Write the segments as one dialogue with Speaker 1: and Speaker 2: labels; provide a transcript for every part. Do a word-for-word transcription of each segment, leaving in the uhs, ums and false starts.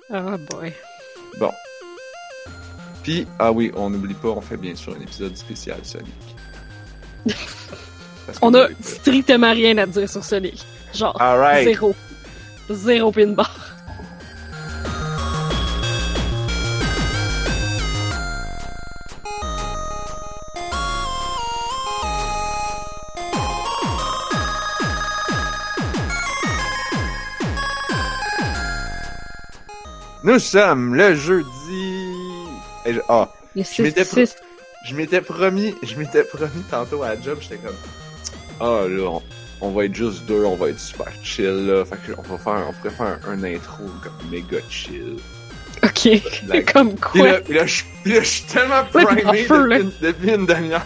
Speaker 1: Oh boy.
Speaker 2: Bon. Puis, ah oui, on n'oublie pas, on fait bien sûr un épisode spécial Sonic.
Speaker 1: On a strictement rien à dire sur Sonic. Genre, right. zéro. Zéro pin bar.
Speaker 2: Nous sommes le jeudi. Et je... Ah, je m'étais, pro... je m'étais promis, je m'étais promis tantôt à la job, j'étais comme, ah là, on, on va être juste deux, on va être super chill là, fait que on va faire, on pourrait faire un, un intro comme méga chill.
Speaker 1: Ok, like... comme quoi?
Speaker 2: Puis là, puis là, je, puis là, je suis tellement primé ouais, feu, depuis, une, depuis une demi-heure.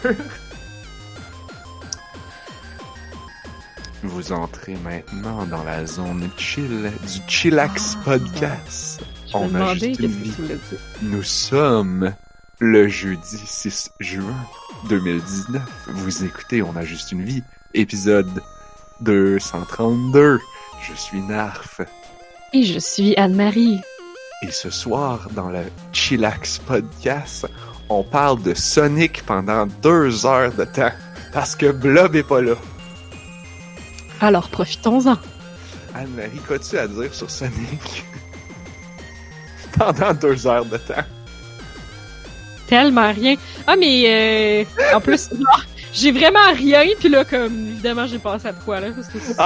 Speaker 2: Vous entrez maintenant dans la zone chill du Chillax oh, Podcast.
Speaker 1: Je me demandais qu'est-ce que tu voulais dire.
Speaker 2: Nous sommes le jeudi six juin deux mille dix-neuf. Vous écoutez On a juste une vie, épisode deux cent trente-deux. Je suis Narf.
Speaker 1: Et je suis Anne-Marie.
Speaker 2: Et ce soir, dans le Chillax Podcast, on parle de Sonic pendant deux heures de temps. Parce que Blob est pas là.
Speaker 1: Alors profitons-en.
Speaker 2: Anne-Marie, qu'as-tu à dire sur Sonic? Pendant deux heures de temps.
Speaker 1: Tellement rien. Ah, mais euh, en plus, genre, j'ai vraiment rien, puis là, comme, évidemment, j'ai pensé à quoi, là, parce que c'est...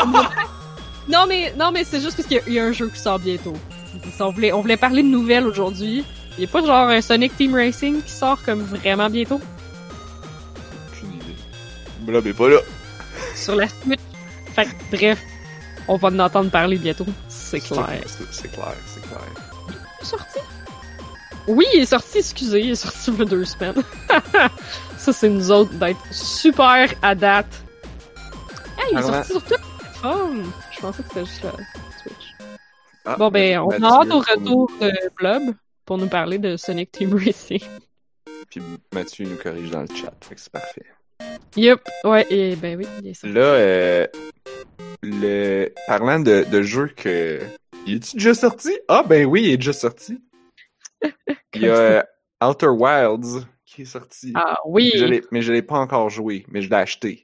Speaker 1: non, mais, non, mais c'est juste parce qu'il y a un jeu qui sort bientôt. On voulait, on voulait parler de nouvelles aujourd'hui. Il n'y a pas genre un Sonic Team Racing qui sort comme vraiment bientôt?
Speaker 2: Aucune idée. Blob est pas là.
Speaker 1: Sur la Switch. Fait que, bref, on va en entendre parler bientôt. C'est clair.
Speaker 2: C'est, c'est clair, c'est clair.
Speaker 1: Il est sorti? Oui, il est sorti, excusez, il est sorti il y a deux semaines. Ça, c'est nous autres d'être super à date. Hey, il est Alors, sorti sur toute la plateforme. Je pensais que c'était juste la Switch. Ah, bon, ben, on a hâte au retour de Blob pour nous parler de Sonic Team Racing.
Speaker 2: Puis Mathieu nous corrige dans le chat, fait que c'est parfait.
Speaker 1: Yup, ouais, et ben oui, il est sorti.
Speaker 2: Là, euh, le... parlant de, de jeux que... Il est-tu déjà sorti? Ah, ben oui, il est déjà sorti. Il y a euh, Outer Wilds qui est sorti.
Speaker 1: Ah oui!
Speaker 2: Je l'ai, mais je l'ai pas encore joué, mais je l'ai acheté.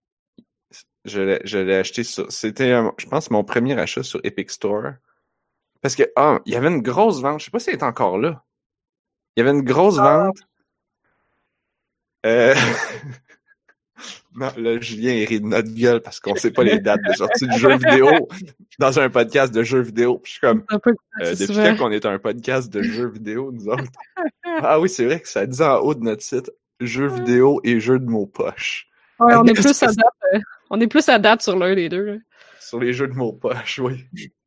Speaker 2: Je l'ai, je l'ai acheté sur... C'était, euh, je pense, mon premier achat sur Epic Store. Parce que, ah, il y avait une grosse vente. Je sais pas si elle est encore là. Il y avait une grosse ah. vente. Euh... Non, là, Julien, il rit de notre gueule parce qu'on sait pas les dates de sortie du jeu vidéo dans un podcast de jeux vidéo. Je suis comme, euh, depuis quand qu'on est un podcast de jeux vidéo, nous autres? Ah oui, c'est vrai que ça dit en haut de notre site, jeux vidéo et jeux de mots poche.
Speaker 1: Ouais, on est plus à date, euh, on est plus à date sur l'un des deux. Là.
Speaker 2: Sur les jeux de mots poche, oui.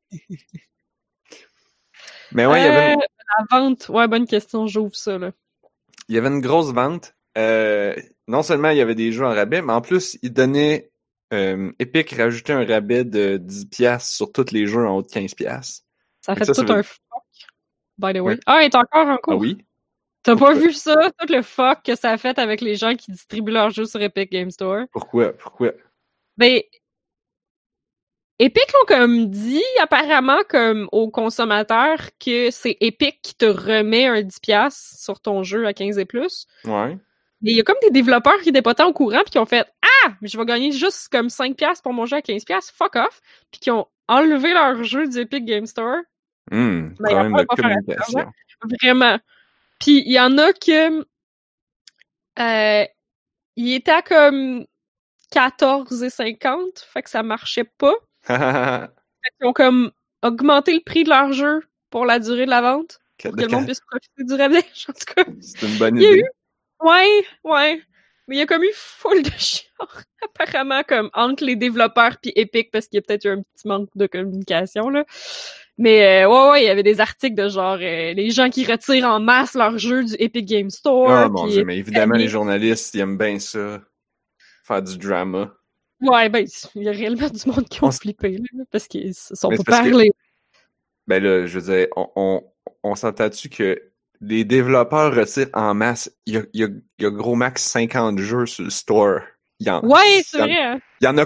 Speaker 2: Mais ouais, il euh, y avait une...
Speaker 1: La vente, ouais, bonne question, j'ouvre ça, là.
Speaker 2: Il y avait une grosse vente. Euh, non seulement il y avait des jeux en rabais, mais en plus, ils donnaient... Euh, Epic rajoutait un rabais de dix dollars sur tous les jeux en haut de quinze dollars.
Speaker 1: Ça fait ça, tout ça un veut... fuck, by the way. Ouais. Ah, il est encore en cours.
Speaker 2: Ah oui?
Speaker 1: T'as Pourquoi? Pas vu ça? Tout le fuck que ça a fait avec les gens qui distribuent leurs jeux sur Epic Game Store.
Speaker 2: Pourquoi? Pourquoi?
Speaker 1: Ben... Epic l'ont comme dit, apparemment, comme aux consommateurs, que c'est Epic qui te remet un dix dollars sur ton jeu à quinze et plus.
Speaker 2: Ouais.
Speaker 1: Mais il y a comme des développeurs qui étaient pas tant au courant pis qui ont fait « Ah! Je vais gagner juste comme cinq dollars pour mon jeu à quinze dollars, fuck off! » Pis qui ont enlevé leur jeu du Epic Game Store.
Speaker 2: Hum, mmh, problème de communication.
Speaker 1: Vraiment. Pis il y en a que... Euh, il était à comme quatorze cinquante, fait que ça marchait pas. Ils ont comme augmenté le prix de leur jeu pour la durée de la vente. Pour que le monde puisse profiter du rabais. En tout cas,
Speaker 2: c'est une bonne idée.
Speaker 1: Eu... Ouais, ouais. Mais il y a comme eu full de chiards, apparemment, comme entre les développeurs puis Epic, parce qu'il y a peut-être eu un petit manque de communication, là. Mais, euh, ouais, ouais, il y avait des articles de genre, euh, les gens qui retirent en masse leur jeu du Epic Game Store.
Speaker 2: Ah, mon Dieu, mais évidemment, les journalistes, ils aiment bien ça. Faire du drama.
Speaker 1: Ouais, ben, il y a réellement du monde qui ont on... flippé, là, parce qu'ils sont pas
Speaker 2: parlés.
Speaker 1: Que...
Speaker 2: Ben là, je veux dire, on, on, on s'entend-tu que les développeurs retirent en masse, il y a, il y a, il y a gros max cinquante jeux sur le store. Il y en,
Speaker 1: ouais, c'est
Speaker 2: il y en,
Speaker 1: vrai.
Speaker 2: Il y en a,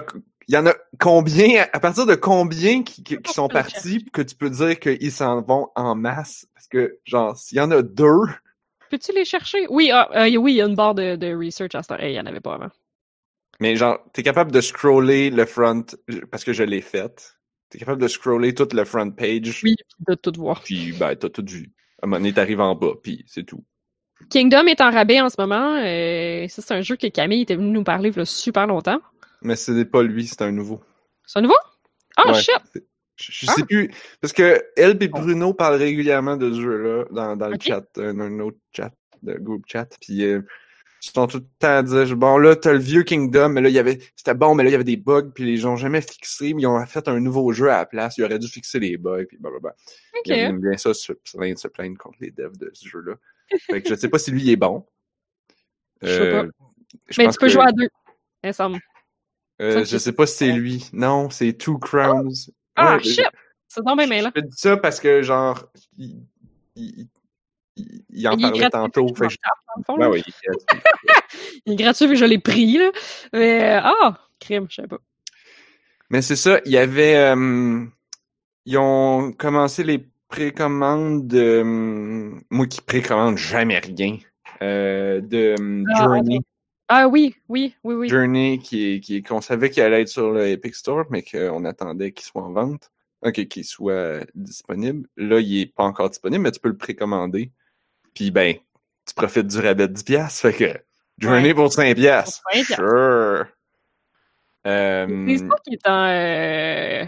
Speaker 2: il y en a combien, à partir de combien qui, qui, qui sont partis que tu peux dire qu'ils s'en vont en masse? Parce que, genre, s'il y en a deux...
Speaker 1: Peux-tu les chercher? Oui, ah, euh, oui, il y a une barre de, de research à ce temps. Hey, il n'y en avait pas avant.
Speaker 2: Mais genre, t'es capable de scroller le front, parce que je l'ai fait. T'es capable de scroller toute le front page.
Speaker 1: Oui, de tout voir.
Speaker 2: Puis, ben, t'as tout vu. À un moment donné, t'arrives en bas, puis c'est tout.
Speaker 1: Kingdom est en rabais en ce moment. Euh, ça, c'est un jeu que Camille était venu nous parler il y a super longtemps.
Speaker 2: Mais c'est pas lui, c'est un nouveau.
Speaker 1: C'est un nouveau? Oh,
Speaker 2: ouais,
Speaker 1: shit!
Speaker 2: Je, je sais ah. plus. Parce que elle et Bruno oh. parlent régulièrement de ce jeu-là dans, dans le okay. chat, euh, dans un autre chat, de groupe chat. Puis euh, ils sont tout le temps à dire bon là, t'as le vieux Kingdom, mais là, il y avait. C'était bon, mais là, il y avait des bugs, puis les gens n'ont jamais fixé, mais ils ont fait un nouveau jeu à la place. Ils auraient dû fixer les bugs, puis blablabla. Okay. Ils aiment bien ça se, se plaindre contre les devs de ce jeu-là. Fait que je sais pas si lui il est bon.
Speaker 1: Euh, je sais pas. Je mais tu peux que... jouer à deux, ensemble.
Speaker 2: Euh, je sais pas si c'est lui. Non, c'est Two Crowns.
Speaker 1: Oh! Ah, ouais, shit! C'est dans mes mains, là.
Speaker 2: Je te dis ça parce que, genre, il, il, il, il en il parlait tantôt. Fait je... fond, ben oui, il est gratuit.
Speaker 1: Il est gratuit, vu que je l'ai pris, là. Mais, ah, oh, crime, je sais pas.
Speaker 2: Mais c'est ça, il y avait... Euh, ils ont commencé les précommandes de... Euh, moi qui précommande jamais rien. Euh, de um, ah, Journey.
Speaker 1: Okay. Ah oui, oui, oui, oui.
Speaker 2: Journey, qui est, qui est, qu'on savait qu'il allait être sur le Epic Store, mais qu'on attendait qu'il soit en vente. Ok, qu'il soit disponible. Là, il est pas encore disponible, mais tu peux le précommander. Puis, ben, tu profites du rabais de dix dollars. Fait que, Journey ouais. pour cinq dollars. Sure. Euh...
Speaker 1: Ils disent pas qu'il est en... Euh...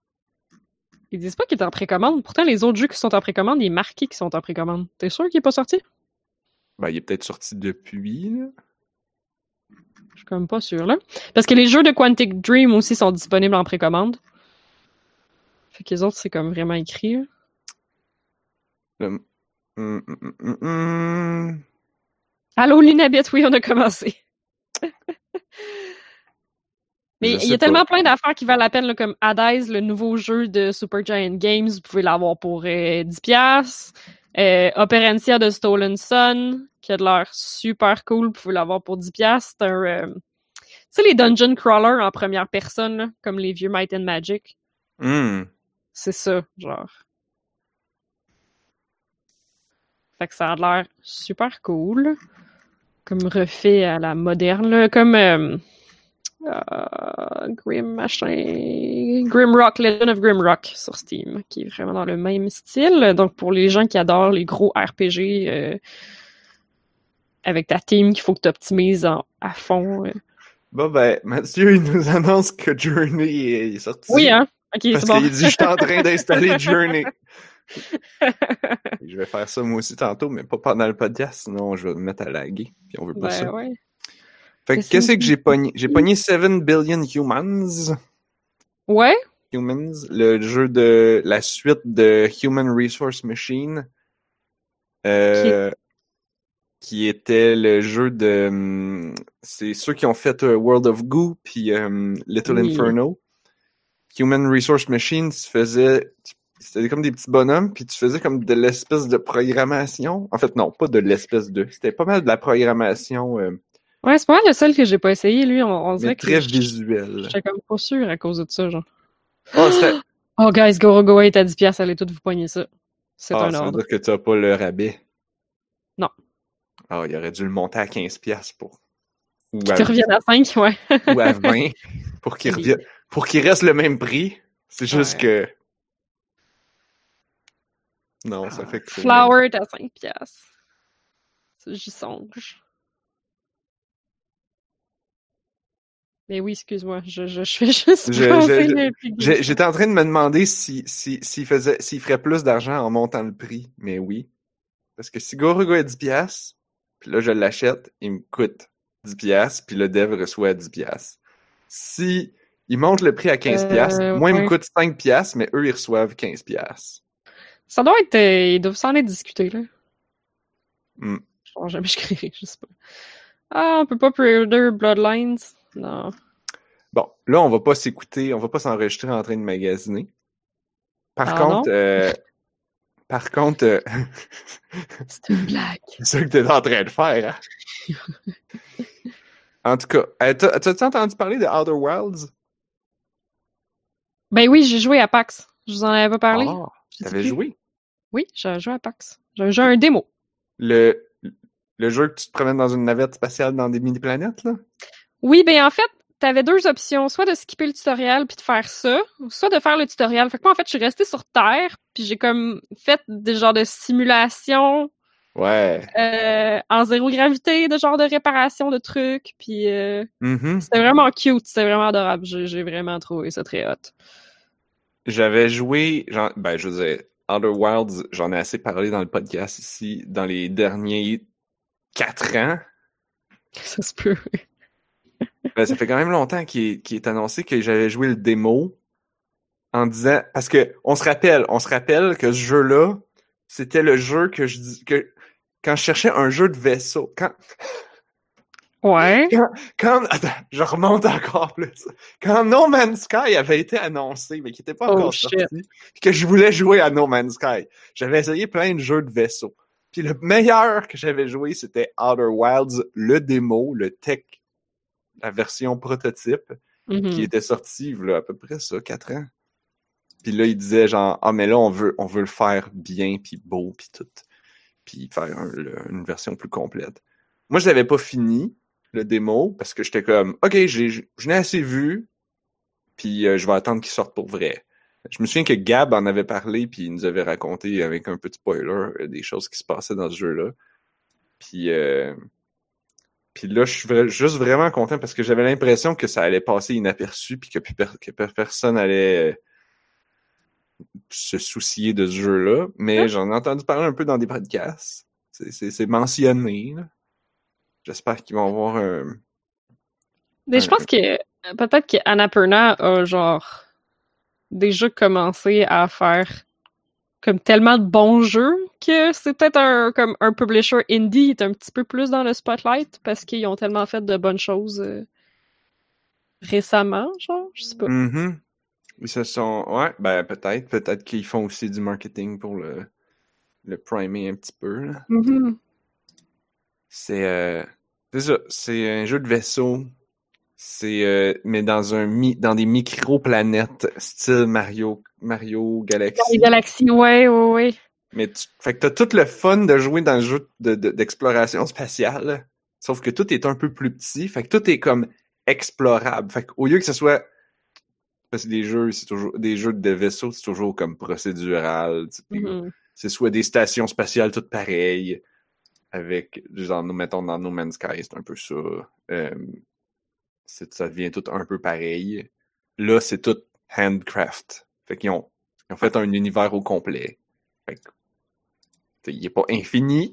Speaker 1: Ils disent pas qu'il est en précommande. Pourtant, les autres jeux qui sont en précommande, il est marqué qu'ils sont en précommande. T'es sûr qu'il est pas sorti?
Speaker 2: Ben, il est peut-être sorti depuis, là.
Speaker 1: Je suis quand même pas sûre, là. Parce que les jeux de Quantic Dream aussi sont disponibles en précommande. Fait que les autres, c'est comme vraiment écrit, là.
Speaker 2: Um, mm, mm, mm, mm.
Speaker 1: Allô, Lunabit, oui, on a commenccommencé. Mais il y a pas. Tellement plein d'affaires qui valent la peine, là, comme Hades, le nouveau jeu de Supergiant Games, vous pouvez l'avoir pour euh, dix dollars. Euh, Operencia de Stolen Sun, qui a de l'air super cool, vous pouvez l'avoir pour dix dollars. C'est un... Euh... Tu sais, les dungeon crawlers en première personne, là, comme les vieux Might and Magic.
Speaker 2: Mm.
Speaker 1: C'est ça, genre. Fait que ça a l'air super cool. Comme refait à la moderne, là, comme... Euh... Uh, Grim machin... Grimrock, Legend of Grimrock sur Steam, qui est vraiment dans le même style. Donc, pour les gens qui adorent les gros R P G euh, avec ta team qu'il faut que tu optimises en, à fond. Euh.
Speaker 2: Bon, ben, Mathieu, il nous annonce que Journey est sorti.
Speaker 1: Oui, hein? Ok,
Speaker 2: parce
Speaker 1: c'est bon.
Speaker 2: qu'il dit, je suis en train d'installer Journey. Je vais faire ça moi aussi tantôt, mais pas pendant le podcast, sinon je vais me mettre à laguer. Puis on veut pas
Speaker 1: ben,
Speaker 2: ça.
Speaker 1: Ouais.
Speaker 2: Fait que qu'est-ce que j'ai pogné? J'ai pogné seven billion Humans.
Speaker 1: Ouais.
Speaker 2: Humans, le jeu de la suite de Human Resource Machine. Euh, qui... qui était le jeu de... Um, c'est ceux qui ont fait uh, World of Goo puis um, Little oui. Inferno. Human Resource Machine, tu faisais... C'était comme des petits bonhommes, puis tu faisais comme de l'espèce de programmation. En fait, non, pas de l'espèce de... C'était pas mal de la programmation... Euh,
Speaker 1: Ouais, c'est pas mal le seul que j'ai pas essayé, lui. On, on dirait
Speaker 2: mais très
Speaker 1: que
Speaker 2: visuel.
Speaker 1: J'étais comme pas sûr à cause de ça, genre.
Speaker 2: Oh, c'est...
Speaker 1: oh guys, Gorogoa est à dix dollars, allez tous vous pogner ça. C'est
Speaker 2: oh,
Speaker 1: un
Speaker 2: ça
Speaker 1: ordre.
Speaker 2: veut dire que tu n'as pas le rabais.
Speaker 1: Non.
Speaker 2: Ah, oh, il aurait dû le monter à quinze dollars pour...
Speaker 1: Ou à... Qu'il revienne à cinq, ouais.
Speaker 2: Ou à vingt, pour qu'il revienne... pour qu'il reste le même prix. C'est juste ouais. que... Non, ça fait que...
Speaker 1: Flower est à cinq dollars. J'y songe. Mais oui, excuse-moi, je, je, je fais juste
Speaker 2: je, je, je, J'étais en train de me demander si, si, s'il faisait, s'il ferait plus d'argent en montant le prix, mais oui. Parce que si Gorogoa est dix dollars, puis là je l'achète, il me coûte dix dollars, puis le dev reçoit dix dollars. Si il monte le prix à quinze dollars, euh, moi ouais. il me coûte cinq dollars, mais eux ils reçoivent quinze dollars.
Speaker 1: Ça doit être... Euh, ils doivent s'en être discuté, là.
Speaker 2: Mm.
Speaker 1: Je pense jamais je crierai, je sais pas. Ah, on peut pas pre-order Bloodlines. Non.
Speaker 2: Bon, là, on va pas s'écouter, on va pas s'enregistrer en train de magasiner. Par ah, contre, euh, par contre, euh...
Speaker 1: c'est une blague.
Speaker 2: C'est ça que t'es en train de faire, hein? En tout cas, euh, t'as, t'as-tu entendu parler de Outer Worlds?
Speaker 1: Ben oui, j'ai joué à PAX. Je vous en avais pas parlé.
Speaker 2: Ah, t'avais joué?
Speaker 1: Oui, j'ai joué à PAX. J'ai joué à un démo.
Speaker 2: Le, le jeu que tu te promènes dans une navette spatiale dans des mini-planètes, là?
Speaker 1: Oui, ben en fait, t'avais deux options, soit de skipper le tutoriel puis de faire ça, soit de faire le tutoriel. Fait que moi, en fait, je suis restée sur Terre, puis j'ai comme fait des genres de simulations
Speaker 2: Ouais.
Speaker 1: euh, en zéro gravité, de genre de réparation de trucs, puis euh,
Speaker 2: mm-hmm.
Speaker 1: C'était vraiment cute, c'était vraiment adorable. J'ai, j'ai vraiment trouvé ça très hot.
Speaker 2: J'avais joué, genre, ben je veux dire, Outer Wilds, j'en ai assez parlé dans le podcast ici, dans les derniers quatre ans.
Speaker 1: Ça se peut.
Speaker 2: Ben, ça fait quand même longtemps qu'il est, qu'il est annoncé que j'avais joué le démo en disant, parce que on se rappelle, on se rappelle que ce jeu-là, c'était le jeu que je dis, que quand je cherchais un jeu de vaisseau, quand,
Speaker 1: Ouais.
Speaker 2: quand, quand, attends, je remonte encore plus. Quand No Man's Sky avait été annoncé, mais qui n'était pas encore
Speaker 1: Oh,
Speaker 2: sorti,
Speaker 1: shit.
Speaker 2: que je voulais jouer à No Man's Sky, j'avais essayé plein de jeux de vaisseau. Puis le meilleur que j'avais joué, c'était Outer Wilds, le démo, le tech, la version prototype,
Speaker 1: mm-hmm.
Speaker 2: qui était sortie, là, à peu près ça, quatre ans. Puis là, il disait genre, ah, mais là, on veut, on veut le faire bien, puis beau, puis tout. Puis faire un, le, une version plus complète. Moi, je l'avais pas fini, le démo, parce que j'étais comme, OK, j'ai, je l'ai assez vu, puis euh, je vais attendre qu'il sorte pour vrai. Je me souviens que Gab en avait parlé, puis il nous avait raconté avec un peu de spoiler euh, des choses qui se passaient dans ce jeu-là. Puis, euh, puis là, je suis vra- juste vraiment content parce que j'avais l'impression que ça allait passer inaperçu, puis que, plus per- que personne allait euh, se soucier de ce jeu-là. Mais j'en ai entendu parler un peu dans des podcasts. C'est, c'est, c'est mentionné, là. J'espère qu'ils vont avoir un...
Speaker 1: Mais un... je pense que peut-être qu'Annapurna a genre déjà commencé à faire comme tellement de bons jeux que c'est peut-être un comme un publisher indie est un petit peu plus dans le spotlight parce qu'ils ont tellement fait de bonnes choses euh, récemment, genre, je sais pas.
Speaker 2: Mm-hmm. Ils se sont... Ouais, ben peut-être. Peut-être qu'ils font aussi du marketing pour le, le primer un petit peu, là.
Speaker 1: Mm-hmm.
Speaker 2: C'est... Euh... C'est ça. C'est un jeu de vaisseau. C'est... Euh... Mais dans un mi... dans des micro-planètes style Mario... Mario Galaxy.
Speaker 1: Mario Galaxy, ouais, ouais, ouais.
Speaker 2: Mais tu... Fait que t'as tout le fun de jouer dans le jeu de, de, d'exploration spatiale. Sauf que tout est un peu plus petit. Fait que tout est comme explorable. Fait qu'au lieu que ce soit... Parce que des jeux, c'est toujours des jeux de vaisseaux, c'est toujours comme procédural. Mm-hmm. C'est soit des stations spatiales toutes pareilles, avec, genre, nous mettons dans No Man's Sky, c'est un peu ça. Euh, c'est, ça devient tout un peu pareil. Là, c'est tout handcraft. Fait qu'ils ont, ils ont fait un univers au complet. Fait que, il est pas infini,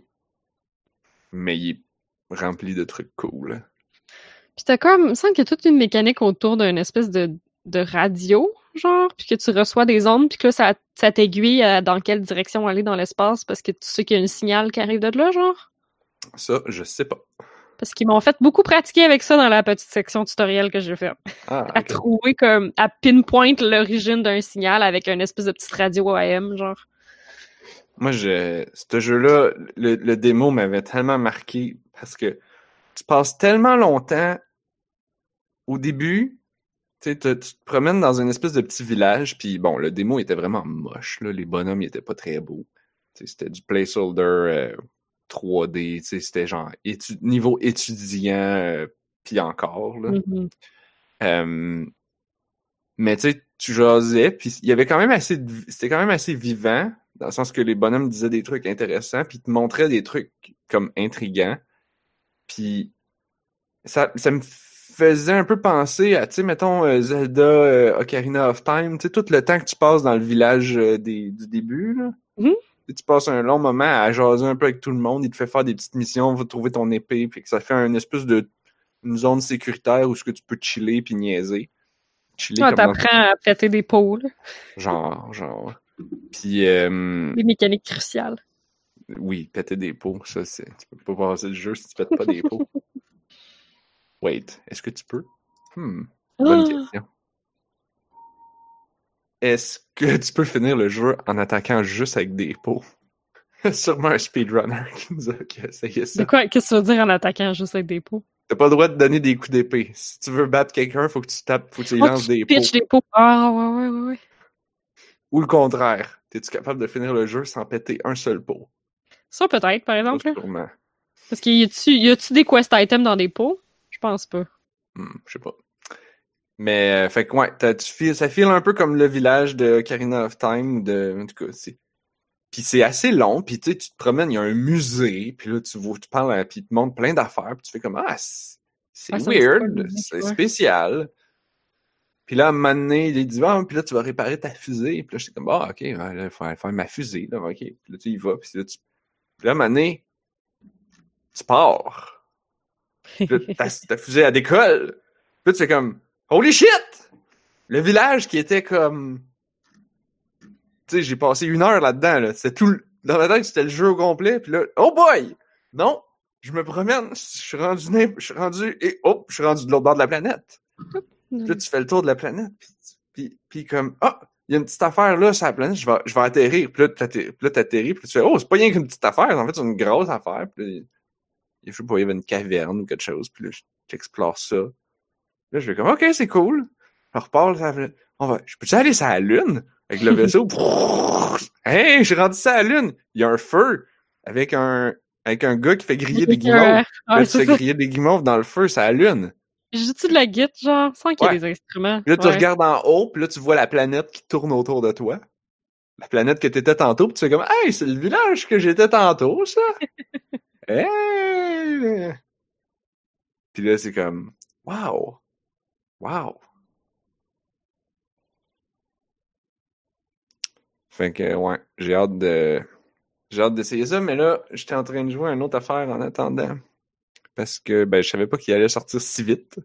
Speaker 2: mais il est rempli de trucs cool.
Speaker 1: Puis t'as comme, il me semble qu'il y a toute une mécanique autour d'une espèce de de radio, genre, puis que tu reçois des ondes, puis que là, ça, ça t'aiguille à dans quelle direction aller dans l'espace, parce que tu sais qu'il y a un signal qui arrive de là, genre?
Speaker 2: Ça, je sais pas.
Speaker 1: Parce qu'ils m'ont fait beaucoup pratiquer avec ça dans la petite section tutoriel que j'ai fait.
Speaker 2: Ah,
Speaker 1: à okay. trouver comme, à pinpoint l'origine d'un signal avec une espèce de petite radio A M, genre.
Speaker 2: Moi, je, ce jeu-là, le, le démo m'avait tellement marqué, parce que tu passes tellement longtemps au début. Tu sais, tu te promènes dans une espèce de petit village, puis bon, le démo était vraiment moche, là. Les bonhommes, ils étaient pas très beaux. Tu sais, c'était du placeholder euh, trois D, tu sais, c'était genre étu- niveau étudiant, euh, puis encore, là.
Speaker 1: Mm-hmm.
Speaker 2: Euh, mais tu sais, tu jasais, puis il y avait quand même assez de... C'était quand même assez vivant, dans le sens que les bonhommes disaient des trucs intéressants, puis te montraient des trucs comme intrigants. Puis ça, ça me faisait un peu penser à, tu sais, mettons, euh, Zelda euh, Ocarina of Time, tu sais, tout le temps que tu passes dans le village euh, des, du début, là.
Speaker 1: Mm-hmm.
Speaker 2: Tu passes un long moment à jaser un peu avec tout le monde, il te fait faire des petites missions, va trouver ton épée, puis que ça fait une espèce de une zone sécuritaire où ce que tu peux chiller puis niaiser. Chiller
Speaker 1: ah,
Speaker 2: comme
Speaker 1: t'apprends dans... à péter des pots, là.
Speaker 2: Genre, genre. Puis... Euh...
Speaker 1: Des mécaniques cruciales.
Speaker 2: Oui, péter des pots, ça, c'est... Tu peux pas passer le jeu si tu pètes pas des pots. Wait, est-ce que tu peux? Hmm, bonne oh. question. Est-ce que tu peux finir le jeu en attaquant juste avec des pots? Sûrement un speedrunner qui nous a essayé ça.
Speaker 1: De quoi? Qu'est-ce que tu veux dire en attaquant juste avec des pots?
Speaker 2: T'as pas le droit de donner des coups d'épée. Si tu veux battre quelqu'un, faut que tu tapes, faut que tu lui
Speaker 1: oh,
Speaker 2: lances
Speaker 1: tu
Speaker 2: des
Speaker 1: pitches
Speaker 2: pots.
Speaker 1: des pots. Ah, ouais, ouais, ouais, ouais.
Speaker 2: Ou le contraire. T'es-tu capable de finir le jeu sans péter un seul pot?
Speaker 1: Ça, peut-être, par exemple.
Speaker 2: Ça, sûrement.
Speaker 1: Parce qu'il y a-tu, y a-tu des quest items dans des pots? Je pense pas.
Speaker 2: Hmm, je sais pas. Mais, euh, fait que, ouais, t'as, tu files, ça file un peu comme le village de Ocarina of Time, de, en tout cas, c'est. Puis c'est assez long, puis tu sais, tu te promènes, il y a un musée, puis là, tu vois, tu parles, à, puis ils te montrent plein d'affaires, puis tu fais comme, ah, c'est, c'est
Speaker 1: Ah, ça
Speaker 2: weird,
Speaker 1: me dit,
Speaker 2: c'est
Speaker 1: ouais.
Speaker 2: spécial. Puis là, à un moment donné, il dit, ah, puis là, tu vas réparer ta fusée. Puis là, j'étais comme, ah, ok, ouais, là, il faut faire ma fusée, là, ok. Puis là, tu y vas, puis là, tu... Puis là, à un moment donné, tu pars. Puis là, ta, ta fusée, elle décolle. Puis là, tu fais comme, holy shit! Le village qui était comme... Tu sais, j'ai passé une heure là-dedans, là. C'était tout... Dans ma tête, c'était le jeu au complet, puis là, oh boy! Non! Je me promène, je suis rendu... Je suis rendu... Et hop, je suis rendu de l'autre bord de la planète. Puis là, tu fais le tour de la planète, puis, puis, puis comme, ah, oh, il y a une petite affaire là sur la planète, je vais, je vais atterrir. Puis là, t'atterris, puis là, t'atterris, puis tu fais, oh, c'est pas rien qu'une petite affaire, en fait, c'est une grosse affaire. Puis là, je sais pas, il y avait une caverne ou quelque chose, puis là, j'explore ça. Là, je vais comme, ok, c'est cool. Je repars, là, on va, je peux-tu aller sur la Lune? Avec le vaisseau? Hey, j'ai rendu ça à la Lune! Il y a un feu avec un, avec un gars qui fait griller des guimauves. Là, tu fais griller des guimauves dans le feu, c'est la Lune.
Speaker 1: J'ai-tu de la guitare, genre, sans qu'il y ait ouais. des instruments?
Speaker 2: Puis là, tu
Speaker 1: ouais.
Speaker 2: regardes en haut, puis là, tu vois la planète qui tourne autour de toi. La planète que t'étais tantôt, puis tu fais comme, hey, c'est le village que j'étais tantôt, ça! Hey! Puis là, c'est comme, wow! Wow! Fait que, ouais, j'ai hâte de... J'ai hâte d'essayer ça, mais là, j'étais en train de jouer à une autre affaire en attendant. Parce que, ben, je savais pas qu'il allait sortir si vite.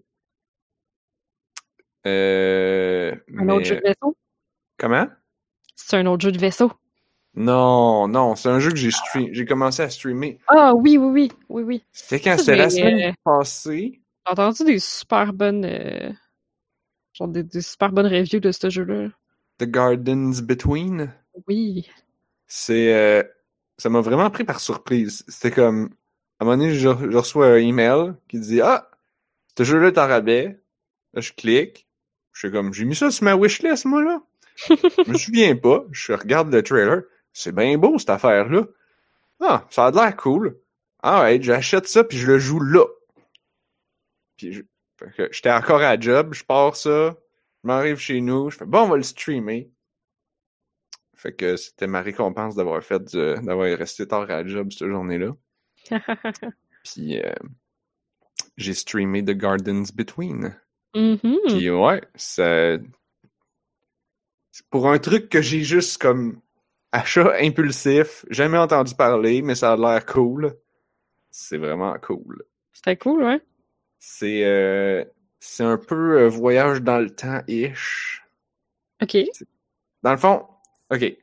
Speaker 2: Euh,
Speaker 1: un
Speaker 2: mais...
Speaker 1: autre jeu de vaisseau?
Speaker 2: Comment?
Speaker 1: C'est un autre jeu de vaisseau.
Speaker 2: Non, non, c'est un jeu que j'ai stream... j'ai commencé à streamer.
Speaker 1: Ah oui, oui, oui, oui, oui.
Speaker 2: C'était quand? C'était la semaine euh... passée.
Speaker 1: J'ai entendu des super bonnes... Euh... Genre des, des super bonnes reviews de ce jeu-là.
Speaker 2: The Gardens Between?
Speaker 1: Oui.
Speaker 2: C'est... Euh... Ça m'a vraiment pris par surprise. C'était comme... À un moment donné, je, je reçois un email qui dit « Ah! Ce jeu-là est en rabais. » Là, je clique. Je suis comme, j'ai mis ça sur ma wishlist, moi, là. Je me souviens pas. Je regarde le trailer. C'est bien beau, cette affaire-là. Ah, ça a l'air cool. Ah ouais, j'achète ça, puis je le joue là. Puis, je... fait que j'étais encore à la job, je pars ça, je m'arrive chez nous, je fais, bon, on va le streamer. Fait que c'était ma récompense d'avoir fait, du... d'avoir resté tard à la job cette journée-là. Puis, euh... j'ai streamé The Gardens Between.
Speaker 1: Mm-hmm.
Speaker 2: Puis ouais, ça... pour un truc que j'ai juste comme achat impulsif, jamais entendu parler, mais ça a l'air cool. C'est vraiment cool.
Speaker 1: C'était cool, ouais.
Speaker 2: C'est euh, c'est un peu euh, voyage dans le temps-ish.
Speaker 1: OK.
Speaker 2: Dans le fond, OK.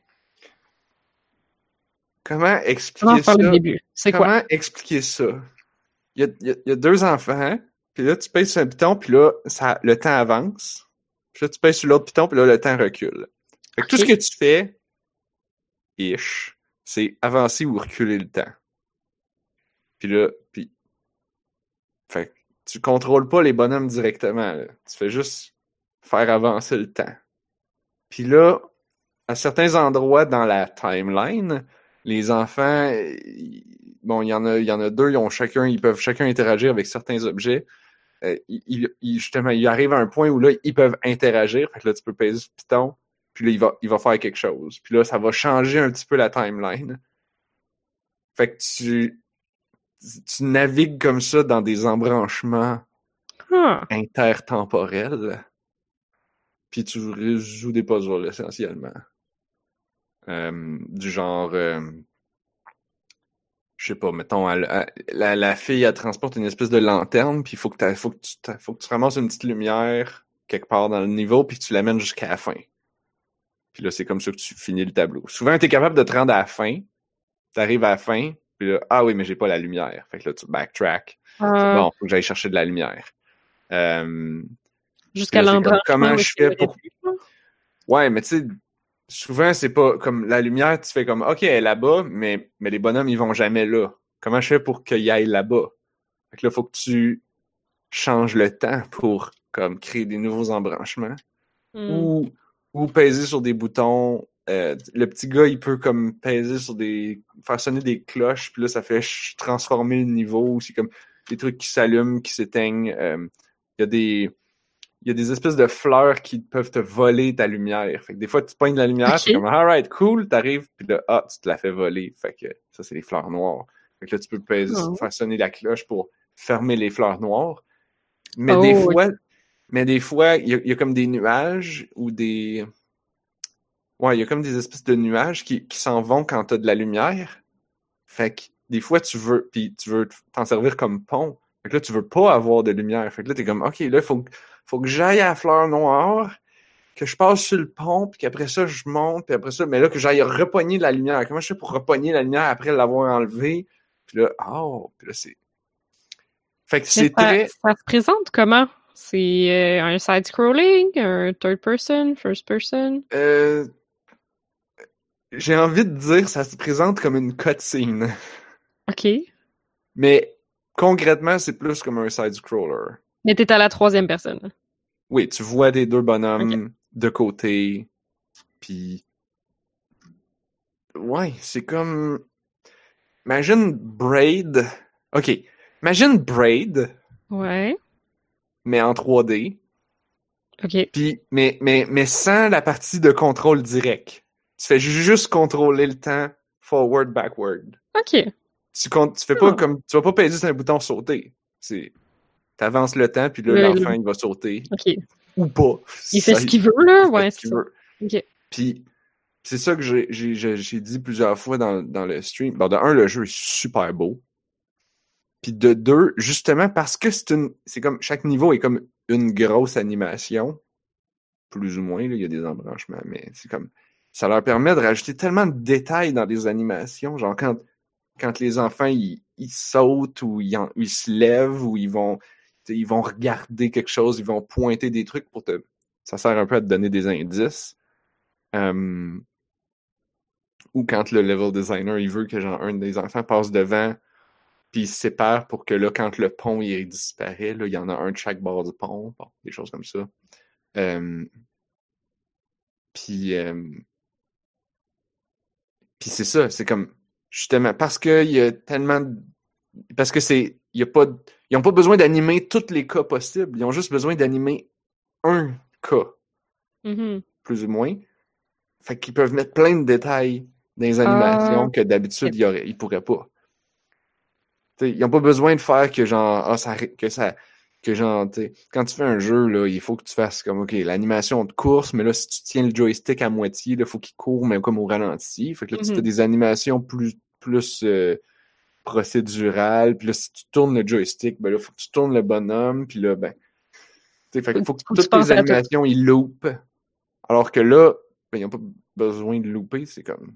Speaker 2: Comment expliquer
Speaker 1: Comment
Speaker 2: ça?
Speaker 1: Le début? C'est
Speaker 2: Comment
Speaker 1: quoi?
Speaker 2: expliquer ça? Il y a, il y a, il y a deux enfants, puis là, tu pèses sur un piton, puis là, ça, le temps avance. Puis là, tu pèses sur l'autre piton, puis là, le temps recule. Fait que okay. Tout ce que tu fais, ish, c'est avancer ou reculer le temps. Puis là, puis... Fait que tu contrôles pas les bonhommes directement, là. Tu fais juste faire avancer le temps. Puis là, à certains endroits dans la timeline, les enfants... Bon, il y en a, il y en a deux, ils ont chacun, ils peuvent chacun interagir avec certains objets. Euh, il, il, justement, il arrive à un point où là, ils peuvent interagir. Fait que là, tu peux peser sur le piton. Puis là, il va, il va faire quelque chose. Puis là, ça va changer un petit peu la timeline. Fait que tu, tu navigues comme ça dans des embranchements
Speaker 1: ah.
Speaker 2: intertemporels. Puis tu résous des puzzles, essentiellement. Euh, du genre... Euh, je sais pas, mettons, elle, elle, la, la fille, elle transporte une espèce de lanterne, puis il faut que, faut, que tu, faut que tu ramasses une petite lumière quelque part dans le niveau, puis que tu l'amènes jusqu'à la fin. Puis là, c'est comme ça que tu finis le tableau. Souvent, t'es capable de te rendre à la fin, t'arrives à la fin, puis là, ah oui, mais j'ai pas la lumière. Fait que là, tu backtrack. Euh... Bon, faut que j'aille chercher de la lumière. Euh...
Speaker 1: Jusqu'à l'embranchement.
Speaker 2: Comment je fais pour... Ouais, mais tu sais... Souvent, c'est pas comme la lumière, tu fais comme OK, elle est là-bas, mais, mais les bonhommes, ils vont jamais là. Comment je fais pour qu'ils aillent là-bas? Fait que là, faut que tu change le temps pour comme créer des nouveaux embranchements.
Speaker 1: Mm.
Speaker 2: Ou, ou peser sur des boutons. Euh, le petit gars, il peut comme peser sur des... faire sonner des cloches, puis là, ça fait ch- transformer le niveau. C'est comme des trucs qui s'allument, qui s'éteignent. Euh, Il y a des... Il y a des espèces de fleurs qui peuvent te voler ta lumière. Fait que des fois, tu pognes la lumière,
Speaker 1: Ok.
Speaker 2: c'est comme, alright, cool, t'arrives, puis là, ah, tu te la fais voler. Fait que ça, c'est les fleurs noires. Fait que là, tu peux peser,
Speaker 1: Oh.
Speaker 2: faire sonner la cloche pour fermer les fleurs noires. Mais
Speaker 1: Oh,
Speaker 2: des fois,
Speaker 1: ok.
Speaker 2: mais des fois, il y, a, il y a comme des nuages ou des... Ouais, il y a comme des espèces de nuages qui, qui s'en vont quand t'as de la lumière. Fait que des fois, tu veux, puis tu veux t'en servir comme pont. Fait que là, tu veux pas avoir de lumière. Fait que là, t'es comme, OK, là, il faut, faut que j'aille à la fleur noire, que je passe sur le pont, puis qu'après ça, je monte, puis après ça, mais là, que j'aille repogner la lumière. Comment je fais pour repogner la lumière après l'avoir enlevée? Puis là, oh, puis là, c'est... Fait que
Speaker 1: Mais
Speaker 2: c'est
Speaker 1: ça,
Speaker 2: très...
Speaker 1: ça se présente comment? C'est euh, un side-scrolling, un third-person, first-person?
Speaker 2: Euh... J'ai envie de dire, ça se présente comme une cutscene.
Speaker 1: OK.
Speaker 2: Mais concrètement, c'est plus comme un side-scroller.
Speaker 1: Mais t'es à la troisième personne.
Speaker 2: Oui, tu vois des deux bonhommes
Speaker 1: Okay.
Speaker 2: de côté, puis... Ouais, c'est comme... Imagine Braid... OK, imagine Braid,
Speaker 1: Ouais.
Speaker 2: mais en trois D,
Speaker 1: OK.
Speaker 2: puis mais, mais, mais sans la partie de contrôle direct. Tu fais juste contrôler le temps forward, backward.
Speaker 1: OK.
Speaker 2: Tu, comptes, tu fais pas
Speaker 1: Oh.
Speaker 2: comme... Tu vas pas peser sur un bouton sauter. Tu avances le temps, puis là,
Speaker 1: Le-
Speaker 2: l'enfant,
Speaker 1: le-
Speaker 2: il va sauter.
Speaker 1: OK.
Speaker 2: Ou pas.
Speaker 1: Il fait
Speaker 2: Ça,
Speaker 1: ce qu'il veut, là?
Speaker 2: il fait
Speaker 1: Ouais,
Speaker 2: ce
Speaker 1: c'est
Speaker 2: qu'il
Speaker 1: ça.
Speaker 2: veut.
Speaker 1: OK.
Speaker 2: Puis c'est ça que j'ai, j'ai, j'ai, j'ai dit plusieurs fois dans, dans le stream. Bon, de un, le jeu est super beau. Puis de deux, justement, parce que c'est une. C'est comme. Chaque niveau est comme une grosse animation. Plus ou moins, là, il y a des embranchements, mais c'est comme. Ça leur permet de rajouter tellement de détails dans les animations. Genre quand, quand les enfants ils, ils sautent ou ils, en, ou ils se lèvent ou ils vont. Ils vont regarder quelque chose, ils vont pointer des trucs pour te. Ça sert un peu à te donner des indices. Um, ou quand le level designer il veut que genre un des enfants passe devant puis il se sépare pour que là quand le pont il disparaît là il y en a un de chaque bord du pont, bon, des choses comme ça. Um, puis um, puis c'est ça, c'est comme justement parce que il y a tellement de... parce que c'est il y a pas ils ont pas besoin d'animer tous les cas possibles, ils ont juste besoin d'animer un cas.
Speaker 1: Mm-hmm.
Speaker 2: Plus ou moins. Fait qu'ils peuvent mettre plein de détails dans les animations
Speaker 1: uh...
Speaker 2: que d'habitude, ils, auraient, ils pourraient pas. T'sais, ils n'ont pas besoin de faire que genre, ah, ça, que ça, que genre, t'sais, quand tu fais un jeu, là, il faut que tu fasses comme, OK, l'animation de course, mais là, si tu tiens le joystick à moitié, il faut qu'il court, mais comme au ralenti. Fait que là, mm-hmm. tu fais des animations plus, plus euh, procédurales, puis là, si tu tournes le joystick, ben là, il faut que tu tournes le bonhomme, puis là, ben, t'sais, fait qu'il faut que faut toutes les animations, ils loupent. Alors que là, ben, ils n'ont pas besoin de louper, c'est comme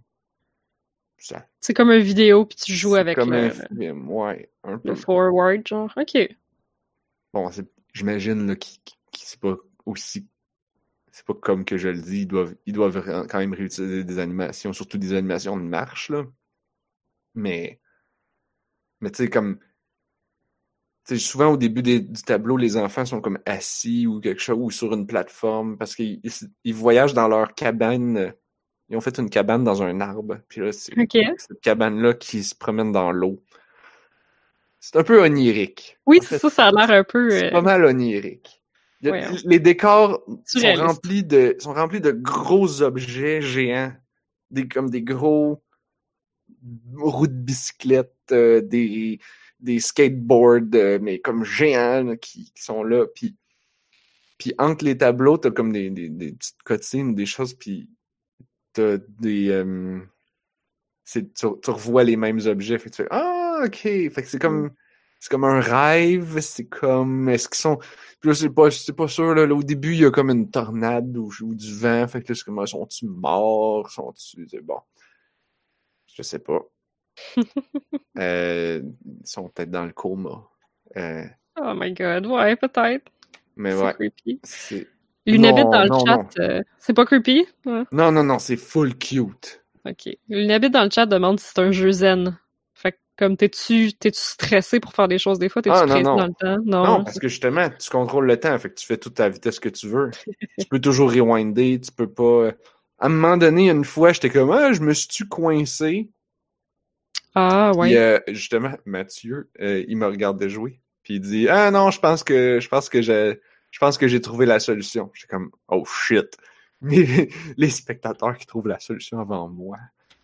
Speaker 2: ça.
Speaker 1: C'est comme une vidéo, puis tu joues
Speaker 2: c'est
Speaker 1: avec
Speaker 2: comme
Speaker 1: le,
Speaker 2: un film, ouais, un peu.
Speaker 1: Le forward, genre. OK.
Speaker 2: Bon, c'est, j'imagine là, qu'il, qu'il, c'est pas aussi... C'est pas comme que je le dis, ils doivent, ils doivent quand même réutiliser des animations, surtout des animations de marche, là. Mais... Mais tu sais, comme... Tu sais, souvent, au début des, du tableau, les enfants sont comme assis ou quelque chose, ou sur une plateforme, parce qu'ils ils voyagent dans leur cabane... Ils ont fait une cabane dans un arbre. Puis là, c'est
Speaker 1: okay.
Speaker 2: cette cabane-là qui se promène dans l'eau. C'est un peu onirique.
Speaker 1: Oui,
Speaker 2: en
Speaker 1: c'est
Speaker 2: fait,
Speaker 1: ça, ça a l'air un peu...
Speaker 2: C'est
Speaker 1: euh...
Speaker 2: pas mal onirique. A, ouais, hein. Les décors sont remplis, de, sont remplis de gros objets géants. Des, comme des gros roues de bicyclette, euh, des, des skateboards, euh, mais comme géants là, qui, qui sont là. Puis, puis entre les tableaux, t'as comme des, des, des petites cutscenes ou des choses, puis t'as des... Euh, c'est, tu, tu revois les mêmes objets. Fait que tu fais « Ah, OK! » Fait que c'est comme... C'est comme un rêve. C'est comme... Est-ce qu'ils sont... Puis là, c'est pas, c'est pas sûr. Là, là, au début, il y a comme une tornade ou, ou du vent. Fait que là, c'est comme... Sont-ils morts? Sont-ils... C'est bon. Je sais pas. euh, ils sont peut-être dans le coma. Euh,
Speaker 1: oh my God. Ouais, peut-être.
Speaker 2: Mais
Speaker 1: c'est
Speaker 2: ouais.
Speaker 1: Creepy.
Speaker 2: C'est...
Speaker 1: Lunabit dans
Speaker 2: non,
Speaker 1: le chat,
Speaker 2: non.
Speaker 1: euh, c'est pas creepy? Ouais.
Speaker 2: Non, non, non, c'est full cute.
Speaker 1: OK. Lunabit dans le chat demande si c'est un jeu zen. Fait que Comme, t'es-tu, t'es-tu stressé pour faire des choses des fois? T'es-tu
Speaker 2: ah,
Speaker 1: pressé
Speaker 2: non, non.
Speaker 1: dans le temps? Non,
Speaker 2: non parce que justement, tu contrôles le temps, fait que tu fais toute ta vitesse que tu veux. Tu peux toujours rewinder, tu peux pas... À un moment donné, une fois, j'étais comme, ah, je me suis-tu coincé?
Speaker 1: Ah, ouais.
Speaker 2: Puis, euh, justement, Mathieu, euh, il me regardait jouer. Puis il dit, ah non, je pense que, je pense que j'ai, je pense que j'ai trouvé la solution. J'étais comme, oh shit. Mais les spectateurs qui trouvent la solution avant moi.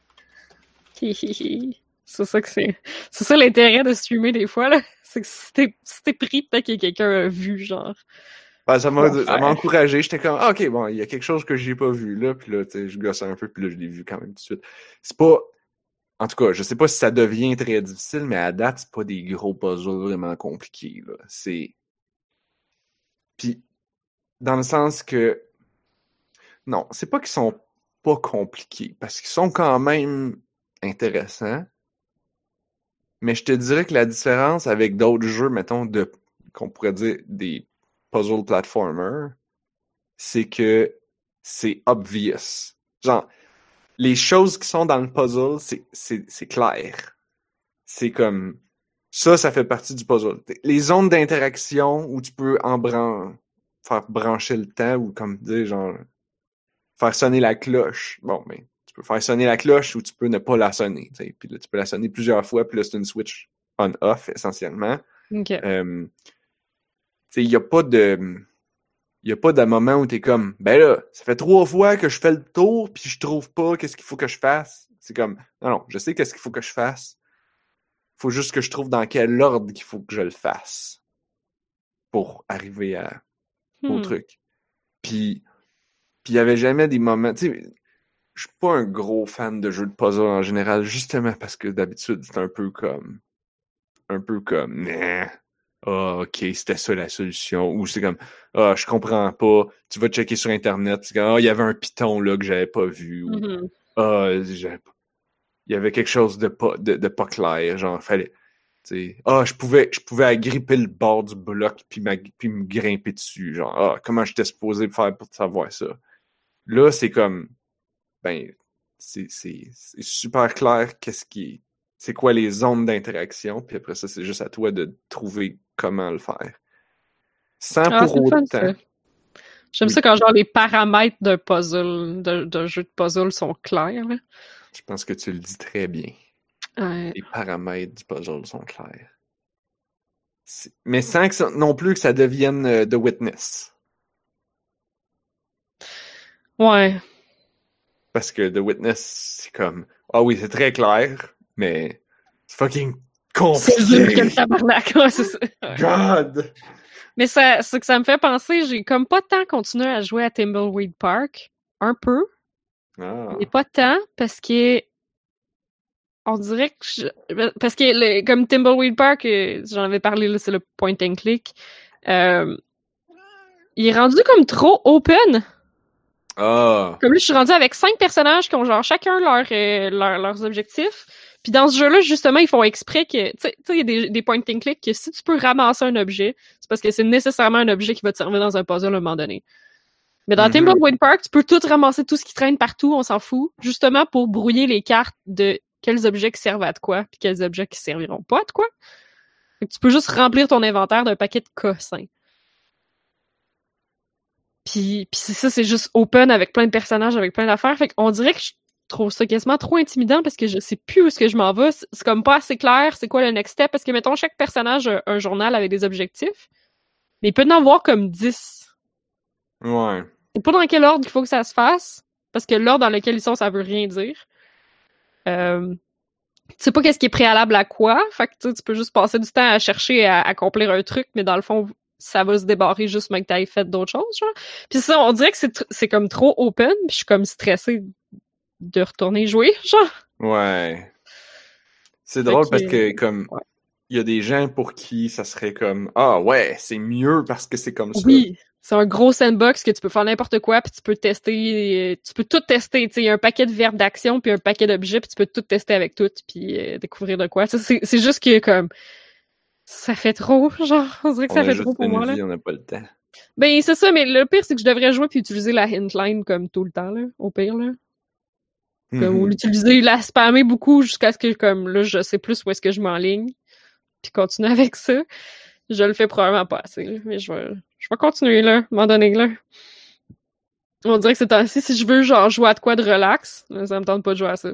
Speaker 1: C'est ça que c'est. C'est ça l'intérêt de streamer des fois, là. C'est que si t'es, si t'es pris, peut-être que quelqu'un a vu, genre.
Speaker 2: Ben, ça m'a, ça m'a encouragé. J'étais comme, ah, ok, bon, il y a quelque chose que j'ai pas vu là. Puis là, tu sais, je gossais un peu, puis là, je l'ai vu quand même tout de suite. C'est pas. En tout cas, je sais pas si ça devient très difficile, mais à date, c'est pas des gros puzzles vraiment compliqués, là. C'est. Puis, dans le sens que. Non, c'est pas qu'ils sont pas compliqués, parce qu'ils sont quand même intéressants. Mais je te dirais que la différence avec d'autres jeux, mettons, de qu'on pourrait dire des puzzle platformers, c'est que c'est obvious. Genre, les choses qui sont dans le puzzle, c'est, c'est, c'est clair. C'est comme, ça, ça fait partie du puzzle. Les zones d'interaction où tu peux en bran... faire brancher le temps ou comme dire, genre, faire sonner la cloche. Bon, mais tu peux faire sonner la cloche ou tu peux ne pas la sonner. T'sais. Puis là, tu peux la sonner plusieurs fois, puis là, c'est une switch on-off, essentiellement.
Speaker 1: OK.
Speaker 2: Euh, il n'y a pas de... Il n'y a pas de moment où t'es comme, ben là, ça fait trois fois que je fais le tour, puis je trouve pas qu'est-ce qu'il faut que je fasse. C'est comme, non, non, je sais qu'est-ce qu'il faut que je fasse. Il faut juste que je trouve dans quel ordre qu'il faut que je le fasse pour arriver à, hmm. au truc. Puis, puis il y avait jamais des moments, tu sais, je suis pas un gros fan de jeux de puzzle en général, justement parce que d'habitude, c'est un peu comme, un peu comme, nah. Ah, oh, ok, c'était ça la solution. Ou c'est comme, ah, oh, je comprends pas. Tu vas checker sur Internet. C'est comme, ah, oh, il y avait un piton là que j'avais pas vu. Ou, mm-hmm. ah, j'avais pas... il y avait quelque chose de pas, de, de pas clair. Genre, fallait, tu sais, ah, je pouvais, je pouvais agripper le bord du bloc puis, puis me grimper dessus. Genre, ah, comment j'étais supposé faire pour savoir ça? Là, c'est comme, ben, c'est, c'est, c'est super clair qu'est-ce qui, c'est quoi les zones d'interaction. Puis après ça, c'est juste à toi de trouver comment le faire. Sans ah, pour autant...
Speaker 1: Fun, J'aime oui. ça quand genre les paramètres d'un puzzle, d'un, d'un jeu de puzzle sont clairs. Là.
Speaker 2: Je pense que tu le dis très bien.
Speaker 1: Ouais.
Speaker 2: Les paramètres du puzzle sont clairs. C'est... Mais sans que ça, non plus que ça devienne euh, The Witness.
Speaker 1: Ouais.
Speaker 2: Parce que The Witness, c'est comme... Ah oui, c'est très clair, mais c'est fucking compliqué.
Speaker 1: C'est dur que le tabarnak, ouais, c'est ça.
Speaker 2: God!
Speaker 1: Mais ça, ce que ça me fait penser, j'ai comme pas tant continué à jouer à Thimbleweed Park. Un peu.
Speaker 2: Ah.
Speaker 1: Mais pas tant, parce que on dirait que je... parce que le, comme Thimbleweed Park, j'en avais parlé, là, c'est le point and click. Euh... Il est rendu comme trop open.
Speaker 2: Ah.
Speaker 1: Comme là, je suis rendue avec cinq personnages qui ont genre chacun leur, euh, leur, leurs objectifs. Puis dans ce jeu-là, justement, ils font exprès que, tu sais, il y a des, des point and click que si tu peux ramasser un objet, c'est parce que c'est nécessairement un objet qui va te servir dans un puzzle à un moment donné. Mais dans mm-hmm. Thimbleweed Park, tu peux tout ramasser, tout ce qui traîne partout, on s'en fout, justement pour brouiller les cartes de quels objets qui servent à de quoi, puis quels objets qui serviront pas à de quoi. Fait que tu peux juste remplir ton inventaire d'un paquet de cossins. Puis, puis c'est ça, c'est juste open avec plein de personnages, avec plein d'affaires. Fait qu'on dirait que je trouve ça quasiment trop intimidant parce que je sais plus où est-ce que je m'en vais. C'est comme pas assez clair, c'est quoi le next step. Parce que, mettons, chaque personnage a un journal avec des objectifs. Mais il peut en avoir comme dix.
Speaker 2: Ouais.
Speaker 1: C'est pas dans quel ordre il faut que ça se fasse. Parce que l'ordre dans lequel ils sont, ça veut rien dire. Euh... Tu sais pas qu'est-ce qui est préalable à quoi. Fait que tu peux juste passer du temps à chercher à accomplir un truc, mais dans le fond, ça va se débarrer juste même que t'aies fait d'autres choses, genre. Puis ça, on dirait que c'est, tr- c'est comme trop open, puis je suis comme stressée de retourner jouer, genre.
Speaker 2: Ouais. C'est drôle
Speaker 1: que...
Speaker 2: parce que, comme, il ouais. y a des gens pour qui ça serait comme, ah ouais, c'est mieux parce que c'est comme ça.
Speaker 1: Oui, c'est un gros sandbox que tu peux faire n'importe quoi, puis tu peux tester, tu peux tout tester, tu sais, il y a un paquet de verbes d'action, puis un paquet d'objets, puis tu peux tout tester avec tout, puis euh, découvrir de quoi. Ça, c'est, c'est juste que, comme, ça fait trop, genre, on dirait que
Speaker 2: on
Speaker 1: ça fait trop pour moi,
Speaker 2: vie,
Speaker 1: là.
Speaker 2: On n'a pas le temps.
Speaker 1: Ben, c'est ça, mais le pire, c'est que je devrais jouer puis utiliser la hintline comme tout le temps, là, au pire, là. Comme, ou l'utiliser, la spammer beaucoup jusqu'à ce que, comme, là, je sais plus où est-ce que je m'enligne. Puis continuer avec ça. Je le fais probablement pas assez, là, mais je vais, je vais continuer, là, à un moment donné, là. On dirait que c'est temps-ci, si je veux, genre, jouer à de quoi de relax, ça me tente pas de jouer à ça.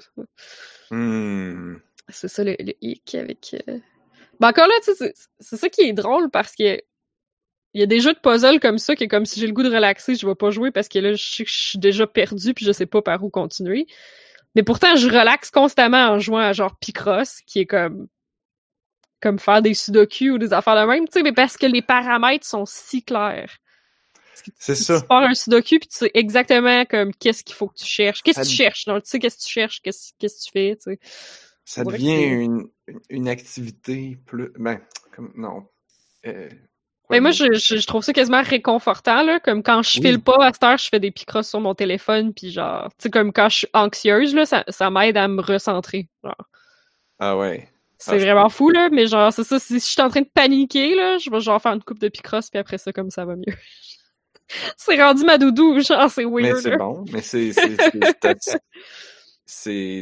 Speaker 2: Mm.
Speaker 1: C'est ça, le, le hic avec... Euh... Ben encore là, tu sais, c'est, c'est ça qui est drôle, parce que il y a des jeux de puzzle comme ça, qui est comme si j'ai le goût de relaxer, je vais pas jouer, parce que là, je sais que je suis déjà perdue, puis je sais pas par où continuer. Mais pourtant, je relaxe constamment en jouant à genre Picross, qui est comme... comme faire des sudoku ou des affaires de même, tu sais, mais parce que les paramètres sont si clairs.
Speaker 2: C'est
Speaker 1: tu,
Speaker 2: ça.
Speaker 1: Tu pars un sudoku puis tu sais exactement comme qu'est-ce qu'il faut que tu cherches. Qu'est-ce que tu cherches? Donc, tu sais qu'est-ce que tu cherches, qu'est-ce, qu'est-ce que tu fais, tu sais.
Speaker 2: Ça devient une, une activité plus... Ben, comme... Non. Euh,
Speaker 1: mais moi, je, je, je trouve ça quasiment réconfortant, là. Comme quand je oui. file pas à cette heure, je fais des picross sur mon téléphone, puis genre... Tu sais, comme quand je suis anxieuse, là, ça, ça m'aide à me recentrer, genre.
Speaker 2: Ah ouais.
Speaker 1: C'est ah, vraiment fou, là, mais genre, c'est ça, si je suis en train de paniquer, là, je vais genre faire une coupe de picross, puis après ça, comme ça va mieux. C'est rendu ma doudou, genre, c'est weird.
Speaker 2: Mais c'est
Speaker 1: là.
Speaker 2: bon, mais c'est... C'est... c'est, c'est,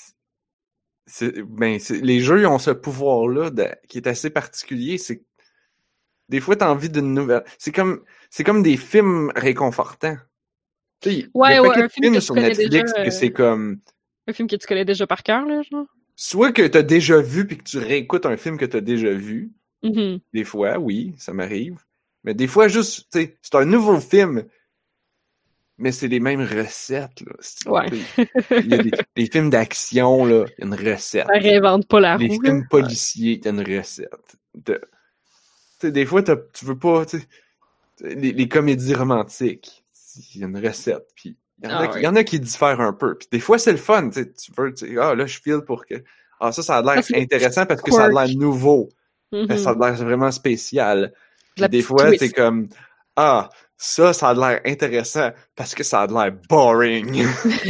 Speaker 2: c'est ben, c'est, les jeux, ils ont ce pouvoir-là de, qui est assez particulier, c'est que des fois, t'as envie d'une nouvelle... C'est comme, c'est comme des films réconfortants. Tu sais,
Speaker 1: ouais,
Speaker 2: il y a
Speaker 1: ouais,
Speaker 2: pas
Speaker 1: un
Speaker 2: de
Speaker 1: film
Speaker 2: films
Speaker 1: que
Speaker 2: sur Netflix
Speaker 1: déjà,
Speaker 2: que
Speaker 1: euh...
Speaker 2: c'est comme...
Speaker 1: Un film que tu connais déjà par cœur, là, genre?
Speaker 2: Soit que t'as déjà vu puis que tu réécoutes un film que t'as déjà vu.
Speaker 1: Mm-hmm.
Speaker 2: Des fois, oui, ça m'arrive. Mais des fois, juste, tu sais, c'est un nouveau film, mais c'est les mêmes recettes, là.
Speaker 1: Ouais.
Speaker 2: Il y a des, des films d'action, là, il y a une recette.
Speaker 1: Ça réinvente pas la
Speaker 2: les
Speaker 1: roue.
Speaker 2: Les films
Speaker 1: là.
Speaker 2: policiers, il y a une recette. Tu sais, des fois, tu veux pas, tu sais, les, les comédies romantiques, il y a une recette, puis il y, en a, ah, qui, ouais. y en a qui diffèrent un peu. Puis des fois, c'est le fun, tu sais, tu veux, tu sais, ah, là, je file pour que... Ah, ça, ça a l'air ah, intéressant parce que quirk. Ça a l'air nouveau. Mm-hmm. Parce que ça a l'air vraiment spécial. Puis des fois, twist. C'est comme... Ah, ça, ça a l'air intéressant parce que ça a l'air boring.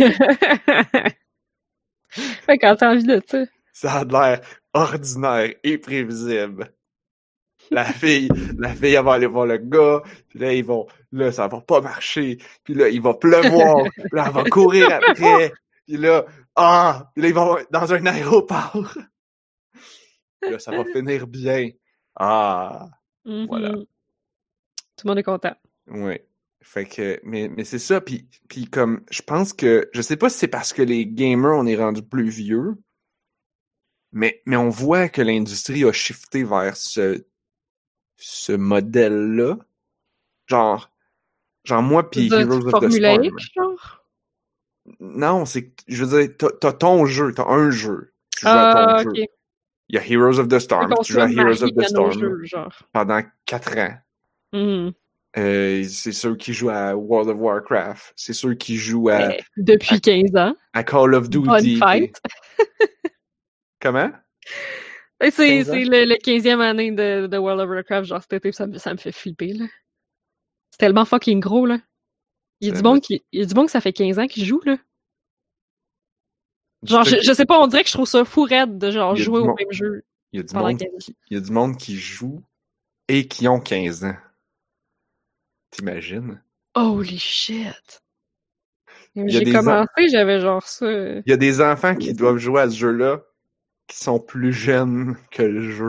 Speaker 1: Fait quand t'as envie de ça.
Speaker 2: Ça a l'air ordinaire et prévisible. La fille, la fille, elle va aller voir le gars, puis là, ils vont, là, ça va pas marcher, puis là, il va pleuvoir, puis là, elle va courir après, puis là, ah, puis là, ils vont dans un aéroport. Puis là, ça va finir bien. Ah,
Speaker 1: mm-hmm.
Speaker 2: Voilà.
Speaker 1: Tout le monde est content.
Speaker 2: Oui. Fait que, mais, mais c'est ça, puis, puis comme, je pense que, je sais pas si c'est parce que les gamers, on est rendu plus vieux, mais, mais on voit que l'industrie a shifté vers ce ce modèle-là. Genre, genre moi pis Heroes of the Storm.
Speaker 1: Genre?
Speaker 2: Non, c'est que, je veux dire, t'as, t'as ton jeu, t'as un jeu. Tu joues
Speaker 1: ah,
Speaker 2: à ton
Speaker 1: okay.
Speaker 2: jeu. Il y a Heroes of the Storm, tu joues à Heroes of the Storm
Speaker 1: jeux, genre.
Speaker 2: pendant quatre ans.
Speaker 1: Mm-hmm.
Speaker 2: Euh, c'est ceux qui jouent à World of Warcraft. C'est ceux qui jouent à...
Speaker 1: Eh, depuis
Speaker 2: à,
Speaker 1: quinze ans.
Speaker 2: À Call of Duty.
Speaker 1: Bonne fête.
Speaker 2: Comment?
Speaker 1: C'est, c'est le, le quinzième année de, de World of Warcraft, genre cet été, ça me, ça me fait flipper, là. C'est tellement fucking gros, là. Il y a, du bon, qui, il y a du bon que ça fait quinze ans qu'il joue, là. Genre, je, je sais pas, on dirait que je trouve ça fou raide de genre jouer au
Speaker 2: monde,
Speaker 1: même jeu.
Speaker 2: Il y a du monde qui, il y a du monde qui joue et qui ont quinze ans. T'imagines?
Speaker 1: Holy shit! J'ai commencé, en... j'avais genre ça.
Speaker 2: Il y a des enfants qui doivent jouer à ce jeu-là qui sont plus jeunes que le jeu.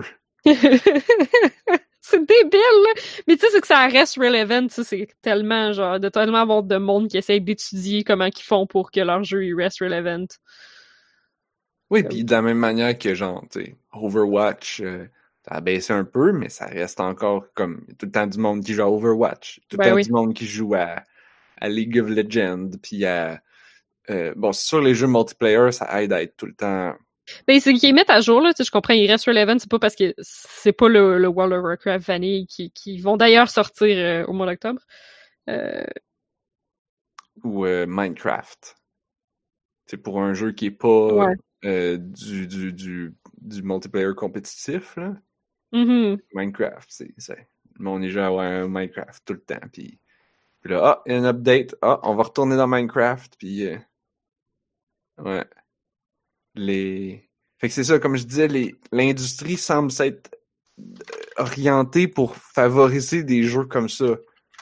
Speaker 1: C'est débile, là! Mais tu sais, c'est que ça reste relevant, tu sais, c'est tellement, genre, de tellement bon de monde qui essaye d'étudier comment ils font pour que leur jeu, il reste relevant.
Speaker 2: Oui, puis de la même manière que, genre, tu sais, Overwatch, euh, ça a baissé un peu, mais ça reste encore comme tout le temps du monde qui joue à Overwatch, tout le ben temps oui. du monde qui joue à, à League of Legends, puis à... Euh, bon, c'est sûr, les jeux multiplayer, ça aide à être tout le temps...
Speaker 1: Ben, c'est qu'ils mettent à jour, là, tu sais, je comprends, ils restent relevant, c'est pas parce que c'est pas le, le World of Warcraft Vanille qui, qui vont d'ailleurs sortir euh, au mois d'octobre. Euh...
Speaker 2: Ou euh, Minecraft. C'est pour un jeu qui est pas
Speaker 1: ouais.
Speaker 2: euh, du, du, du, du multiplayer compétitif, là.
Speaker 1: Mm-hmm.
Speaker 2: Minecraft, c'est, c'est... On est joué à un Minecraft tout le temps, puis, puis là, ah, il y a un update, ah, on va retourner dans Minecraft, puis euh... ouais. Les... Fait que c'est ça, comme je disais, les... l'industrie semble s'être orientée pour favoriser des jeux comme ça.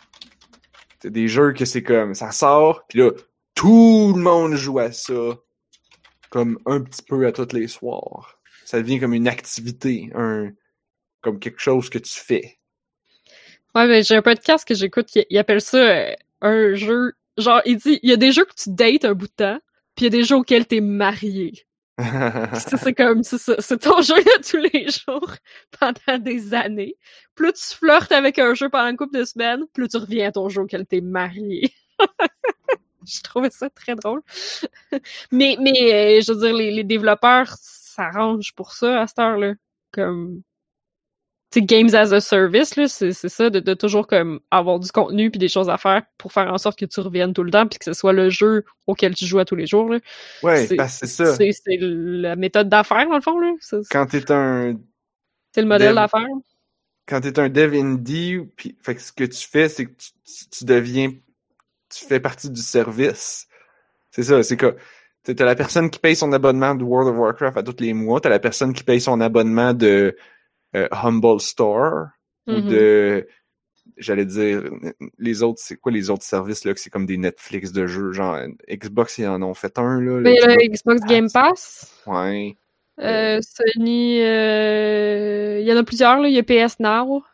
Speaker 2: C'est des jeux que c'est comme, ça sort, puis là, tout le monde joue à ça. comme un petit peu à tous les soirs. Ça devient comme une activité, un comme quelque chose que tu fais.
Speaker 1: Ouais, mais j'ai un podcast que j'écoute, il, il appelle ça euh, un jeu. Genre, il dit, il y a des jeux que tu dates un bout de temps, puis il y a des jeux auxquels t'es marié. ça, c'est comme, c'est ça, c'est ton jeu de tous les jours pendant des années. Plus tu flirtes avec un jeu pendant une couple de semaines, plus tu reviens à ton jeu auquel t'es marié. Je trouvais ça très drôle. mais, mais, je veux dire, les, les développeurs s'arrangent pour ça à cette heure-là. Comme, tu sais, games as a service, là, c'est, c'est ça, de, de toujours comme avoir du contenu puis des choses à faire pour faire en sorte que tu reviennes tout le temps puis que ce soit le jeu auquel tu joues à tous les jours, là.
Speaker 2: Ouais, c'est, parce que c'est ça.
Speaker 1: C'est, c'est la méthode d'affaires, dans le fond, là. C'est,
Speaker 2: quand t'es un...
Speaker 1: C'est le modèle
Speaker 2: dev...
Speaker 1: d'affaires.
Speaker 2: Quand t'es un dev indie, puis fait que ce que tu fais, c'est que tu, tu deviens... Tu fais partie du service. C'est ça, c'est que t'as la personne qui paye son abonnement de World of Warcraft à tous les mois, t'as la personne qui paye son abonnement de euh, Humble Store, mm-hmm. ou de... J'allais dire, les autres, c'est quoi les autres services, là, que c'est comme des Netflix de jeux, genre Xbox, ils en ont fait un, là.
Speaker 1: Mais le Xbox, Xbox Game Pass.
Speaker 2: Ouais.
Speaker 1: Euh, Sony, euh... il y en a plusieurs, là. Il y a P S Now.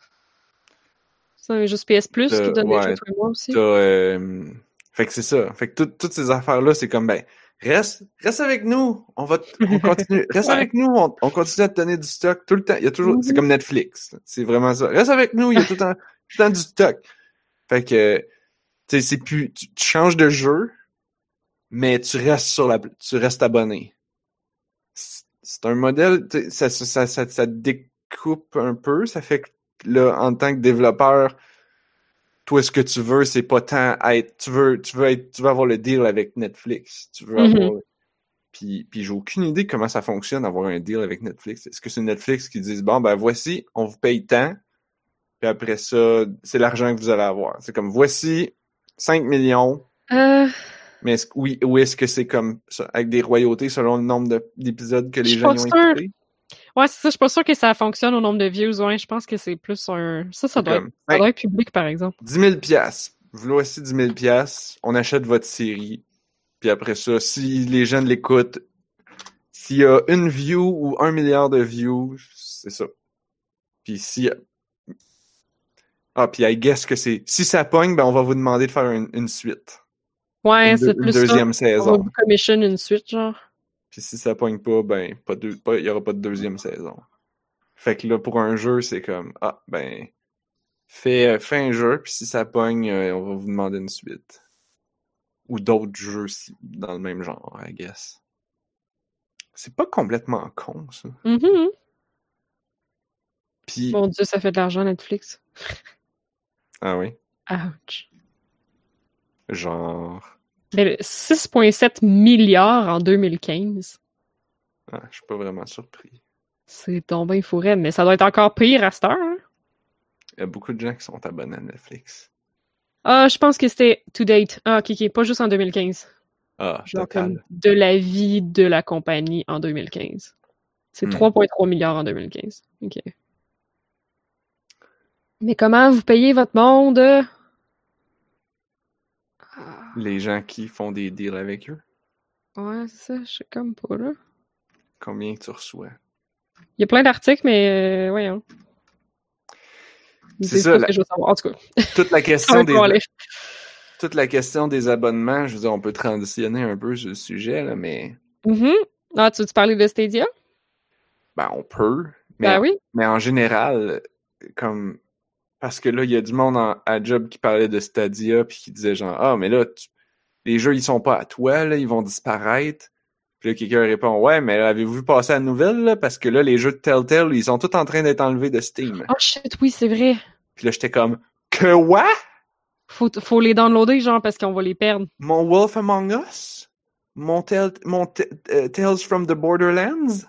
Speaker 1: C'est juste P S Plus qui donne ouais, des jeux tous les mois aussi.
Speaker 2: Euh... Fait que c'est ça. Fait que tout, toutes ces affaires-là, c'est comme, ben, reste, reste avec nous. On va, t- on continue. Reste ouais. avec nous. On, on continue à te donner du stock tout le temps. Il y a toujours, mm-hmm. c'est comme Netflix. C'est vraiment ça. Reste avec nous. Il y a tout le temps, tout le temps du stock. Fait que, tu sais, c'est plus, tu, tu changes de jeu, mais tu restes sur la, tu restes abonné. C'est, c'est un modèle, ça, ça, ça, ça, ça découpe un peu. Ça fait que, là, en tant que développeur, toi, ce que tu veux, c'est pas tant être, tu veux, tu veux être, tu veux avoir le deal avec Netflix. Tu veux mm-hmm. avoir, puis, puis j'ai aucune idée comment ça fonctionne, avoir un deal avec Netflix. Est-ce que c'est Netflix qui dit, bon, ben, voici, on vous paye tant, puis après ça, c'est l'argent que vous allez avoir. C'est comme, voici cinq millions.
Speaker 1: Euh...
Speaker 2: Mais est-ce, oui, ou est-ce que c'est comme ça, avec des royautés selon le nombre de, d'épisodes que les gens y ont écoutés?
Speaker 1: Ouais, c'est ça. Je suis pas sûre que ça fonctionne au nombre de views. Ouais, je pense que c'est plus un... Ça, ça doit, comme, être, ça doit être public, par exemple.
Speaker 2: dix mille piastres. Voici dix mille piastres. On achète votre série. Puis après ça, si les gens l'écoutent, s'il y a une view ou un milliard de views, c'est ça. Puis si... Ah, puis I guess que c'est... Si ça pogne, ben on va vous demander de faire une, une suite.
Speaker 1: Ouais,
Speaker 2: une,
Speaker 1: c'est
Speaker 2: une
Speaker 1: plus
Speaker 2: deuxième
Speaker 1: ça.
Speaker 2: saison.
Speaker 1: On va vous commission une suite, genre.
Speaker 2: Puis si ça pogne pas, ben, pas deux, pas, il y aura pas de deuxième saison. Fait que là, pour un jeu, c'est comme, ah, ben, fais, fais un jeu, puis si ça pogne, euh, on va vous demander une suite. Ou d'autres jeux si, dans le même genre, I guess. C'est pas complètement con, ça.
Speaker 1: Mm-hmm.
Speaker 2: Puis...
Speaker 1: Mon Dieu, ça fait de l'argent, Netflix.
Speaker 2: Ah oui?
Speaker 1: Ouch.
Speaker 2: Genre...
Speaker 1: Mais six virgule sept milliards en deux mille quinze.
Speaker 2: Ah, je suis pas vraiment surpris.
Speaker 1: C'est tombé fourré, mais ça doit être encore pire à cette heure. Hein?
Speaker 2: Il y a beaucoup de gens qui sont abonnés à Netflix.
Speaker 1: Ah, je pense que c'était to date. Ah, ok, ok, pas juste en deux mille quinze.
Speaker 2: Ah,
Speaker 1: genre
Speaker 2: total.
Speaker 1: comme de la vie de la compagnie en deux mille quinze. C'est hmm. trois virgule trois milliards en deux mille quinze. Ok. Mais comment vous payez votre monde?
Speaker 2: Les gens qui font des deals avec eux.
Speaker 1: Ouais, c'est ça, je sais comme pas, là.
Speaker 2: Combien tu reçois?
Speaker 1: Il y a plein d'articles, mais euh, voyons.
Speaker 2: C'est ça,
Speaker 1: la... que je veux savoir. En tout cas.
Speaker 2: Toute la question des... Toute la question des abonnements, je veux dire, on peut transitionner un peu sur le sujet, là, mais...
Speaker 1: Mm-hmm. Ah, tu veux-tu parler de Stadia?
Speaker 2: Ben, on peut. Mais,
Speaker 1: ben oui.
Speaker 2: Mais en général, comme... Parce que là, il y a du monde en, à job qui parlait de Stadia puis qui disait genre, ah, mais là, tu, les jeux, ils sont pas à toi, là, ils vont disparaître. Puis là, quelqu'un répond, ouais, mais là, avez-vous vu passer la nouvelle, là? Parce que là, les jeux de Telltale, ils sont tous en train d'être enlevés de Steam.
Speaker 1: Oh shit, oui, c'est vrai.
Speaker 2: Puis là, j'étais comme, que what?
Speaker 1: Faut, faut les downloader, genre, parce qu'on va les perdre.
Speaker 2: Mon Wolf Among Us? Mon, tel, mon t- uh, Tales from the Borderlands?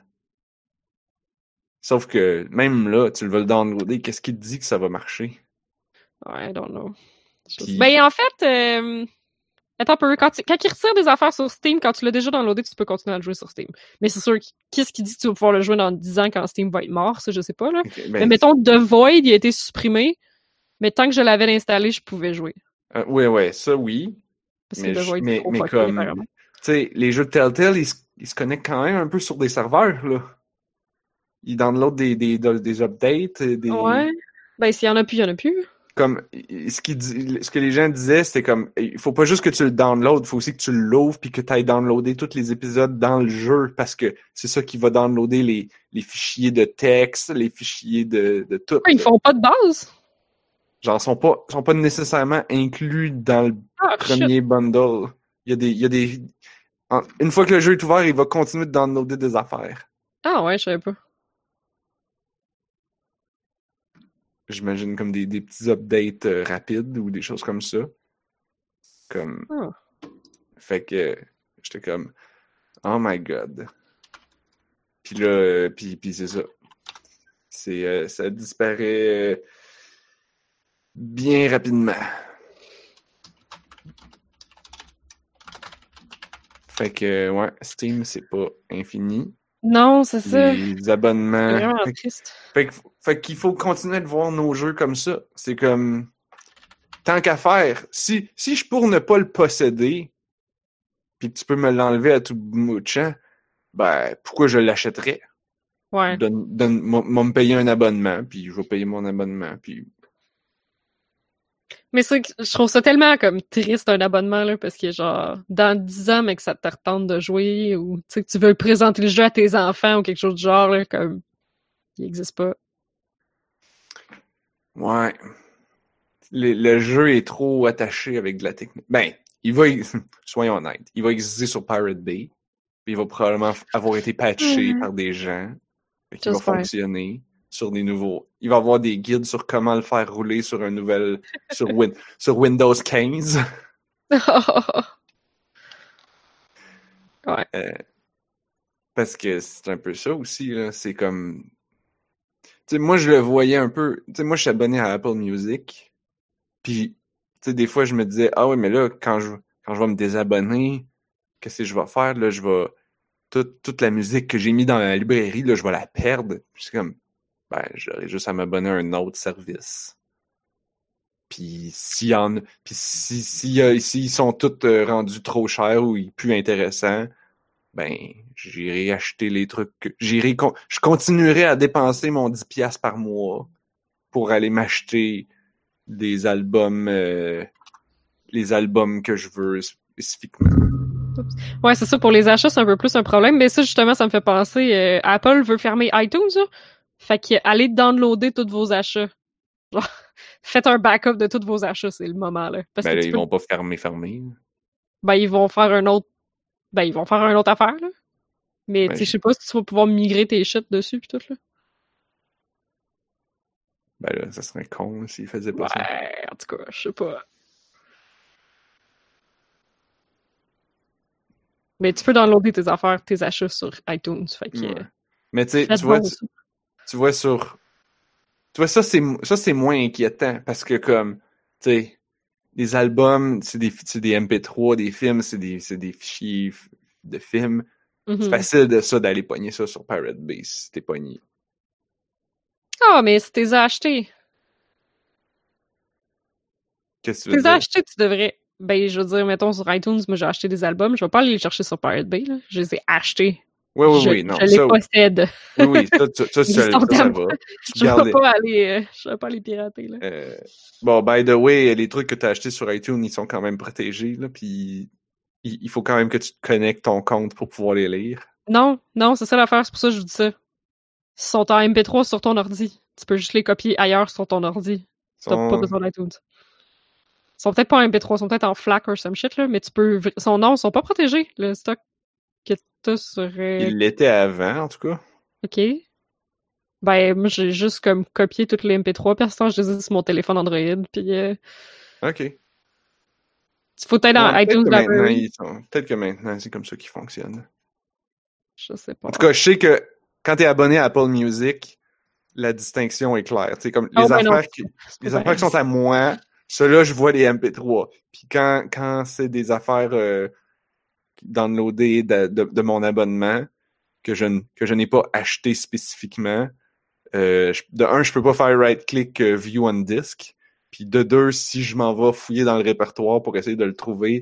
Speaker 2: Sauf que, même là, tu le veux le downloader, qu'est-ce qui te dit que ça va marcher?
Speaker 1: Ouais, I don't know.
Speaker 2: Puis...
Speaker 1: Ben, en fait, euh... attends un peu. Quand, tu... quand il retire des affaires sur Steam, quand tu l'as déjà downloadé, tu peux continuer à le jouer sur Steam. Mais c'est sûr, qu'est-ce qui dit que tu vas pouvoir le jouer dans dix ans quand Steam va être mort? Ça, je sais pas, là. Okay, ben... Mais mettons, The Void, il a été supprimé. Mais tant que je l'avais installé, je pouvais jouer.
Speaker 2: Euh, oui, oui, ça, oui.
Speaker 1: Parce
Speaker 2: mais
Speaker 1: que The Void,
Speaker 2: mais,
Speaker 1: trop
Speaker 2: mais comme, tu sais, les jeux de Telltale, ils, il se connecte quand même un peu sur des serveurs, là. Il download des, des, des updates, des...
Speaker 1: Ouais. Ben, s'il y en a plus, il y en a plus.
Speaker 2: Comme, ce, qui dit, ce que les gens disaient, c'était comme, il faut pas juste que tu le downloads, il faut aussi que tu l'ouvres puis que tu ailles downloader tous les épisodes dans le jeu parce que c'est ça qui va downloader les, les fichiers de texte, les fichiers de, de tout.
Speaker 1: Ouais, ils font pas de base.
Speaker 2: Genre, sont pas, sont pas nécessairement inclus dans le
Speaker 1: ah,
Speaker 2: premier
Speaker 1: shit.
Speaker 2: bundle. Il y a des, il y a des, une fois que le jeu est ouvert, il va continuer de downloader des affaires.
Speaker 1: Ah ouais, je savais pas.
Speaker 2: J'imagine comme des, des petits updates euh, rapides ou des choses comme ça. Comme...
Speaker 1: Oh.
Speaker 2: Fait que j'étais comme oh my god. Puis là, euh, puis, puis c'est ça. C'est, euh, ça disparaît euh, bien rapidement. Fait que ouais, Steam, c'est pas infini.
Speaker 1: Non, c'est ça.
Speaker 2: Les abonnements.
Speaker 1: C'est vraiment
Speaker 2: fait,
Speaker 1: triste.
Speaker 2: Fait, que, fait qu'il faut continuer de voir nos jeux comme ça. C'est comme tant qu'à faire. Si, si je pour ne pas le posséder, puis tu peux me l'enlever à tout bout de champ, ben pourquoi je l'achèterais?
Speaker 1: Ouais.
Speaker 2: Donne, donne, m'a me payer un abonnement, puis je vais payer mon abonnement, puis...
Speaker 1: Mais c'est que je trouve ça tellement comme triste un abonnement là parce que genre dans dix ans mais que ça te retente de jouer ou tu sais que tu veux présenter le jeu à tes enfants ou quelque chose du genre là comme il existe pas.
Speaker 2: Ouais. Le, le jeu est trop attaché avec de la technique. Ben, il va soyons honnêtes, il va exister sur Pirate Bay, puis il va probablement avoir été patché mm-hmm. par des gens, fait qu'il va fonctionner sur des nouveaux. Il va y avoir des guides sur comment le faire rouler sur un nouvel sur, win, sur Windows quinze.
Speaker 1: ouais.
Speaker 2: Euh, parce que c'est un peu ça aussi, là. C'est comme. Tu sais, moi, je le voyais un peu. Tu sais, moi, je suis abonné à Apple Music. Puis, tu sais, des fois, je me disais, ah oui, mais là, quand je, quand je vais me désabonner, qu'est-ce que je vais faire? Là, je vais. Toute, toute la musique que j'ai mis dans la librairie, là, je vais la perdre. Puis c'est comme. Ben, j'aurais juste à m'abonner à un autre service. Puis s'il y en a, puis si, si, euh, s'ils sont tous euh, rendus trop chers ou plus intéressants, ben, j'irai acheter les trucs. Que, j'irai, con, je continuerai à dépenser mon dix dollars par mois pour aller m'acheter des albums, euh, les albums que je veux spécifiquement.
Speaker 1: Ouais, c'est ça. Pour les achats, c'est un peu plus un problème. Mais ça, justement, ça me fait penser, euh, Apple veut fermer iTunes, là. Fait que allez downloader tous vos achats. Genre, faites un backup de tous vos achats, c'est le moment, là. Parce
Speaker 2: ben
Speaker 1: que
Speaker 2: là,
Speaker 1: ils
Speaker 2: peux...
Speaker 1: vont
Speaker 2: pas fermer, fermer.
Speaker 1: Ben, ils vont faire un autre... Ben, ils vont faire une autre affaire, là. Mais, ben, tu sais, je sais pas si tu vas pouvoir migrer tes shit dessus pis tout, là.
Speaker 2: Ben là, ça serait con s'ils faisaient pas
Speaker 1: ouais,
Speaker 2: ça.
Speaker 1: Ouais, en tout cas, je sais pas. Mais tu peux downloader tes affaires, tes achats sur iTunes, fait que...
Speaker 2: Ouais. Mais tu sais, tu vois... Tu... Tu vois, sur. Tu vois, ça, c'est ça, c'est moins inquiétant parce que, comme, tu sais, les albums, c'est des, c'est des M P trois, des films, c'est des, c'est des fichiers de films. Mm-hmm. C'est facile de ça, d'aller pogner ça sur Pirate Bay si t'es pogné.
Speaker 1: Ah, oh, mais si t'es acheté.
Speaker 2: Qu'est-ce que tu veux
Speaker 1: t'es
Speaker 2: dire?
Speaker 1: acheté, tu devrais. Ben, je veux dire, mettons, sur iTunes, moi, j'ai acheté des albums. Je vais pas aller les chercher sur Pirate Bay, là. Je les ai achetés.
Speaker 2: Oui, oui,
Speaker 1: je,
Speaker 2: oui, non.
Speaker 1: Je
Speaker 2: ça,
Speaker 1: les possède.
Speaker 2: Oui, oui, ça, ça, ça, ça, ça, ça va.
Speaker 1: Je ne vais pas aller, euh, je vais pas aller pirater, là.
Speaker 2: Euh, bon, by the way, les trucs que tu as achetés sur iTunes, ils sont quand même protégés, là, puis il, il faut quand même que tu te connectes ton compte pour pouvoir les lire.
Speaker 1: Non, non, c'est ça l'affaire, c'est pour ça que je vous dis ça. Ils sont en M P trois sur ton ordi. Tu peux juste les copier ailleurs sur ton ordi. Sont... T'as pas besoin d'iTunes. Ils sont peut-être pas en M P trois, ils sont peut-être en FLAC ou some shit, là, mais tu peux... Son nom, ils sont pas protégés, le stock que t'as serait...
Speaker 2: Il l'était avant, en tout cas.
Speaker 1: OK. Ben, moi, j'ai juste comme copié toutes les M P trois, parce que je les ai sur mon téléphone Android, puis... Euh...
Speaker 2: OK.
Speaker 1: Il faut être dans
Speaker 2: ouais,
Speaker 1: iTunes
Speaker 2: peut-être que,
Speaker 1: Library.
Speaker 2: sont... peut-être que maintenant, c'est comme ça qu'ils fonctionnent.
Speaker 1: Je sais pas.
Speaker 2: En tout cas, je sais que quand t'es abonné à Apple Music, la distinction est claire. Tu sais, comme
Speaker 1: oh,
Speaker 2: les
Speaker 1: ben
Speaker 2: affaires,
Speaker 1: non,
Speaker 2: qui, les affaires qui sont à moi, ceux-là, je vois les M P trois. Puis quand, quand c'est des affaires euh, downloadées de, de, de mon abonnement, que je, que je n'ai pas acheté spécifiquement, euh, je, de un, je peux pas faire right-click euh, View on Disk. Puis de deux, si je m'en vais fouiller dans le répertoire pour essayer de le trouver,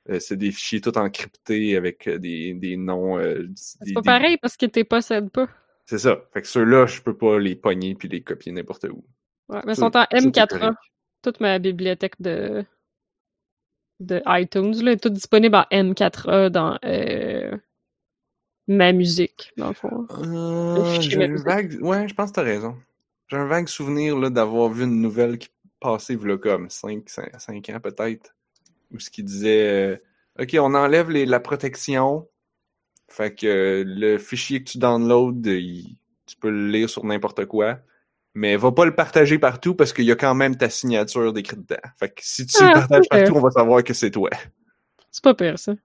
Speaker 2: Euh, c'est des fichiers tout encryptés avec euh, des, des noms. Euh,
Speaker 1: c'est
Speaker 2: des,
Speaker 1: pas
Speaker 2: des...
Speaker 1: pareil parce que t'es possèdes pas.
Speaker 2: C'est ça. Fait que ceux-là, je peux pas les pogner puis les copier n'importe où.
Speaker 1: Ouais, mais ils sont en M quatre A. Toute ma bibliothèque de, de iTunes là, est toute disponible en M quatre A dans euh, ma musique, dans le fond.
Speaker 2: Euh, j'ai un vague... Ouais, je pense que t'as raison. J'ai un vague souvenir là, d'avoir vu une nouvelle qui passait là, comme cinq ans peut-être. Où ce qui disait euh, OK, on enlève les, la protection. Fait que euh, le fichier que tu downloads, il, tu peux le lire sur n'importe quoi. Mais va pas le partager partout parce qu'il y a quand même ta signature décrite dedans. Fait que si tu ah, le partages partout, on va savoir que c'est toi.
Speaker 1: C'est pas pire, ça.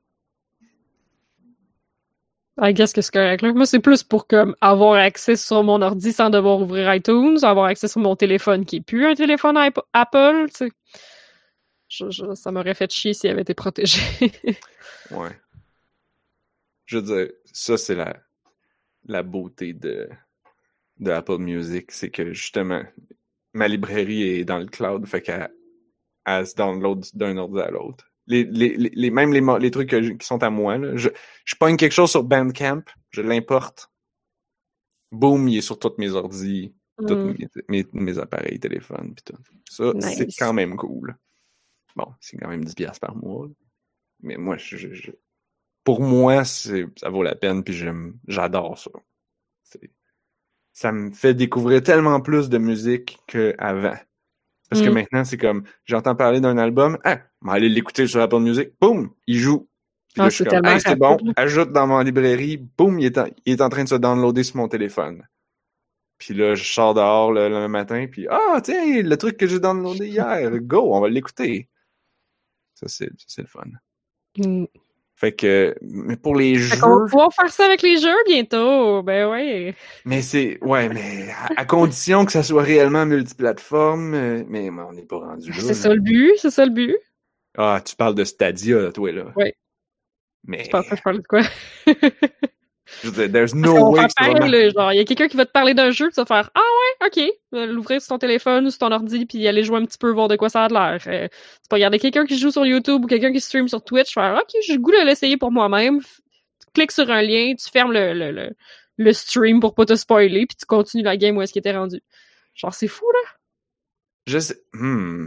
Speaker 1: I guess que c'est correct, là. Moi, c'est plus pour comme avoir accès sur mon ordi sans devoir ouvrir iTunes, avoir accès sur mon téléphone qui est plus un téléphone Apple, tu sais. Je, je, ça m'aurait fait chier s'il avait été protégé.
Speaker 2: Ouais. Je veux dire, ça, c'est la, la beauté de, de Apple Music, c'est que, justement, ma librairie est dans le cloud, fait qu'elle elle se download d'un ordi à l'autre. Les, les, les, même les, les trucs que, qui sont à moi, là, je, je pogne quelque chose sur Bandcamp, je l'importe, boum, il est sur tous mes ordis, mm. tous mes, mes, mes appareils téléphones, pis tout. Ça, nice. C'est quand même cool. Bon, c'est quand même dix dollars par mois, mais moi, je, je, je, pour moi, c'est, ça vaut la peine, puis j'adore ça. C'est, ça me fait découvrir tellement plus de musique qu'avant. Parce mm. que maintenant, c'est comme, j'entends parler d'un album, ah, on va aller l'écouter sur Apple Music, boum, il joue. Puis ah, là, je suis comme, hey, c'est bon, ajoute dans ma librairie, boum, il est, en, il est en train de se downloader sur mon téléphone. Puis là, je sors dehors le, le lendemain matin, puis ah, tiens, le truc que j'ai downloadé hier, go, on va l'écouter. Ça, c'est, ça, c'est le fun.
Speaker 1: Mm.
Speaker 2: Fait que, mais pour les fait jeux...
Speaker 1: On va pouvoir faire ça avec les jeux bientôt, ben oui.
Speaker 2: Mais c'est, ouais, mais à, à condition que ça soit réellement multiplateforme, euh, mais, mais on n'est pas rendu là.
Speaker 1: C'est là. ça le but, c'est ça le but.
Speaker 2: Ah, tu parles de Stadia, toi, là.
Speaker 1: Oui.
Speaker 2: Mais...
Speaker 1: Tu penses que je parle de quoi?
Speaker 2: Je veux dire, there's no way que
Speaker 1: pareil, vraiment... là, genre, il y a quelqu'un qui va te parler d'un jeu, tu vas faire « Ah ouais, ok », l'ouvrir sur ton téléphone ou sur ton ordi, puis aller jouer un petit peu, voir de quoi ça a de l'air. Euh, tu peux regarder quelqu'un qui joue sur YouTube ou quelqu'un qui stream sur Twitch, faire « Ok, j'ai le goût de l'essayer pour moi-même », tu cliques sur un lien, tu fermes le, le, le, le stream pour pas te spoiler, puis tu continues la game où est-ce qu'il était rendu. Genre, c'est fou, là.
Speaker 2: Je sais... Hmm.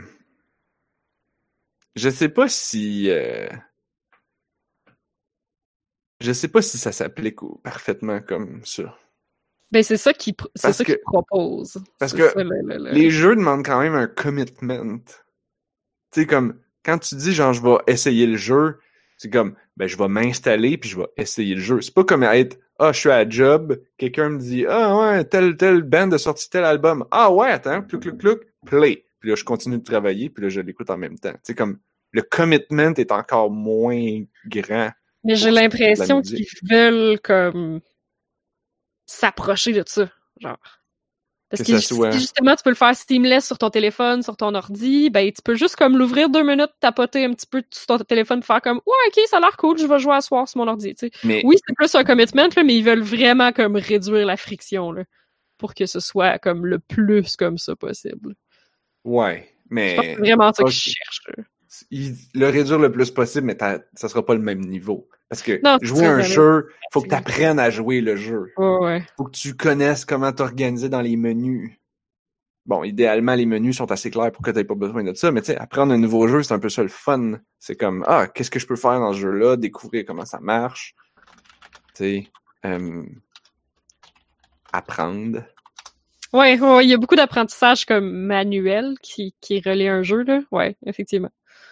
Speaker 2: Je sais pas si... Euh... Je sais pas si ça s'applique parfaitement comme ça.
Speaker 1: Ben, c'est ça qu'ils c'est ça qu'ils proposent.
Speaker 2: Parce que ça, le, le, le... les jeux demandent quand même un commitment. Tu sais, comme, quand tu dis, genre, je vais essayer le jeu, c'est comme, ben, je vais m'installer puis je vais essayer le jeu. C'est pas comme être, ah, je suis à la job, quelqu'un me dit, ah, ouais, tel, tel band a sorti tel album. Ah, ouais, attends, clouc, clouc, clouc, play. Puis là, je continue de travailler puis là, je l'écoute en même temps. Tu sais, comme, le commitment est encore moins grand.
Speaker 1: Mais j'ai l'impression qu'ils veulent comme s'approcher de ça, genre. Parce que, que si soit... justement tu peux le faire seamless sur ton téléphone, sur ton ordi, ben tu peux juste comme l'ouvrir deux minutes, tapoter un petit peu sur ton téléphone, faire comme ouais ok ça a l'air cool, je vais jouer à soir sur mon ordi. Tu sais. Mais... Oui c'est plus un commitment là, mais ils veulent vraiment comme réduire la friction là, pour que ce soit comme le plus comme ça possible.
Speaker 2: Ouais, mais
Speaker 1: je pense que c'est vraiment ça okay. qu'ils cherchent. Là.
Speaker 2: Il, le réduire le plus possible, mais ça sera pas le même niveau. Parce que
Speaker 1: non,
Speaker 2: jouer un jeu, il faut que tu apprennes à jouer le jeu.
Speaker 1: Il oh, ouais.
Speaker 2: faut que tu connaisses comment t'organiser dans les menus. Bon, idéalement, les menus sont assez clairs pour que tu n'aies pas besoin de ça, mais tu sais, apprendre un nouveau jeu, c'est un peu ça le fun. C'est comme, ah, qu'est-ce que je peux faire dans ce jeu-là, découvrir comment ça marche. Tu sais, euh, apprendre.
Speaker 1: Ouais, ouais, il y a beaucoup d'apprentissage comme manuel qui, qui relie un jeu, là. Ouais, effectivement.